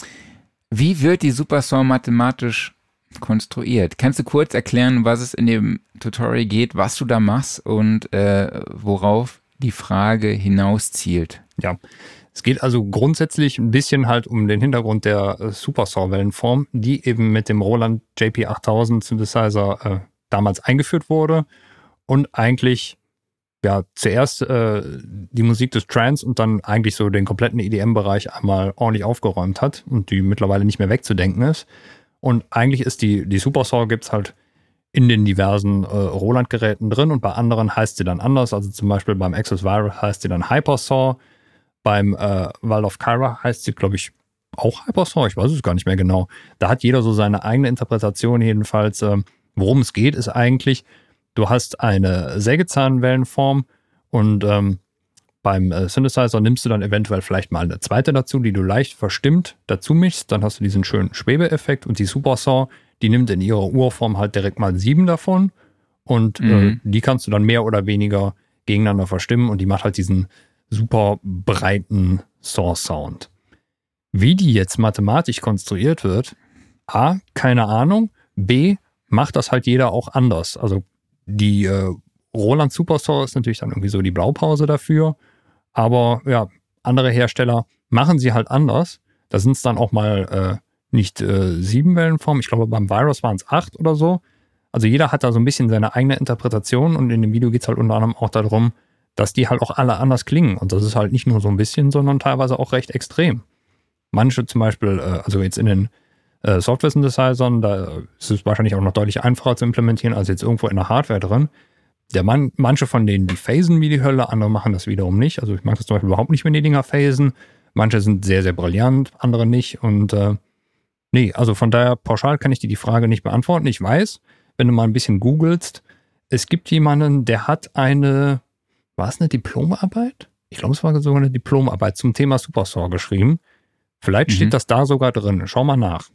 Wie wird die Supersaw mathematisch konstruiert? Kannst du kurz erklären, was es in dem Tutorial geht, was du da machst und äh, worauf die Frage hinauszielt? Ja, es geht also grundsätzlich ein bisschen halt um den Hintergrund der äh, Supersaw-Wellenform, die eben mit dem Roland J P achttausend Synthesizer äh, damals eingeführt wurde und eigentlich ja zuerst äh, die Musik des Trance und dann eigentlich so den kompletten E D M-Bereich einmal ordentlich aufgeräumt hat und die mittlerweile nicht mehr wegzudenken ist. Und eigentlich ist die, die Supersaw gibt's halt in den diversen äh, Roland-Geräten drin und bei anderen heißt sie dann anders. Also zum Beispiel beim Axis Virus heißt sie dann Hypersaw. Beim äh, Val of Kyra heißt sie, glaube ich, auch Hypersaw. Ich weiß es gar nicht mehr genau. Da hat jeder so seine eigene Interpretation jedenfalls. Äh, worum es geht, ist eigentlich, du hast eine Sägezahnwellenform und ähm, beim äh, Synthesizer nimmst du dann eventuell vielleicht mal eine zweite dazu, die du leicht verstimmt dazu mischst. Dann hast du diesen schönen Schwebeeffekt und die Supersaw, die nimmt in ihrer Urform halt direkt mal sieben davon und mhm. äh, die kannst du dann mehr oder weniger gegeneinander verstimmen und die macht halt diesen super breiten Saw-Sound. Wie die jetzt mathematisch konstruiert wird, A, keine Ahnung, B, macht das halt jeder auch anders. Also die äh, Roland Supersaw ist natürlich dann irgendwie so die Blaupause dafür, aber ja, andere Hersteller machen sie halt anders. Da sind es dann auch mal äh, nicht äh, sieben Wellenformen, ich glaube beim Virus waren es acht oder so. Also jeder hat da so ein bisschen seine eigene Interpretation und in dem Video geht es halt unter anderem auch darum, dass die halt auch alle anders klingen und das ist halt nicht nur so ein bisschen, sondern teilweise auch recht extrem. Manche zum Beispiel, äh, also jetzt in den äh, Software-Synthesizern, da ist es wahrscheinlich auch noch deutlich einfacher zu implementieren als jetzt irgendwo in der Hardware drin. Der Mann, manche von denen, die phasen wie die Hölle, andere machen das wiederum nicht. Also ich mag das zum Beispiel überhaupt nicht, wenn die Dinger phasen. Manche sind sehr, sehr brillant, andere nicht. Und äh, nee, also von daher pauschal kann ich dir die Frage nicht beantworten. Ich weiß, wenn du mal ein bisschen googelst, es gibt jemanden, der hat eine, war es eine Diplomarbeit? Ich glaube, es war sogar eine Diplomarbeit zum Thema Supersaw geschrieben. Vielleicht mhm. steht das da sogar drin. Schau mal nach.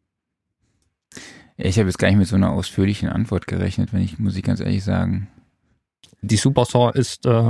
Ich habe jetzt gar nicht mit so einer ausführlichen Antwort gerechnet, wenn ich, muss ich ganz ehrlich sagen. Die Supersaw ist äh,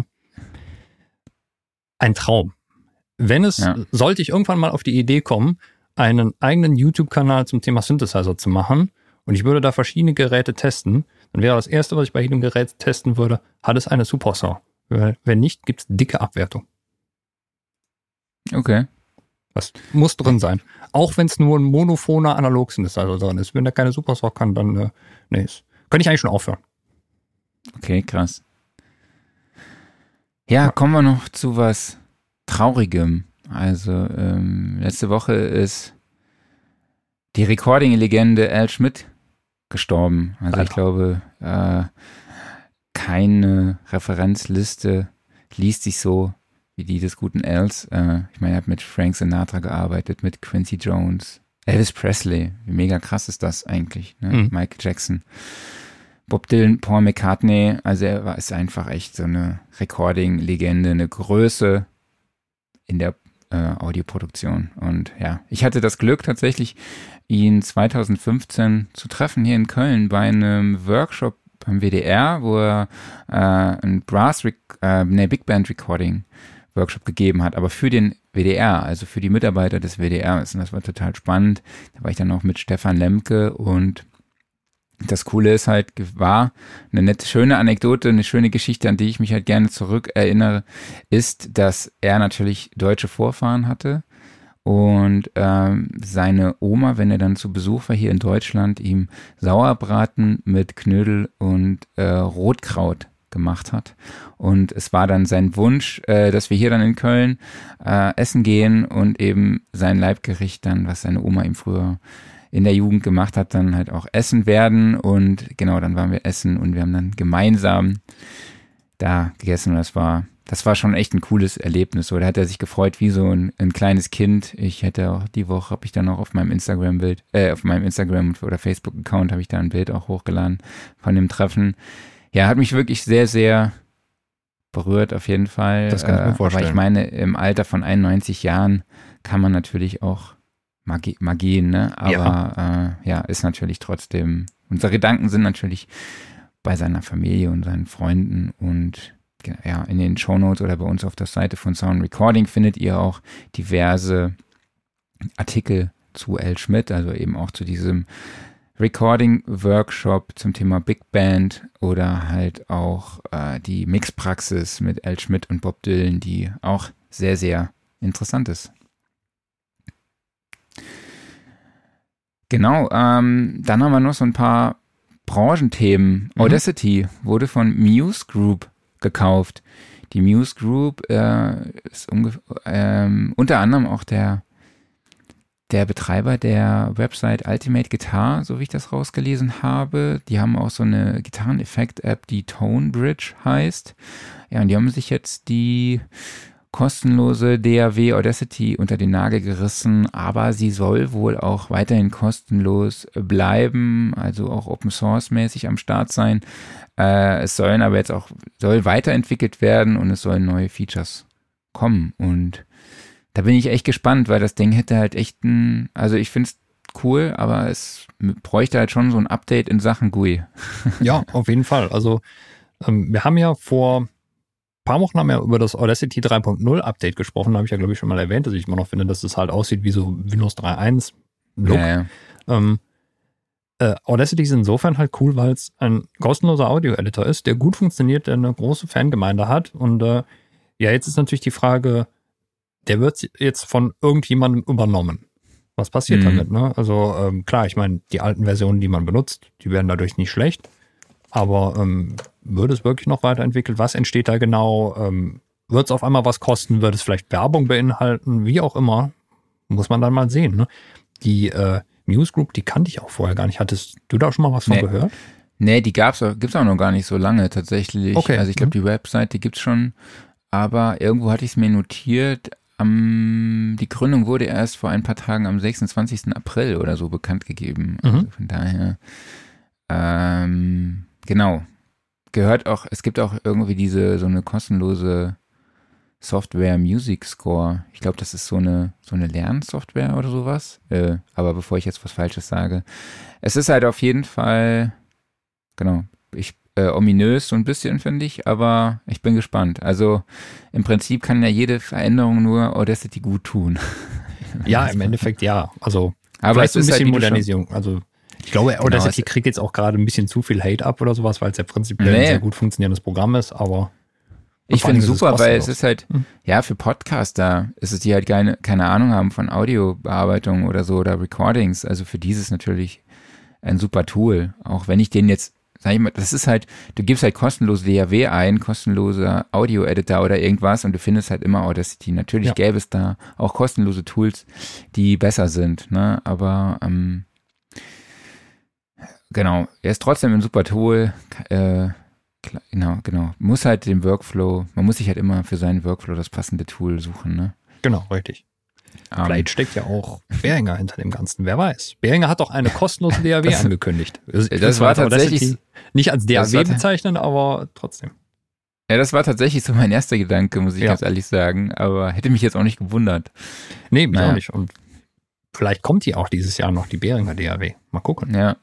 ein Traum. Wenn es, ja. sollte ich irgendwann mal auf die Idee kommen, einen eigenen YouTube-Kanal zum Thema Synthesizer zu machen und ich würde da verschiedene Geräte testen, dann wäre das Erste, was ich bei jedem Gerät testen würde, hat es eine Supersaw. Wenn nicht, gibt es dicke Abwertung. Okay. Das muss drin sein. Auch wenn es nur ein monophoner Analog-Synthesizer drin ist. Wenn der keine Supersaw kann, dann äh, nee, ist, könnte ich eigentlich schon aufhören. Okay, krass. Ja, kommen wir noch zu was Traurigem. Also ähm, letzte Woche ist die Recording-Legende Al Schmitt gestorben. Also Alter. Ich glaube, äh, keine Referenzliste liest sich so wie die des guten Als. Äh, ich meine, er hat mit Frank Sinatra gearbeitet, mit Quincy Jones, Elvis Presley. Wie mega krass ist das eigentlich, ne? Mhm. Michael Jackson, Bob Dylan, Paul McCartney. Also er war, ist einfach echt so eine Recording-Legende, eine Größe in der äh, Audioproduktion. Und ja, ich hatte das Glück tatsächlich, ihn zwanzig fünfzehn zu treffen hier in Köln bei einem Workshop beim W D R, wo er äh, ein Brass, äh, ne, Big Band Recording Workshop gegeben hat, aber für den W D R, also für die Mitarbeiter des W D Rs. Und das war total spannend. Da war ich dann auch mit Stefan Lemke und das Coole ist halt, war eine nette, schöne Anekdote, eine schöne Geschichte, an die ich mich halt gerne zurück erinnere, ist, dass er natürlich deutsche Vorfahren hatte und ähm, seine Oma, wenn er dann zu Besuch war hier in Deutschland, ihm Sauerbraten mit Knödel und äh, Rotkraut gemacht hat. Und es war dann sein Wunsch, äh, dass wir hier dann in Köln äh, essen gehen und eben sein Leibgericht dann, was seine Oma ihm früher in der Jugend gemacht hat, dann halt auch essen werden. Und genau, dann waren wir essen und wir haben dann gemeinsam da gegessen und das war Das war schon echt ein cooles Erlebnis. So, da hat er sich gefreut wie so ein, ein kleines Kind. Ich hätte auch die Woche, habe ich dann auch auf meinem Instagram-Bild, äh, auf meinem Instagram- oder Facebook-Account habe ich da ein Bild auch hochgeladen von dem Treffen. Ja, hat mich wirklich sehr, sehr berührt auf jeden Fall. Das kann ich mir vorstellen. Aber ich meine, im Alter von einundneunzig Jahren kann man natürlich auch mal, ge- mal gehen, ne? Aber ja. Äh, ja, ist natürlich trotzdem, unsere Gedanken sind natürlich bei seiner Familie und seinen Freunden und ja, in den Shownotes oder bei uns auf der Seite von Sound Recording findet ihr auch diverse Artikel zu Al Schmitt, also eben auch zu diesem Recording-Workshop zum Thema Big Band oder halt auch äh, die Mixpraxis mit Al Schmitt und Bob Dylan, die auch sehr, sehr interessant ist. Genau, ähm, dann haben wir noch so ein paar Branchenthemen. Mhm. Audacity wurde von Muse Group gekauft. Die Muse Group äh, ist ungef- ähm, unter anderem auch der, der Betreiber der Website Ultimate Guitar, so wie ich das rausgelesen habe. Die haben auch so eine Gitarreneffekt-App, die Tone Bridge heißt. Ja, und die haben sich jetzt die kostenlose D A W Audacity unter den Nagel gerissen, aber sie soll wohl auch weiterhin kostenlos bleiben, also auch Open Source mäßig am Start sein. Äh, es sollen aber jetzt auch, soll weiterentwickelt werden und es sollen neue Features kommen und da bin ich echt gespannt, weil das Ding hätte halt echt ein, also ich finde es cool, aber es bräuchte halt schon so ein Update in Sachen G U I. Ja, auf jeden Fall. Also ähm, wir haben ja vor ein paar Wochen haben wir über das Audacity drei Punkt null Update gesprochen, da habe ich ja glaube ich schon mal erwähnt, dass ich immer noch finde, dass es halt aussieht wie so Windows drei Punkt eins Look. Ja, ja. Ähm, äh, Audacity ist insofern halt cool, weil es ein kostenloser Audio-Editor ist, der gut funktioniert, der eine große Fangemeinde hat und äh, ja, jetzt ist natürlich die Frage, der wird jetzt von irgendjemandem übernommen. Was passiert mhm. damit? Ne? Also ähm, klar, ich meine, die alten Versionen, die man benutzt, die werden dadurch nicht schlecht, aber ähm, wird es wirklich noch weiterentwickelt? Was entsteht da genau? Ähm, wird es auf einmal was kosten? Wird es vielleicht Werbung beinhalten? Wie auch immer, muss man dann mal sehen. Ne? Die äh, Muse Group, die kannte ich auch vorher gar nicht. Hattest du da schon mal was von nee. gehört? Nee, die gab's auch, gibt's auch noch gar nicht so lange tatsächlich. Okay. Also ich glaube, die Website, die gibt's schon, aber irgendwo hatte ich es mir notiert. Um, die Gründung wurde erst vor ein paar Tagen am sechsundzwanzigsten April oder so bekannt gegeben. Mhm. Also von daher, ähm, genau, gehört auch, es gibt auch irgendwie diese, so eine kostenlose Software Music Score. Ich glaube, das ist so eine, so eine Lernsoftware oder sowas. Äh, aber bevor ich jetzt was Falsches sage. Es ist halt auf jeden Fall, genau, ich Äh, ominös so ein bisschen, finde ich, aber ich bin gespannt. Also im Prinzip kann ja jede Veränderung nur Audacity gut tun. Ja, im Endeffekt ja. Also aber vielleicht so ein es ist bisschen halt Modernisierung. Also ich glaube, Audacity genau, kriegt jetzt auch gerade ein bisschen zu viel Hate ab oder sowas, weil es ja prinzipiell nee. ein sehr gut funktionierendes Programm ist, aber ich finde es super, weil es ist halt, hm. ja, für Podcaster ist es, die halt keine, keine Ahnung haben von Audiobearbeitung oder so oder Recordings. Also für dieses natürlich ein super Tool. Auch wenn ich den jetzt sag ich mal, das ist halt, du gibst halt kostenlos D A W ein, kostenloser Audio-Editor oder irgendwas und du findest halt immer Audacity. Natürlich ja. gäbe es da auch kostenlose Tools, die besser sind, ne, aber ähm, genau, er ist trotzdem ein super Tool, äh, genau, genau, muss halt den Workflow, man muss sich halt immer für seinen Workflow das passende Tool suchen, ne. Genau, richtig. Um, Vielleicht steckt ja auch Behringer hinter dem Ganzen, wer weiß. Behringer hat doch eine kostenlose D A W das, angekündigt. Das, das war tatsächlich nicht als D A W bezeichnen, aber trotzdem. Ja, das war tatsächlich so mein erster Gedanke, muss ich ja. ganz ehrlich sagen, aber hätte mich jetzt auch nicht gewundert. Nee, mich naja. auch nicht. Und vielleicht kommt die auch dieses Jahr noch, die Behringer D A W. Mal gucken. Ja.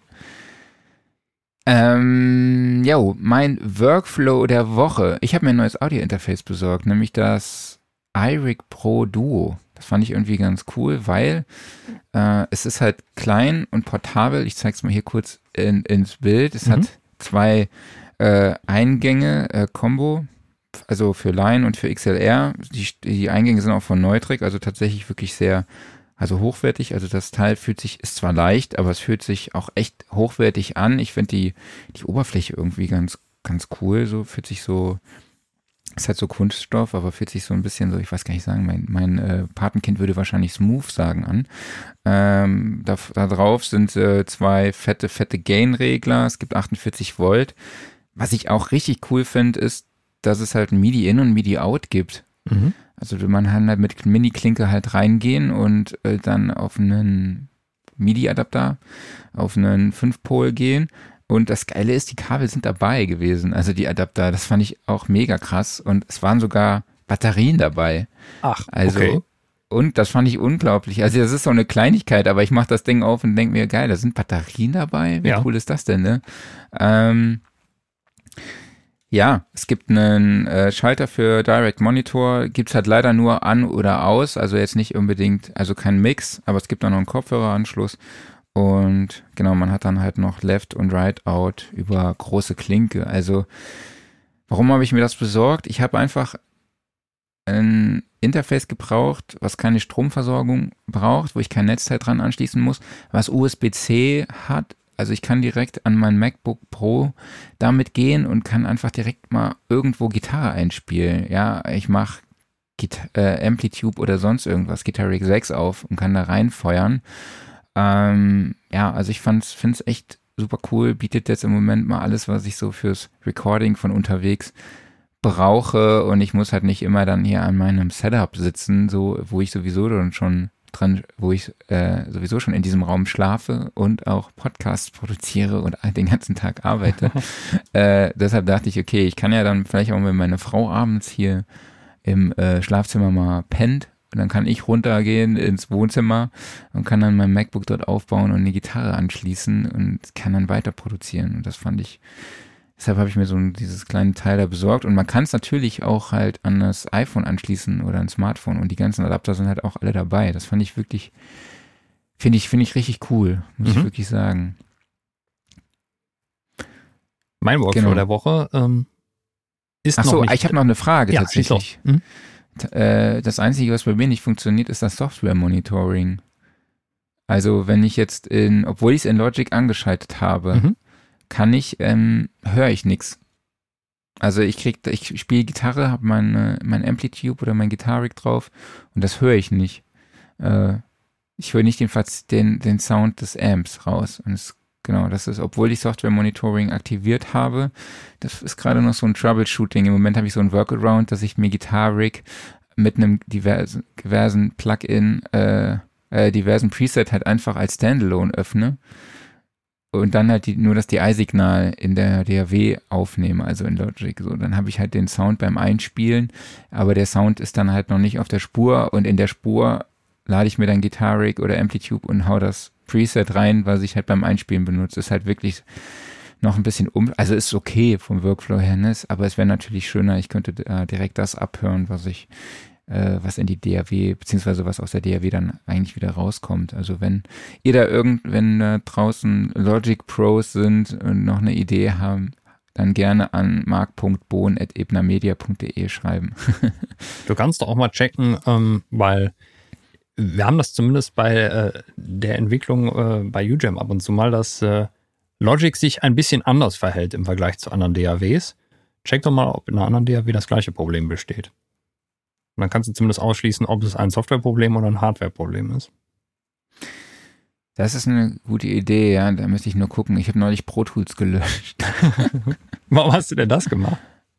Ähm, jo, mein Workflow der Woche. Ich habe mir ein neues Audio-Interface besorgt, nämlich das iRig Pro Duo. Das fand ich irgendwie ganz cool, weil äh, es ist halt klein und portabel. Ich zeige es mal hier kurz in, ins Bild. Es mhm. hat zwei äh, Eingänge, äh, Combo, also für Line und für X L R. Die, die Eingänge sind auch von Neutrik, also tatsächlich wirklich sehr, also hochwertig. Also das Teil fühlt sich, ist zwar leicht, aber es fühlt sich auch echt hochwertig an. Ich finde die, die Oberfläche irgendwie ganz, ganz cool. So fühlt sich so, ist halt so Kunststoff, aber fühlt sich so ein bisschen so, ich weiß gar nicht sagen, mein, mein äh, Patenkind würde wahrscheinlich Smooth sagen an. Ähm, da, da drauf sind äh, zwei fette, fette Gain-Regler. Es gibt achtundvierzig Volt. Was ich auch richtig cool finde, ist, dass es halt ein MIDI-In und MIDI-Out gibt. Mhm. Also man kann halt mit Mini-Klinke halt reingehen und äh, dann auf einen MIDI-Adapter, auf einen fünf Pol gehen. Und das Geile ist, die Kabel sind dabei gewesen, also die Adapter. Das fand ich auch mega krass. Und es waren sogar Batterien dabei. Ach, also, okay. Und das fand ich unglaublich. Also das ist so eine Kleinigkeit, aber ich mache das Ding auf und denke mir, geil, da sind Batterien dabei. Wie ja. cool ist das denn, ne? Ähm, ja, es gibt einen äh, Schalter für Direct Monitor, gibt's halt leider nur an oder aus, also jetzt nicht unbedingt, also kein Mix, aber es gibt auch noch einen Kopfhöreranschluss. Und genau, man hat dann halt noch Left und Right Out über große Klinke. Also warum habe ich mir das besorgt? Ich habe einfach ein Interface gebraucht, was keine Stromversorgung braucht, wo ich kein Netzteil dran anschließen muss, was U S B C hat. Also ich kann direkt an mein MacBook Pro damit gehen und kann einfach direkt mal irgendwo Gitarre einspielen. Ja, ich mache Gita- äh, Amplitude oder sonst irgendwas, Guitar Rig sechs auf und kann da reinfeuern. Ähm, ja, also ich finde es echt super cool, bietet jetzt im Moment mal alles, was ich so fürs Recording von unterwegs brauche und ich muss halt nicht immer dann hier an meinem Setup sitzen, so wo ich sowieso dann schon dran, wo ich äh, sowieso schon in diesem Raum schlafe und auch Podcasts produziere und den ganzen Tag arbeite. äh, deshalb dachte ich, okay, ich kann ja dann vielleicht auch, wenn meine Frau abends hier im äh, Schlafzimmer mal pennt, und dann kann ich runtergehen ins Wohnzimmer und kann dann mein MacBook dort aufbauen und eine Gitarre anschließen und kann dann weiter produzieren. Und das fand ich, deshalb habe ich mir so dieses kleine Teil da besorgt. Und man kann es natürlich auch halt an das iPhone anschließen oder ein Smartphone. Und die ganzen Adapter sind halt auch alle dabei. Das fand ich wirklich, finde ich, finde ich richtig cool, muss mhm. ich wirklich sagen. Mein Workflow genau. der Woche ähm, ist Ach noch so, nicht... ich habe noch eine Frage ja, tatsächlich. Mhm. Das Einzige, was bei mir nicht funktioniert, ist das Software-Monitoring. Also wenn ich jetzt in, obwohl ich es in Logic angeschaltet habe, mhm. kann ich, ähm, höre ich nichts. Also ich krieg, ich spiele Gitarre, habe mein, mein Amplitude oder mein Guitar Rig drauf und das höre ich nicht. Äh, ich höre nicht den, den, den Sound des Amps raus. Und es, genau, das ist, obwohl ich Software-Monitoring aktiviert habe, das ist gerade noch so ein Troubleshooting. Im Moment habe ich so ein Workaround, dass ich mir Guitar Rig mit einem diversen, diversen Plugin, äh, äh, diversen Preset halt einfach als Standalone öffne und dann halt die, nur das D I-Signal in der D A W aufnehme, also in Logic. So, dann habe ich halt den Sound beim Einspielen, aber der Sound ist dann halt noch nicht auf der Spur und in der Spur lade ich mir dann Guitar Rig oder Amplitude und hau das Preset rein, was ich halt beim Einspielen benutze. Ist halt wirklich noch ein bisschen um, also ist okay vom Workflow her, ne? Aber es wäre natürlich schöner, ich könnte äh, direkt das abhören, was ich, äh, was in die D A W, beziehungsweise was aus der D A W dann eigentlich wieder rauskommt. Also wenn ihr da irgend, wenn da draußen Logic Pros sind und noch eine Idee haben, dann gerne an mark punkt bohn at ebnermedia punkt de schreiben. Du kannst doch auch mal checken, ähm, weil wir haben das zumindest bei äh, der Entwicklung äh, bei U Jam ab und zu mal, dass äh, Logic sich ein bisschen anders verhält im Vergleich zu anderen D A Ws. Check doch mal, ob in einer anderen D A W das gleiche Problem besteht. Und dann kannst du zumindest ausschließen, ob es ein Softwareproblem oder ein Hardwareproblem ist. Das ist eine gute Idee, ja. Da müsste ich nur gucken. Ich habe neulich Pro Tools gelöscht. Warum hast du denn das gemacht?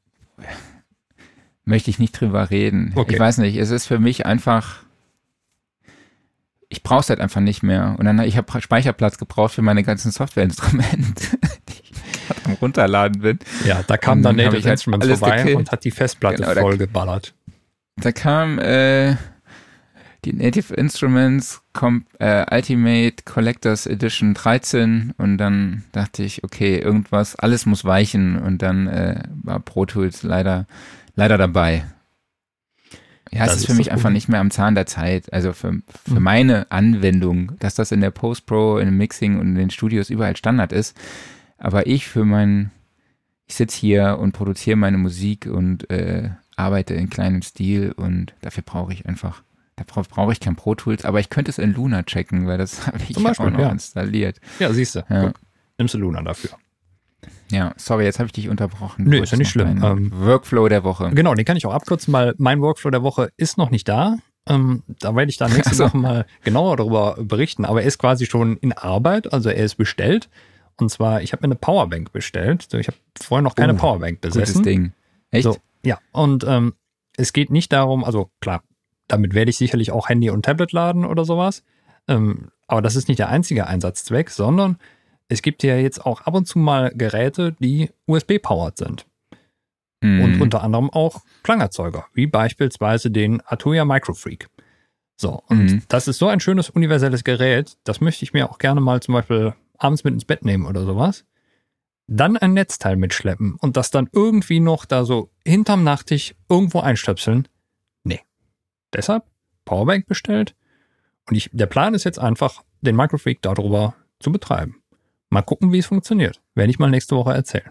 Möchte ich nicht drüber reden. Okay. Ich weiß nicht, es ist für mich einfach... Ich brauche es halt einfach nicht mehr. Und dann, ich habe Speicherplatz gebraucht für meine ganzen Softwareinstrumente, die ich gerade am Runterladen bin. Ja, da kam dann Native halt Instruments vorbei gekillt. Und hat die Festplatte genau, vollgeballert. Da, da kam äh, die Native Instruments Com- äh, Ultimate Collectors Edition dreizehn und dann dachte ich, okay, irgendwas, alles muss weichen und dann äh, war Pro Tools leider, leider dabei. Ja, das es ist für mich einfach nicht mehr am Zahn der Zeit. Also für, für mhm. meine Anwendung, dass das in der Post-Pro, in dem Mixing und in den Studios überall Standard ist. Aber ich für mein, ich sitze hier und produziere meine Musik und äh, arbeite in kleinem Stil und dafür brauche ich einfach, darauf brauche ich kein Pro Tools, aber ich könnte es in Luna checken, weil das habe ich Zum Beispiel, auch noch ja. installiert. Ja, siehst du. Ja. Nimmst du Luna dafür. Ja, sorry, jetzt habe ich dich unterbrochen. Nö, Du ist ja nicht wolltest schlimm. noch deinen Ähm, Workflow der Woche. Genau, den kann ich auch abkürzen, weil mein Workflow der Woche ist noch nicht da. Ähm, da werde ich dann nächste Ach so. Woche mal genauer darüber berichten. Aber er ist quasi schon in Arbeit, also er ist bestellt. Und zwar, ich habe mir eine Powerbank bestellt. So, ich habe vorher noch keine Oh, Powerbank Gutes besessen. Ding. Echt? So, ja, und ähm, es geht nicht darum, also klar, damit werde ich sicherlich auch Handy und Tablet laden oder sowas. Ähm, aber das ist nicht der einzige Einsatzzweck, sondern es gibt ja jetzt auch ab und zu mal Geräte, die U S B-powered sind. Mhm. Und unter anderem auch Klangerzeuger, wie beispielsweise den Atuya Microfreak. So, und Mhm. das ist so ein schönes universelles Gerät, das möchte ich mir auch gerne mal zum Beispiel abends mit ins Bett nehmen oder sowas. Dann ein Netzteil mitschleppen und das dann irgendwie noch da so hinterm Nachttisch irgendwo einstöpseln. Nee. Deshalb Powerbank bestellt und ich, der Plan ist jetzt einfach, den Microfreak darüber zu betreiben. Mal gucken, wie es funktioniert. Werde ich mal nächste Woche erzählen.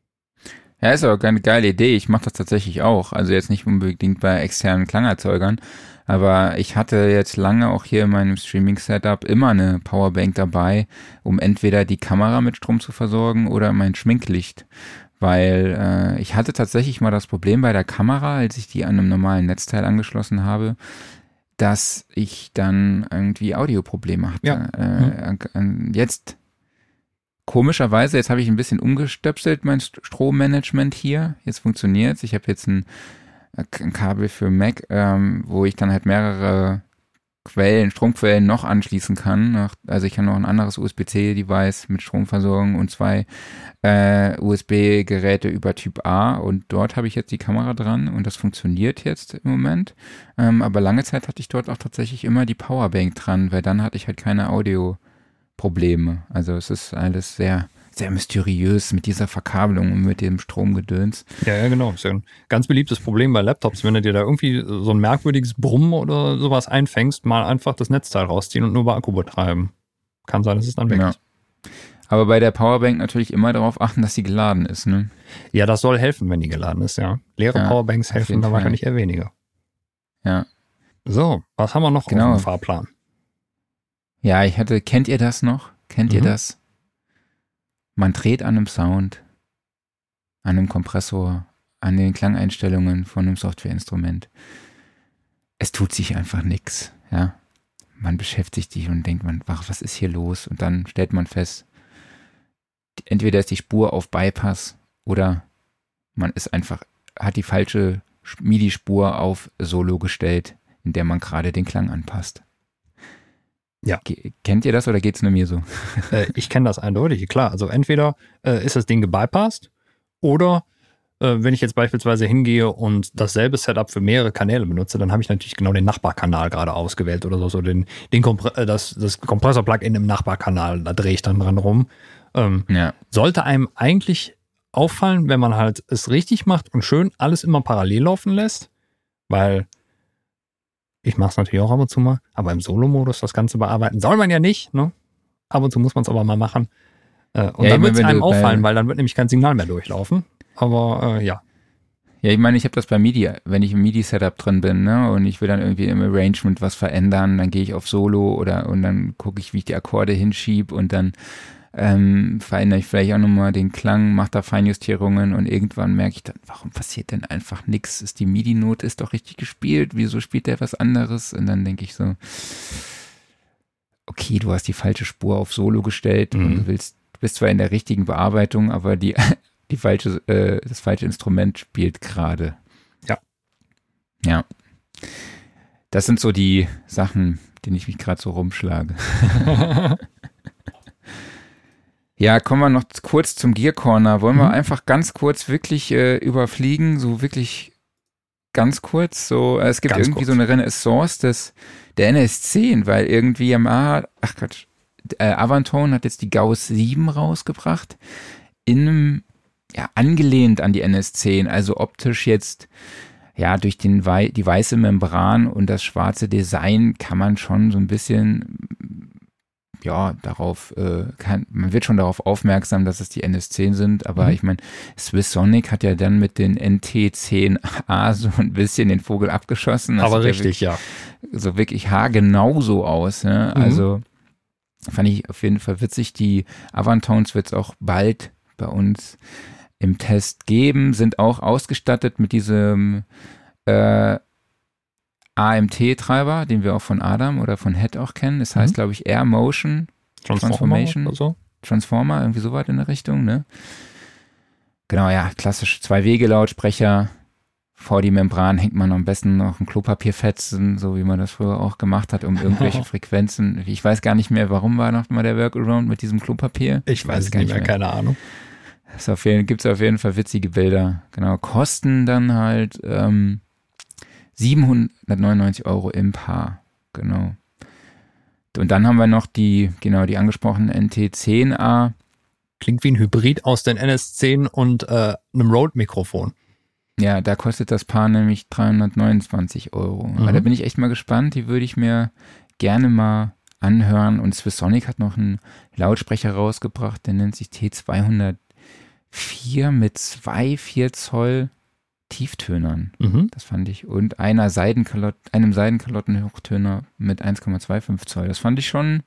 Ja, ist aber eine geile Idee. Ich mache das tatsächlich auch. Also jetzt nicht unbedingt bei externen Klangerzeugern, aber ich hatte jetzt lange auch hier in meinem Streaming-Setup immer eine Powerbank dabei, um entweder die Kamera mit Strom zu versorgen oder mein Schminklicht. Weil äh, ich hatte tatsächlich mal das Problem bei der Kamera, als ich die an einem normalen Netzteil angeschlossen habe, dass ich dann irgendwie Audioprobleme hatte. Ja. Äh, äh, jetzt Komischerweise, jetzt habe ich ein bisschen umgestöpselt, mein St- Strommanagement hier. Jetzt funktioniert's. Ich habe jetzt ein, ein Kabel für Mac, ähm, wo ich dann halt mehrere Quellen, Stromquellen noch anschließen kann. Also ich kann noch ein anderes U S B C-Device mit Strom versorgen und zwei äh, U S B-Geräte über Typ A. Und dort habe ich jetzt die Kamera dran und das funktioniert jetzt im Moment. Ähm, aber lange Zeit hatte ich dort auch tatsächlich immer die Powerbank dran, weil dann hatte ich halt keine Audio Probleme. Also es ist alles sehr, sehr mysteriös mit dieser Verkabelung und mit dem Stromgedöns. Ja, ja, genau. Ist ja ein ganz beliebtes Problem bei Laptops, wenn du dir da irgendwie so ein merkwürdiges Brummen oder sowas einfängst, mal einfach das Netzteil rausziehen und nur bei Akku betreiben. Kann sein, dass es dann weg Ja. ist. Aber bei der Powerbank natürlich immer darauf achten, dass sie geladen ist, ne? Ja, das soll helfen, wenn die geladen ist, ja. Leere Ja, Powerbanks auf helfen jeden da Fall. wahrscheinlich eher weniger. Ja. So, was haben wir noch Genau. auf dem Fahrplan? Ja, ich hatte, kennt ihr das noch? Kennt ihr Mhm. das? Man dreht an einem Sound, an einem Kompressor, an den Klangeinstellungen von einem Softwareinstrument. Es tut sich einfach nichts, ja. Man beschäftigt sich und denkt man, ach, was ist hier los? Und dann stellt man fest, entweder ist die Spur auf Bypass oder man ist einfach, hat die falsche MIDI-Spur auf Solo gestellt, in der man gerade den Klang anpasst. Ja. Ge- Kennt ihr das oder geht's nur mir so? äh, ich kenne das eindeutig, klar. Also entweder äh, ist das Ding gebypasst oder äh, wenn ich jetzt beispielsweise hingehe und dasselbe Setup für mehrere Kanäle benutze, dann habe ich natürlich genau den Nachbarkanal gerade ausgewählt oder so, so den, den Kompre- äh, das, das Kompressor-Plugin im Nachbarkanal, da drehe ich dann dran rum. Ähm, Ja. sollte einem eigentlich auffallen, wenn man halt es richtig macht und schön alles immer parallel laufen lässt, weil ich mache es natürlich auch ab und zu mal, aber im Solo-Modus das Ganze bearbeiten soll man ja nicht, ne? Ab und zu muss man es aber mal machen. Äh, und Ja, dann ich wird es meine, wenn einem du bei- auffallen, weil dann wird nämlich kein Signal mehr durchlaufen. Aber äh, ja. Ja, ich meine, ich habe das bei MIDI, wenn ich im MIDI-Setup drin bin, ne, und ich will dann irgendwie im Arrangement was verändern, dann gehe ich auf Solo oder und dann gucke ich, wie ich die Akkorde hinschiebe und dann ähm, verändere ich vielleicht auch nochmal den Klang, mache da Feinjustierungen und irgendwann merke ich dann, warum passiert denn einfach nichts? Ist die MIDI-Note ist doch richtig gespielt, wieso spielt der was anderes? Und dann denke ich so, okay, du hast die falsche Spur auf Solo gestellt Mhm. und du willst, du bist zwar in der richtigen Bearbeitung, aber die die falsche, äh, das falsche Instrument spielt gerade. Ja. Ja. Das sind so die Sachen, denen ich mich gerade so rumschlage. Ja, kommen wir noch kurz zum Gear Corner. Wollen wir Mhm. einfach ganz kurz wirklich äh, überfliegen, so wirklich ganz kurz. So, äh, es gibt Ganz irgendwie kurz. so eine Renaissance des der N S zehn, weil irgendwie Yamaha, ach Gott, äh, Avantone hat jetzt die Gauss sieben rausgebracht, in einem, ja, angelehnt an die N S zehn, also optisch jetzt, ja, durch den Wei- die weiße Membran und das schwarze Design kann man schon so ein bisschen ja, darauf, äh, kann, man wird schon darauf aufmerksam, dass es die N S zehn sind, aber mhm. ich meine, Swissonic hat ja dann mit den N T zehn A so ein bisschen den Vogel abgeschossen. Das aber richtig, ja, wirklich, ja. So wirklich haargenau so aus, ne? Mhm. Also fand ich auf jeden Fall witzig. Die Avantones wird es auch bald bei uns im Test geben, sind auch ausgestattet mit diesem äh, A M T-Treiber, den wir auch von Adam oder von Head auch kennen. Das heißt, mhm. glaube ich, Air Motion Transformer Transformation. Oder so. Transformer, irgendwie so weit in der Richtung, ne? Genau, ja, klassisch Zwei-Wege-Lautsprecher. Vor die Membran hängt man am besten noch ein Klopapierfetzen, so wie man das früher auch gemacht hat, um irgendwelche Frequenzen. Ich weiß gar nicht mehr, warum war noch mal der Workaround mit diesem Klopapier. Ich weiß es gar nicht mehr, mehr, keine Ahnung. Gibt es auf jeden Fall witzige Bilder. Genau, kosten dann halt ähm, siebenhundertneunundneunzig Euro im Paar. Genau. Und dann haben wir noch die, genau, die angesprochenen N T zehn A. Klingt wie ein Hybrid aus den N S zehn und äh, einem Rode-Mikrofon. Ja, da kostet das Paar nämlich dreihundertneunundzwanzig Euro. Mhm. Aber da bin ich echt mal gespannt. Die würde ich mir gerne mal anhören. Und Swissonic hat noch einen Lautsprecher rausgebracht, der nennt sich T zweihundertvier mit zwei vier Zoll Tieftönern. Mhm. Das fand ich. Und einer Seidenkalott, einem Seidenkalottenhochtöner mit eins Komma fünfundzwanzig Zoll. Das fand ich schon,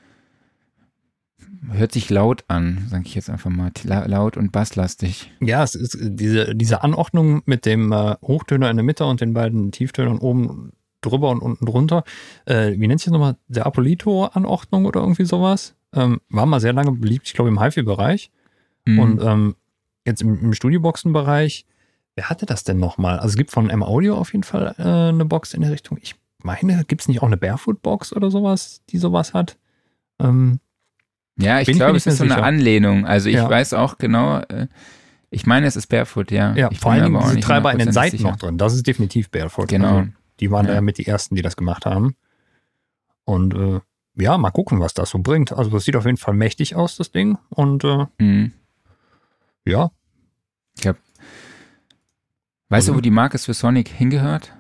hört sich laut an, sage ich jetzt einfach mal. Laut und basslastig. Ja, es ist diese, diese Anordnung mit dem äh, Hochtöner in der Mitte und den beiden Tieftönern oben drüber und unten drunter. Äh, wie nennt sich das nochmal? Der Apolito-Anordnung oder irgendwie sowas? Ähm, war mal sehr lange beliebt, ich glaube im Hi-Fi-Bereich. Mhm. Und ähm, jetzt im, im Studioboxen-Bereich, wer hatte das denn nochmal? Also es gibt von M-Audio auf jeden Fall äh, eine Box in der Richtung. Ich meine, gibt es nicht auch eine Barefoot-Box oder sowas, die sowas hat? Ähm, ja, ich glaube, es ist so eine Anlehnung. Also ich ja. weiß auch genau, äh, ich meine, es ist Barefoot, ja. Ja, ich vor allen Dingen diese Treiber in den Seiten sicher. noch drin. Das ist definitiv Barefoot. Genau. Also, die waren ja. ja mit die ersten, die das gemacht haben. Und äh, ja, mal gucken, was das so bringt. Also das sieht auf jeden Fall mächtig aus, das Ding. Und äh, mhm. ja. Ich glaube, weißt also, du, wo die Marke Swissonic hingehört?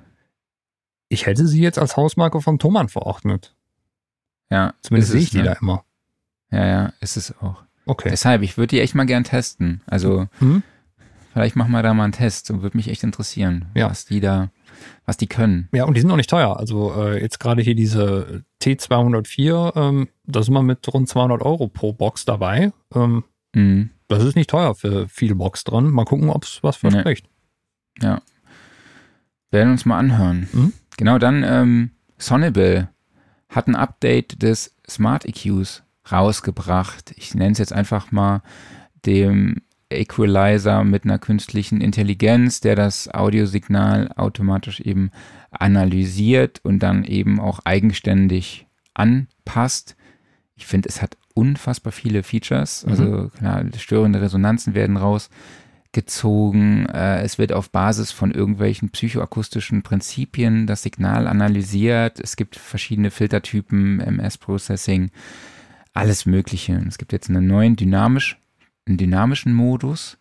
Ich hätte sie jetzt als Hausmarke von Thomann verordnet. Ja. Zumindest sehe ich die ne? da immer. Ja, ja, ist es auch. Okay. Deshalb, ich würde die echt mal gern testen. Also, mhm. vielleicht machen wir da mal einen Test und würde mich echt interessieren, ja. was die da, was die können. Ja, und die sind auch nicht teuer. Also, äh, jetzt gerade hier diese T zweihundertvier, ähm, da sind wir mit rund zweihundert Euro pro Box dabei. Ähm, mhm. Das ist nicht teuer für viel Box drin. Mal gucken, ob es was verspricht. Nee. Ja. Werden uns mal anhören. Mhm. Genau, dann ähm, Sonible hat ein Update des Smart E Qs rausgebracht. Ich nenne es jetzt einfach mal dem Equalizer mit einer künstlichen Intelligenz, der das Audiosignal automatisch eben analysiert und dann eben auch eigenständig anpasst. Ich finde, es hat unfassbar viele Features. Also mhm. klar, störende Resonanzen werden rausgezogen. Äh, es wird auf Basis von irgendwelchen psychoakustischen Prinzipien das Signal analysiert. Es gibt verschiedene Filtertypen, M S-Processing, alles Mögliche. Es gibt jetzt einen neuen dynamisch, einen dynamischen Modus,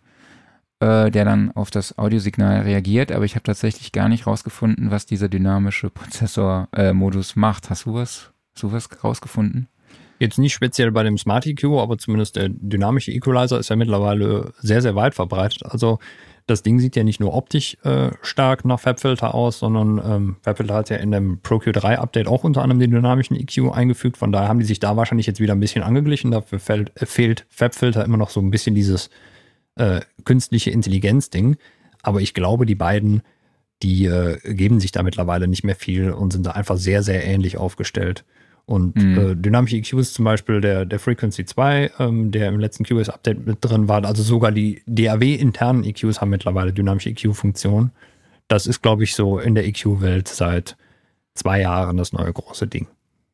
äh, der dann auf das Audiosignal reagiert, aber ich habe tatsächlich gar nicht rausgefunden, was dieser dynamische Prozessor-Modus äh, macht. Hast du was, hast du was rausgefunden? Jetzt nicht speziell bei dem Smart E Q, aber zumindest der dynamische Equalizer ist ja mittlerweile sehr, sehr weit verbreitet. Also das Ding sieht ja nicht nur optisch äh, stark nach FabFilter aus, sondern ähm, FabFilter hat ja in dem Pro Q drei Update auch unter anderem den dynamischen E Q eingefügt. Von daher haben die sich da wahrscheinlich jetzt wieder ein bisschen angeglichen. Dafür fällt, äh, fehlt FabFilter immer noch so ein bisschen dieses äh, künstliche Intelligenz-Ding. Aber ich glaube, die beiden, die äh, geben sich da mittlerweile nicht mehr viel und sind da einfach sehr, sehr ähnlich aufgestellt. Und mhm. äh, dynamische E Qs zum Beispiel der, der Frequency zwei, ähm, der im letzten Q S-Update mit drin war, also sogar die D A W-internen E Qs haben mittlerweile dynamische E Q-Funktionen. Das ist, glaube ich, so in der E Q-Welt seit zwei Jahren das neue große Ding.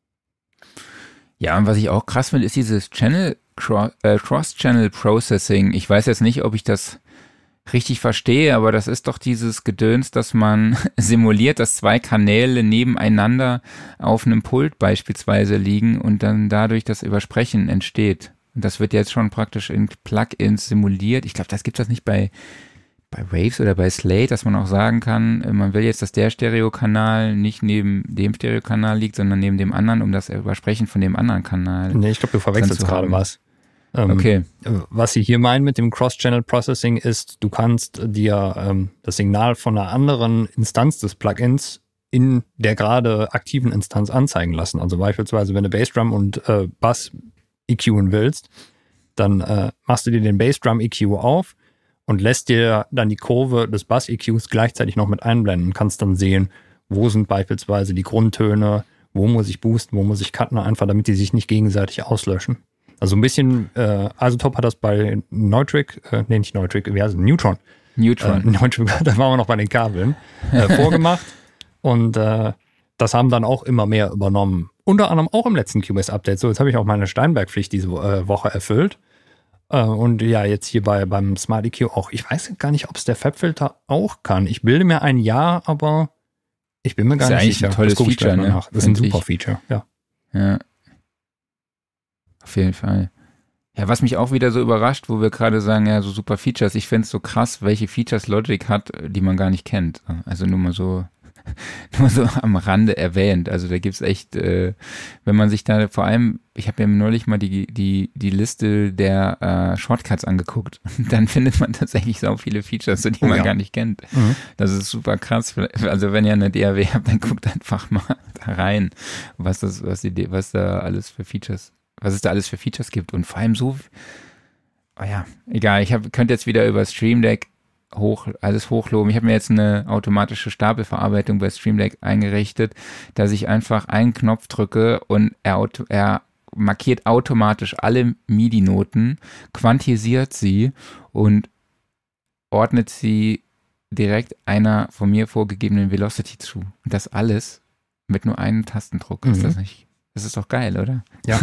Ja, und was ich auch krass finde, ist dieses Channel äh, Cross-Channel Processing. Ich weiß jetzt nicht, ob ich das richtig verstehe, aber das ist doch dieses Gedöns, dass man simuliert, dass zwei Kanäle nebeneinander auf einem Pult beispielsweise liegen und dann dadurch das Übersprechen entsteht. Und das wird jetzt schon praktisch in Plugins simuliert. Ich glaube, das gibt es nicht bei bei Waves oder bei Slate, dass man auch sagen kann, man will jetzt, dass der Stereokanal nicht neben dem Stereokanal liegt, sondern neben dem anderen, um das Übersprechen von dem anderen Kanal. Nee, ich glaube, du verwechselst gerade was. Ähm, okay. Was sie hier meinen mit dem Cross-Channel Processing ist, du kannst dir ähm, das Signal von einer anderen Instanz des Plugins in der gerade aktiven Instanz anzeigen lassen. Also beispielsweise, wenn du Bassdrum und äh, Bass E Qen willst, dann äh, machst du dir den Bassdrum E Q auf und lässt dir dann die Kurve des Bass-E Qs gleichzeitig noch mit einblenden und kannst dann sehen, wo sind beispielsweise die Grundtöne, wo muss ich boosten, wo muss ich cutten, einfach damit die sich nicht gegenseitig auslöschen. Also ein bisschen, äh, Isotope hat das bei Neutrik, äh, nee, nicht Neutrik, wie heißt es, Neutron. Neutron. Äh, Neutron, da waren wir noch bei den Kabeln, äh, vorgemacht und äh, das haben dann auch immer mehr übernommen. Unter anderem auch im letzten Cubase-Update. So, jetzt habe ich auch meine Steinberg-Pflicht diese äh, Woche erfüllt. Und ja, jetzt hier bei beim Smart E Q auch. Ich weiß gar nicht, ob es der Fabfilter auch kann. Ich bilde mir ein Ja, aber ich bin mir gar nicht sicher. Das ist eigentlich ein tolles Feature, ne? Nach. Das ist ein super Feature, ja. Ja. Auf jeden Fall. Ja, was mich auch wieder so überrascht, wo wir gerade sagen, ja, so super Features. Ich finde es so krass, welche Features Logic hat, die man gar nicht kennt. Also nur mal so nur so am Rande erwähnt. Also da gibt's echt, äh, wenn man sich da vor allem, ich habe ja neulich mal die die die Liste der äh, Shortcuts angeguckt, dann findet man tatsächlich so viele Features, so die man oh, ja. gar nicht kennt. Mhm. Das ist super krass. Also wenn ihr eine D A W habt, dann guckt einfach mal da rein, was das, was die, was da alles für Features, was es da alles für Features gibt und vor allem so, oh ja, egal. Ich hab, könnte jetzt wieder über Stream Deck hoch, alles hochloben. Ich habe mir jetzt eine automatische Stapelverarbeitung bei Stream Deck eingerichtet, dass ich einfach einen Knopf drücke und er, er markiert automatisch alle MIDI-Noten, quantisiert sie und ordnet sie direkt einer von mir vorgegebenen Velocity zu. Und das alles mit nur einem Tastendruck. Mhm. Ist das nicht? Das ist doch geil, oder? Ja.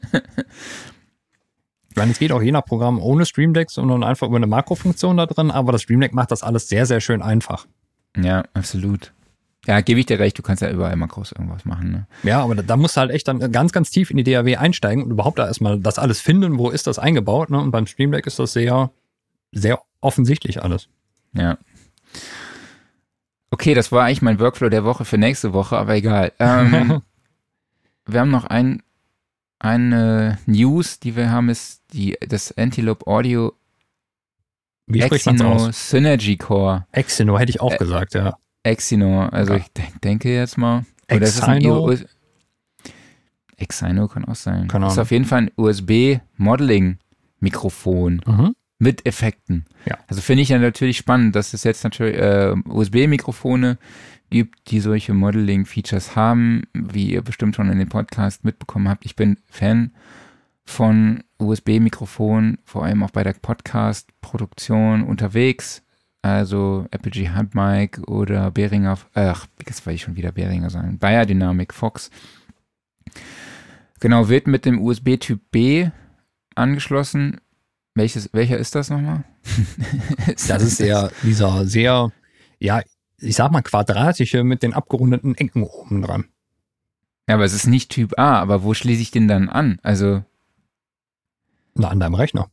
Ich meine, es geht auch je nach Programm ohne Stream Deck, sondern einfach über eine Makrofunktion da drin, aber das Stream Deck macht das alles sehr, sehr schön einfach. Ja, absolut. Ja, gebe ich dir recht, du kannst ja überall Makros irgendwas machen. Ne? Ja, aber da, da musst du halt echt dann ganz, ganz tief in die D A W einsteigen und überhaupt da erstmal das alles finden, wo ist das eingebaut. Ne? Und beim Stream Deck ist das sehr, sehr offensichtlich alles. Ja. Okay, das war eigentlich mein Workflow der Woche für nächste Woche, aber egal. Ähm, wir haben noch ein Eine News, die wir haben, ist die, das Antelope Audio Wie Exyno Synergy Core. Exyno hätte ich auch Ä- gesagt, ja. Exyno, also ja. ich de- denke jetzt mal. Exyno? Exyno kann auch sein. Kann das ist auf jeden Fall ein U S B-Modeling-Mikrofon mhm. mit Effekten. Ja. Also finde ich ja natürlich spannend, dass es jetzt natürlich äh, U S B-Mikrofone gibt, die solche Modeling-Features haben, wie ihr bestimmt schon in dem Podcast mitbekommen habt. Ich bin Fan von U S B-Mikrofonen, vor allem auch bei der Podcast-Produktion unterwegs. Also Apogee Handmic oder Behringer, ach, jetzt wollte ich schon wieder Behringer sagen, Beyerdynamic Fox. Genau, wird mit dem U S B-Typ B angeschlossen. Welches, welcher ist das nochmal? Das ist der, dieser sehr, ja, ich sag mal quadratische mit den abgerundeten Ecken oben dran. Ja, aber es ist nicht Typ A, aber wo schließe ich den dann an? Also. Na, an deinem Rechner.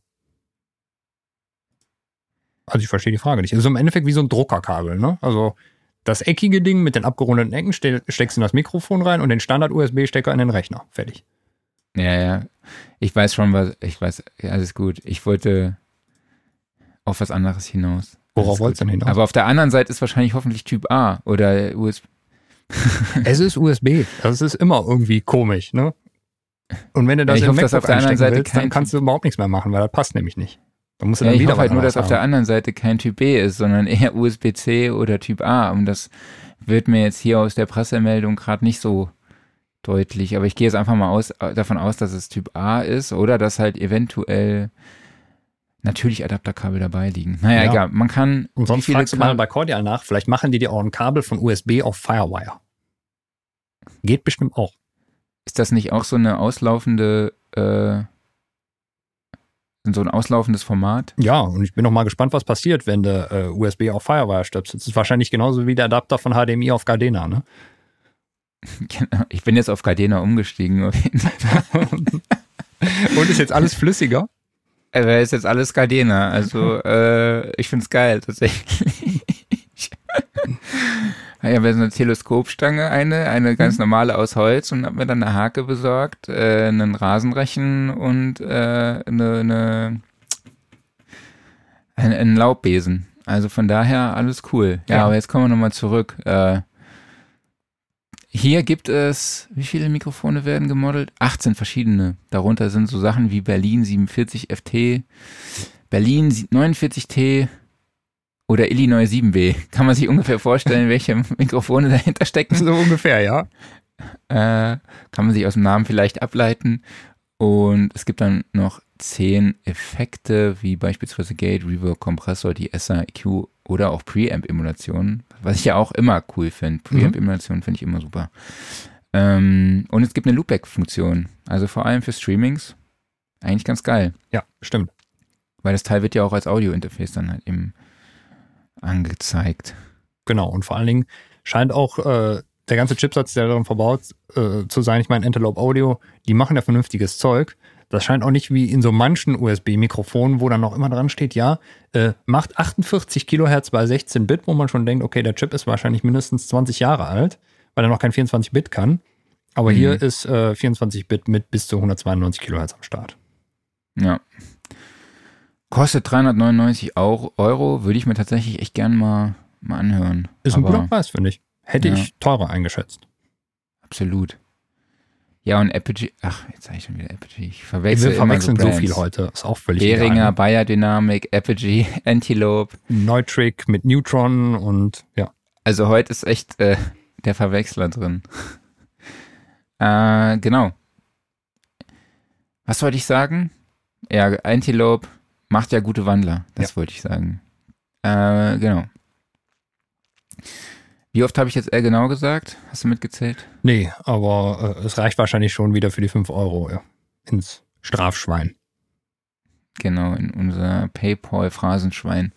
Also ich verstehe die Frage nicht. Es ist im Endeffekt wie so ein Druckerkabel, ne? Also das eckige Ding mit den abgerundeten Ecken ste- steckst in das Mikrofon rein und den Standard-U S B-Stecker in den Rechner. Fertig. Ja, ja. Ich weiß schon, was, ich weiß, alles gut. Ich wollte auf was anderes hinaus. Worauf wolltest du denn hinaus? Aber auf der anderen Seite ist wahrscheinlich hoffentlich Typ A oder U S B. Es ist U S B. Das ist immer irgendwie komisch, ne? Und wenn du das ja, im MacBook auf der anderen Seite willst, dann kannst du überhaupt nichts mehr machen, weil das passt nämlich nicht. Dann musst du ja, dann ich wieder hoffe halt nur, dass haben. auf der anderen Seite kein Typ B ist, sondern eher U S B C oder Typ A. Und das wird mir jetzt hier aus der Pressemeldung gerade nicht so deutlich. Aber ich gehe jetzt einfach mal aus, davon aus, dass es Typ A ist oder dass halt eventuell natürlich Adapterkabel dabei liegen. Naja, ja. egal. Man kann. Und sonst fragst du mal bei Cordial nach, vielleicht machen die dir auch ein Kabel von U S B auf Firewire. Geht bestimmt auch. Ist das nicht auch so eine auslaufende, äh, so ein auslaufendes Format? Ja, und ich bin noch mal gespannt, was passiert, wenn du äh, U S B auf Firewire stöpst. Das ist wahrscheinlich genauso wie der Adapter von H D M I auf Gardena, ne? Genau. Ich bin jetzt auf Gardena umgestiegen. Auf jeden Fall. Und ist jetzt alles flüssiger? Er ist jetzt alles Gardena, also äh, ich find's geil, tatsächlich. Ich habe eine Teleskopstange, eine, eine ganz normale aus Holz und habe mir dann eine Hake besorgt, äh, einen Rasenrechen und äh, eine, eine, einen, einen Laubbesen. Also von daher alles cool. Ja, ja. Aber jetzt kommen wir nochmal zurück. Äh, hier gibt es, wie viele Mikrofone werden gemodelt? achtzehn verschiedene. Darunter sind so Sachen wie Berlin siebenundvierzig F T, Berlin neunundvierzig T, oder Illinois sieben B. Kann man sich ungefähr vorstellen, welche Mikrofone dahinter stecken? So ungefähr, ja. Äh, kann man sich aus dem Namen vielleicht ableiten. Und es gibt dann noch zehn Effekte, wie beispielsweise Gate, Reverb, Kompressor, die S A, E Q oder auch Preamp-Emulationen, was ich ja auch immer cool finde. Preamp-Emulationen finde ich immer super. Ähm, und es gibt eine Loopback-Funktion, also vor allem für Streamings. Eigentlich ganz geil. Ja, stimmt. Weil das Teil wird ja auch als Audio-Interface dann halt eben angezeigt. Genau, und vor allen Dingen scheint auch äh, der ganze Chipsatz, der darin verbaut äh, zu sein, ich meine Antelope Audio, die machen ja vernünftiges Zeug. Das scheint auch nicht wie in so manchen U S B-Mikrofonen, wo dann noch immer dran steht, ja, äh, macht achtundvierzig Kilohertz bei sechzehn Bit, wo man schon denkt, okay, der Chip ist wahrscheinlich mindestens zwanzig Jahre alt, weil er noch kein vierundzwanzig Bit kann. Aber mhm. hier ist äh, vierundzwanzig Bit mit bis zu hundertzweiundneunzig Kilohertz am Start. Ja. Kostet dreihundertneunundneunzig Euro, würde ich mir tatsächlich echt gern mal, mal anhören. Ist ein guter Preis, finde ich. Hätte ja. ich teurer eingeschätzt. Absolut. Ja, und Apogee, ach, jetzt sage ich schon wieder Apogee. Ich verwechsel Wir verwechseln so, so viel heute, ist auch völlig Behringer, egal. Bayer Dynamic, Apogee, Antelope. Neutrik mit Neutron und ja. Also heute ist echt äh, der Verwechsler drin. äh, genau. Was wollte ich sagen? Ja, Antelope macht ja gute Wandler, das ja. wollte ich sagen. Äh, genau. Wie oft habe ich jetzt eher genau gesagt? Hast du mitgezählt? Nee, aber äh, es reicht wahrscheinlich schon wieder für die fünf Euro ja, ins Strafschwein. Genau, in unser PayPal-Phrasenschwein.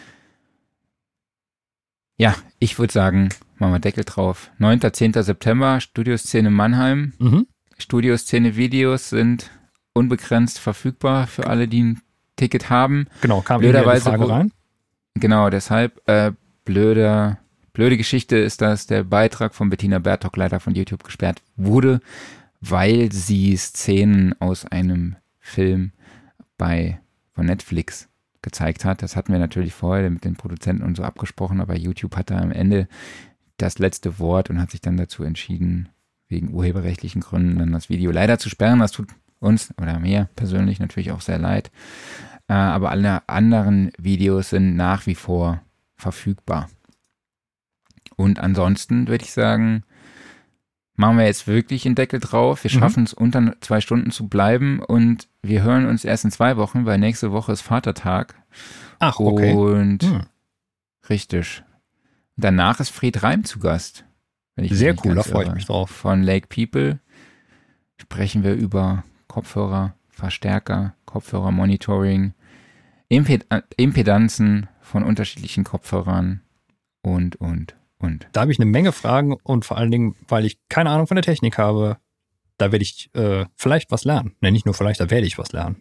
Ja, ich würde sagen, machen wir Deckel drauf. neunter zehnter September, Studioszene Mannheim. Mhm. Studioszene-Videos sind unbegrenzt verfügbar für alle, die ein Ticket haben. Genau, kam wieder die Frage rein. Genau, deshalb äh, blöder, blöde Geschichte ist, dass der Beitrag von Bettina Bertok leider von YouTube gesperrt wurde, weil sie Szenen aus einem Film bei von Netflix gezeigt hat. Das hatten wir natürlich vorher mit den Produzenten und so abgesprochen, aber YouTube hatte am Ende das letzte Wort und hat sich dann dazu entschieden, wegen urheberrechtlichen Gründen dann das Video leider zu sperren. Das tut uns oder mir persönlich natürlich auch sehr leid. Äh, aber alle anderen Videos sind nach wie vor verfügbar. Und ansonsten würde ich sagen, machen wir jetzt wirklich den Deckel drauf. Wir mhm. schaffen es, unter zwei Stunden zu bleiben und wir hören uns erst in zwei Wochen, weil nächste Woche ist Vatertag. Ach, okay. Und hm. richtig. Danach ist Fred Reim zu Gast. Wenn ich Sehr mich cool, da ganz freue ich irre. mich drauf. Von Lake People sprechen wir über Kopfhörer, Verstärker, Kopfhörer-Monitoring, Imped- Impedanzen von unterschiedlichen Kopfhörern und, und, und. Da habe ich eine Menge Fragen und vor allen Dingen, weil ich keine Ahnung von der Technik habe, da werde ich äh, vielleicht was lernen. Ne, nicht nur vielleicht, da werde ich was lernen.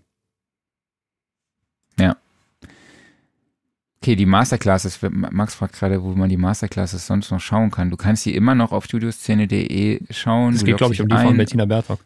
Ja. Okay, die Masterclasses, Max fragt gerade, wo man die Masterclasses sonst noch schauen kann. Du kannst die immer noch auf studioszene punkt de schauen. Es Du geht, glaube loggst ich, um dich die von ein. Bettina Bertok.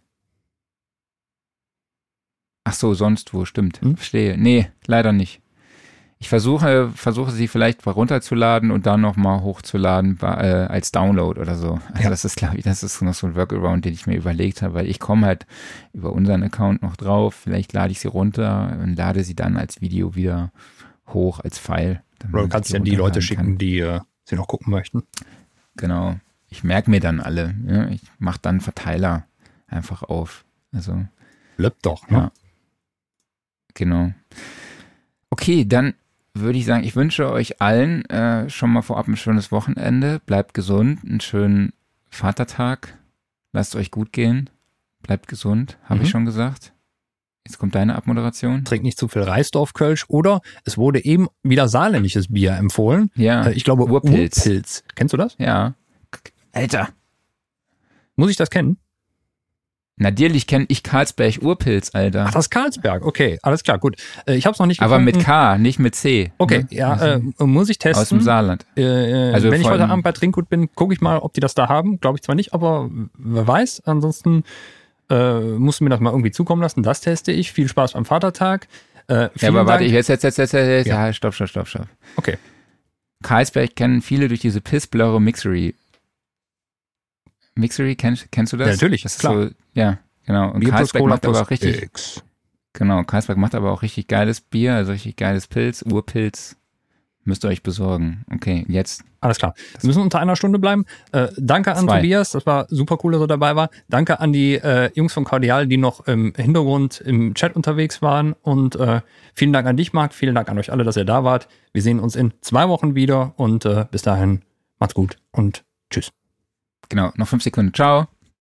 Ach so, sonst wo, stimmt. Hm? Verstehe. Nee, leider nicht. Ich versuche, versuche sie vielleicht mal runterzuladen und dann nochmal hochzuladen bei, äh, als Download oder so. Also Ja. das ist, glaube ich, das ist noch so ein Workaround, den ich mir überlegt habe, weil ich komme halt über unseren Account noch drauf. Vielleicht lade ich sie runter und lade sie dann als Video wieder hoch, als File. Oder du damit kannst ich ja die Leute runterladen schicken, kann. die äh, sie noch gucken möchten. Genau. Ich merke mir dann alle. Ja? Ich mache dann Verteiler einfach auf. Also Löpp doch, ne? ja. Genau. Okay, dann würde ich sagen, ich wünsche euch allen äh, schon mal vorab ein schönes Wochenende. Bleibt gesund, einen schönen Vatertag. Lasst euch gut gehen. Bleibt gesund, habe Mhm. ich schon gesagt. Jetzt kommt deine Abmoderation. Trinkt nicht zu viel Reisdorf-Kölsch oder es wurde eben wieder saarländisches Bier empfohlen. Ja, Äh, ich glaube Urpilz. Urpilz. Kennst du das? Ja. Alter. Muss ich das kennen? Natürlich kenne ich Carlsberg Urpilz, Alter. Ach, das ist Carlsberg. Okay, alles klar, gut. Äh, ich habe es noch nicht Aber gefunden. mit K, nicht mit C. Okay, ne? ja, Also äh, muss ich testen. aus dem Saarland. Äh, Also wenn ich vor heute allem- Abend bei Trinkgut bin, gucke ich mal, ob die das da haben. Glaube ich zwar nicht, aber wer weiß. Ansonsten äh, musst du mir das mal irgendwie zukommen lassen. Das teste ich. Viel Spaß beim Vatertag. Äh, Ja, vielen aber warte, Dank. jetzt, jetzt, jetzt, jetzt, jetzt, Ja. ja, stopp, stopp, stopp, stopp. Okay. Carlsberg kennen viele durch diese pissblaue Mixery. Mixery, kennst, kennst du das? Ja, natürlich, das ist klar. So, ja, genau. Und Bier plus Carlsberg Cola macht aber plus auch richtig, X. genau, Carlsberg macht aber auch richtig geiles Bier, also richtig geiles Pilz, Urpilz. Müsst ihr euch besorgen. Okay, jetzt. Alles klar. Wir müssen unter einer Stunde bleiben. Äh, danke an Zwei. Tobias, das war super cool, dass er dabei war. Danke an die äh, Jungs von Cordial, die noch im Hintergrund im Chat unterwegs waren. Und äh, vielen Dank an dich, Marc. Vielen Dank an euch alle, dass ihr da wart. Wir sehen uns in zwei Wochen wieder und äh, bis dahin macht's gut und tschüss. Genau, noch fünf Sekunden. Ciao.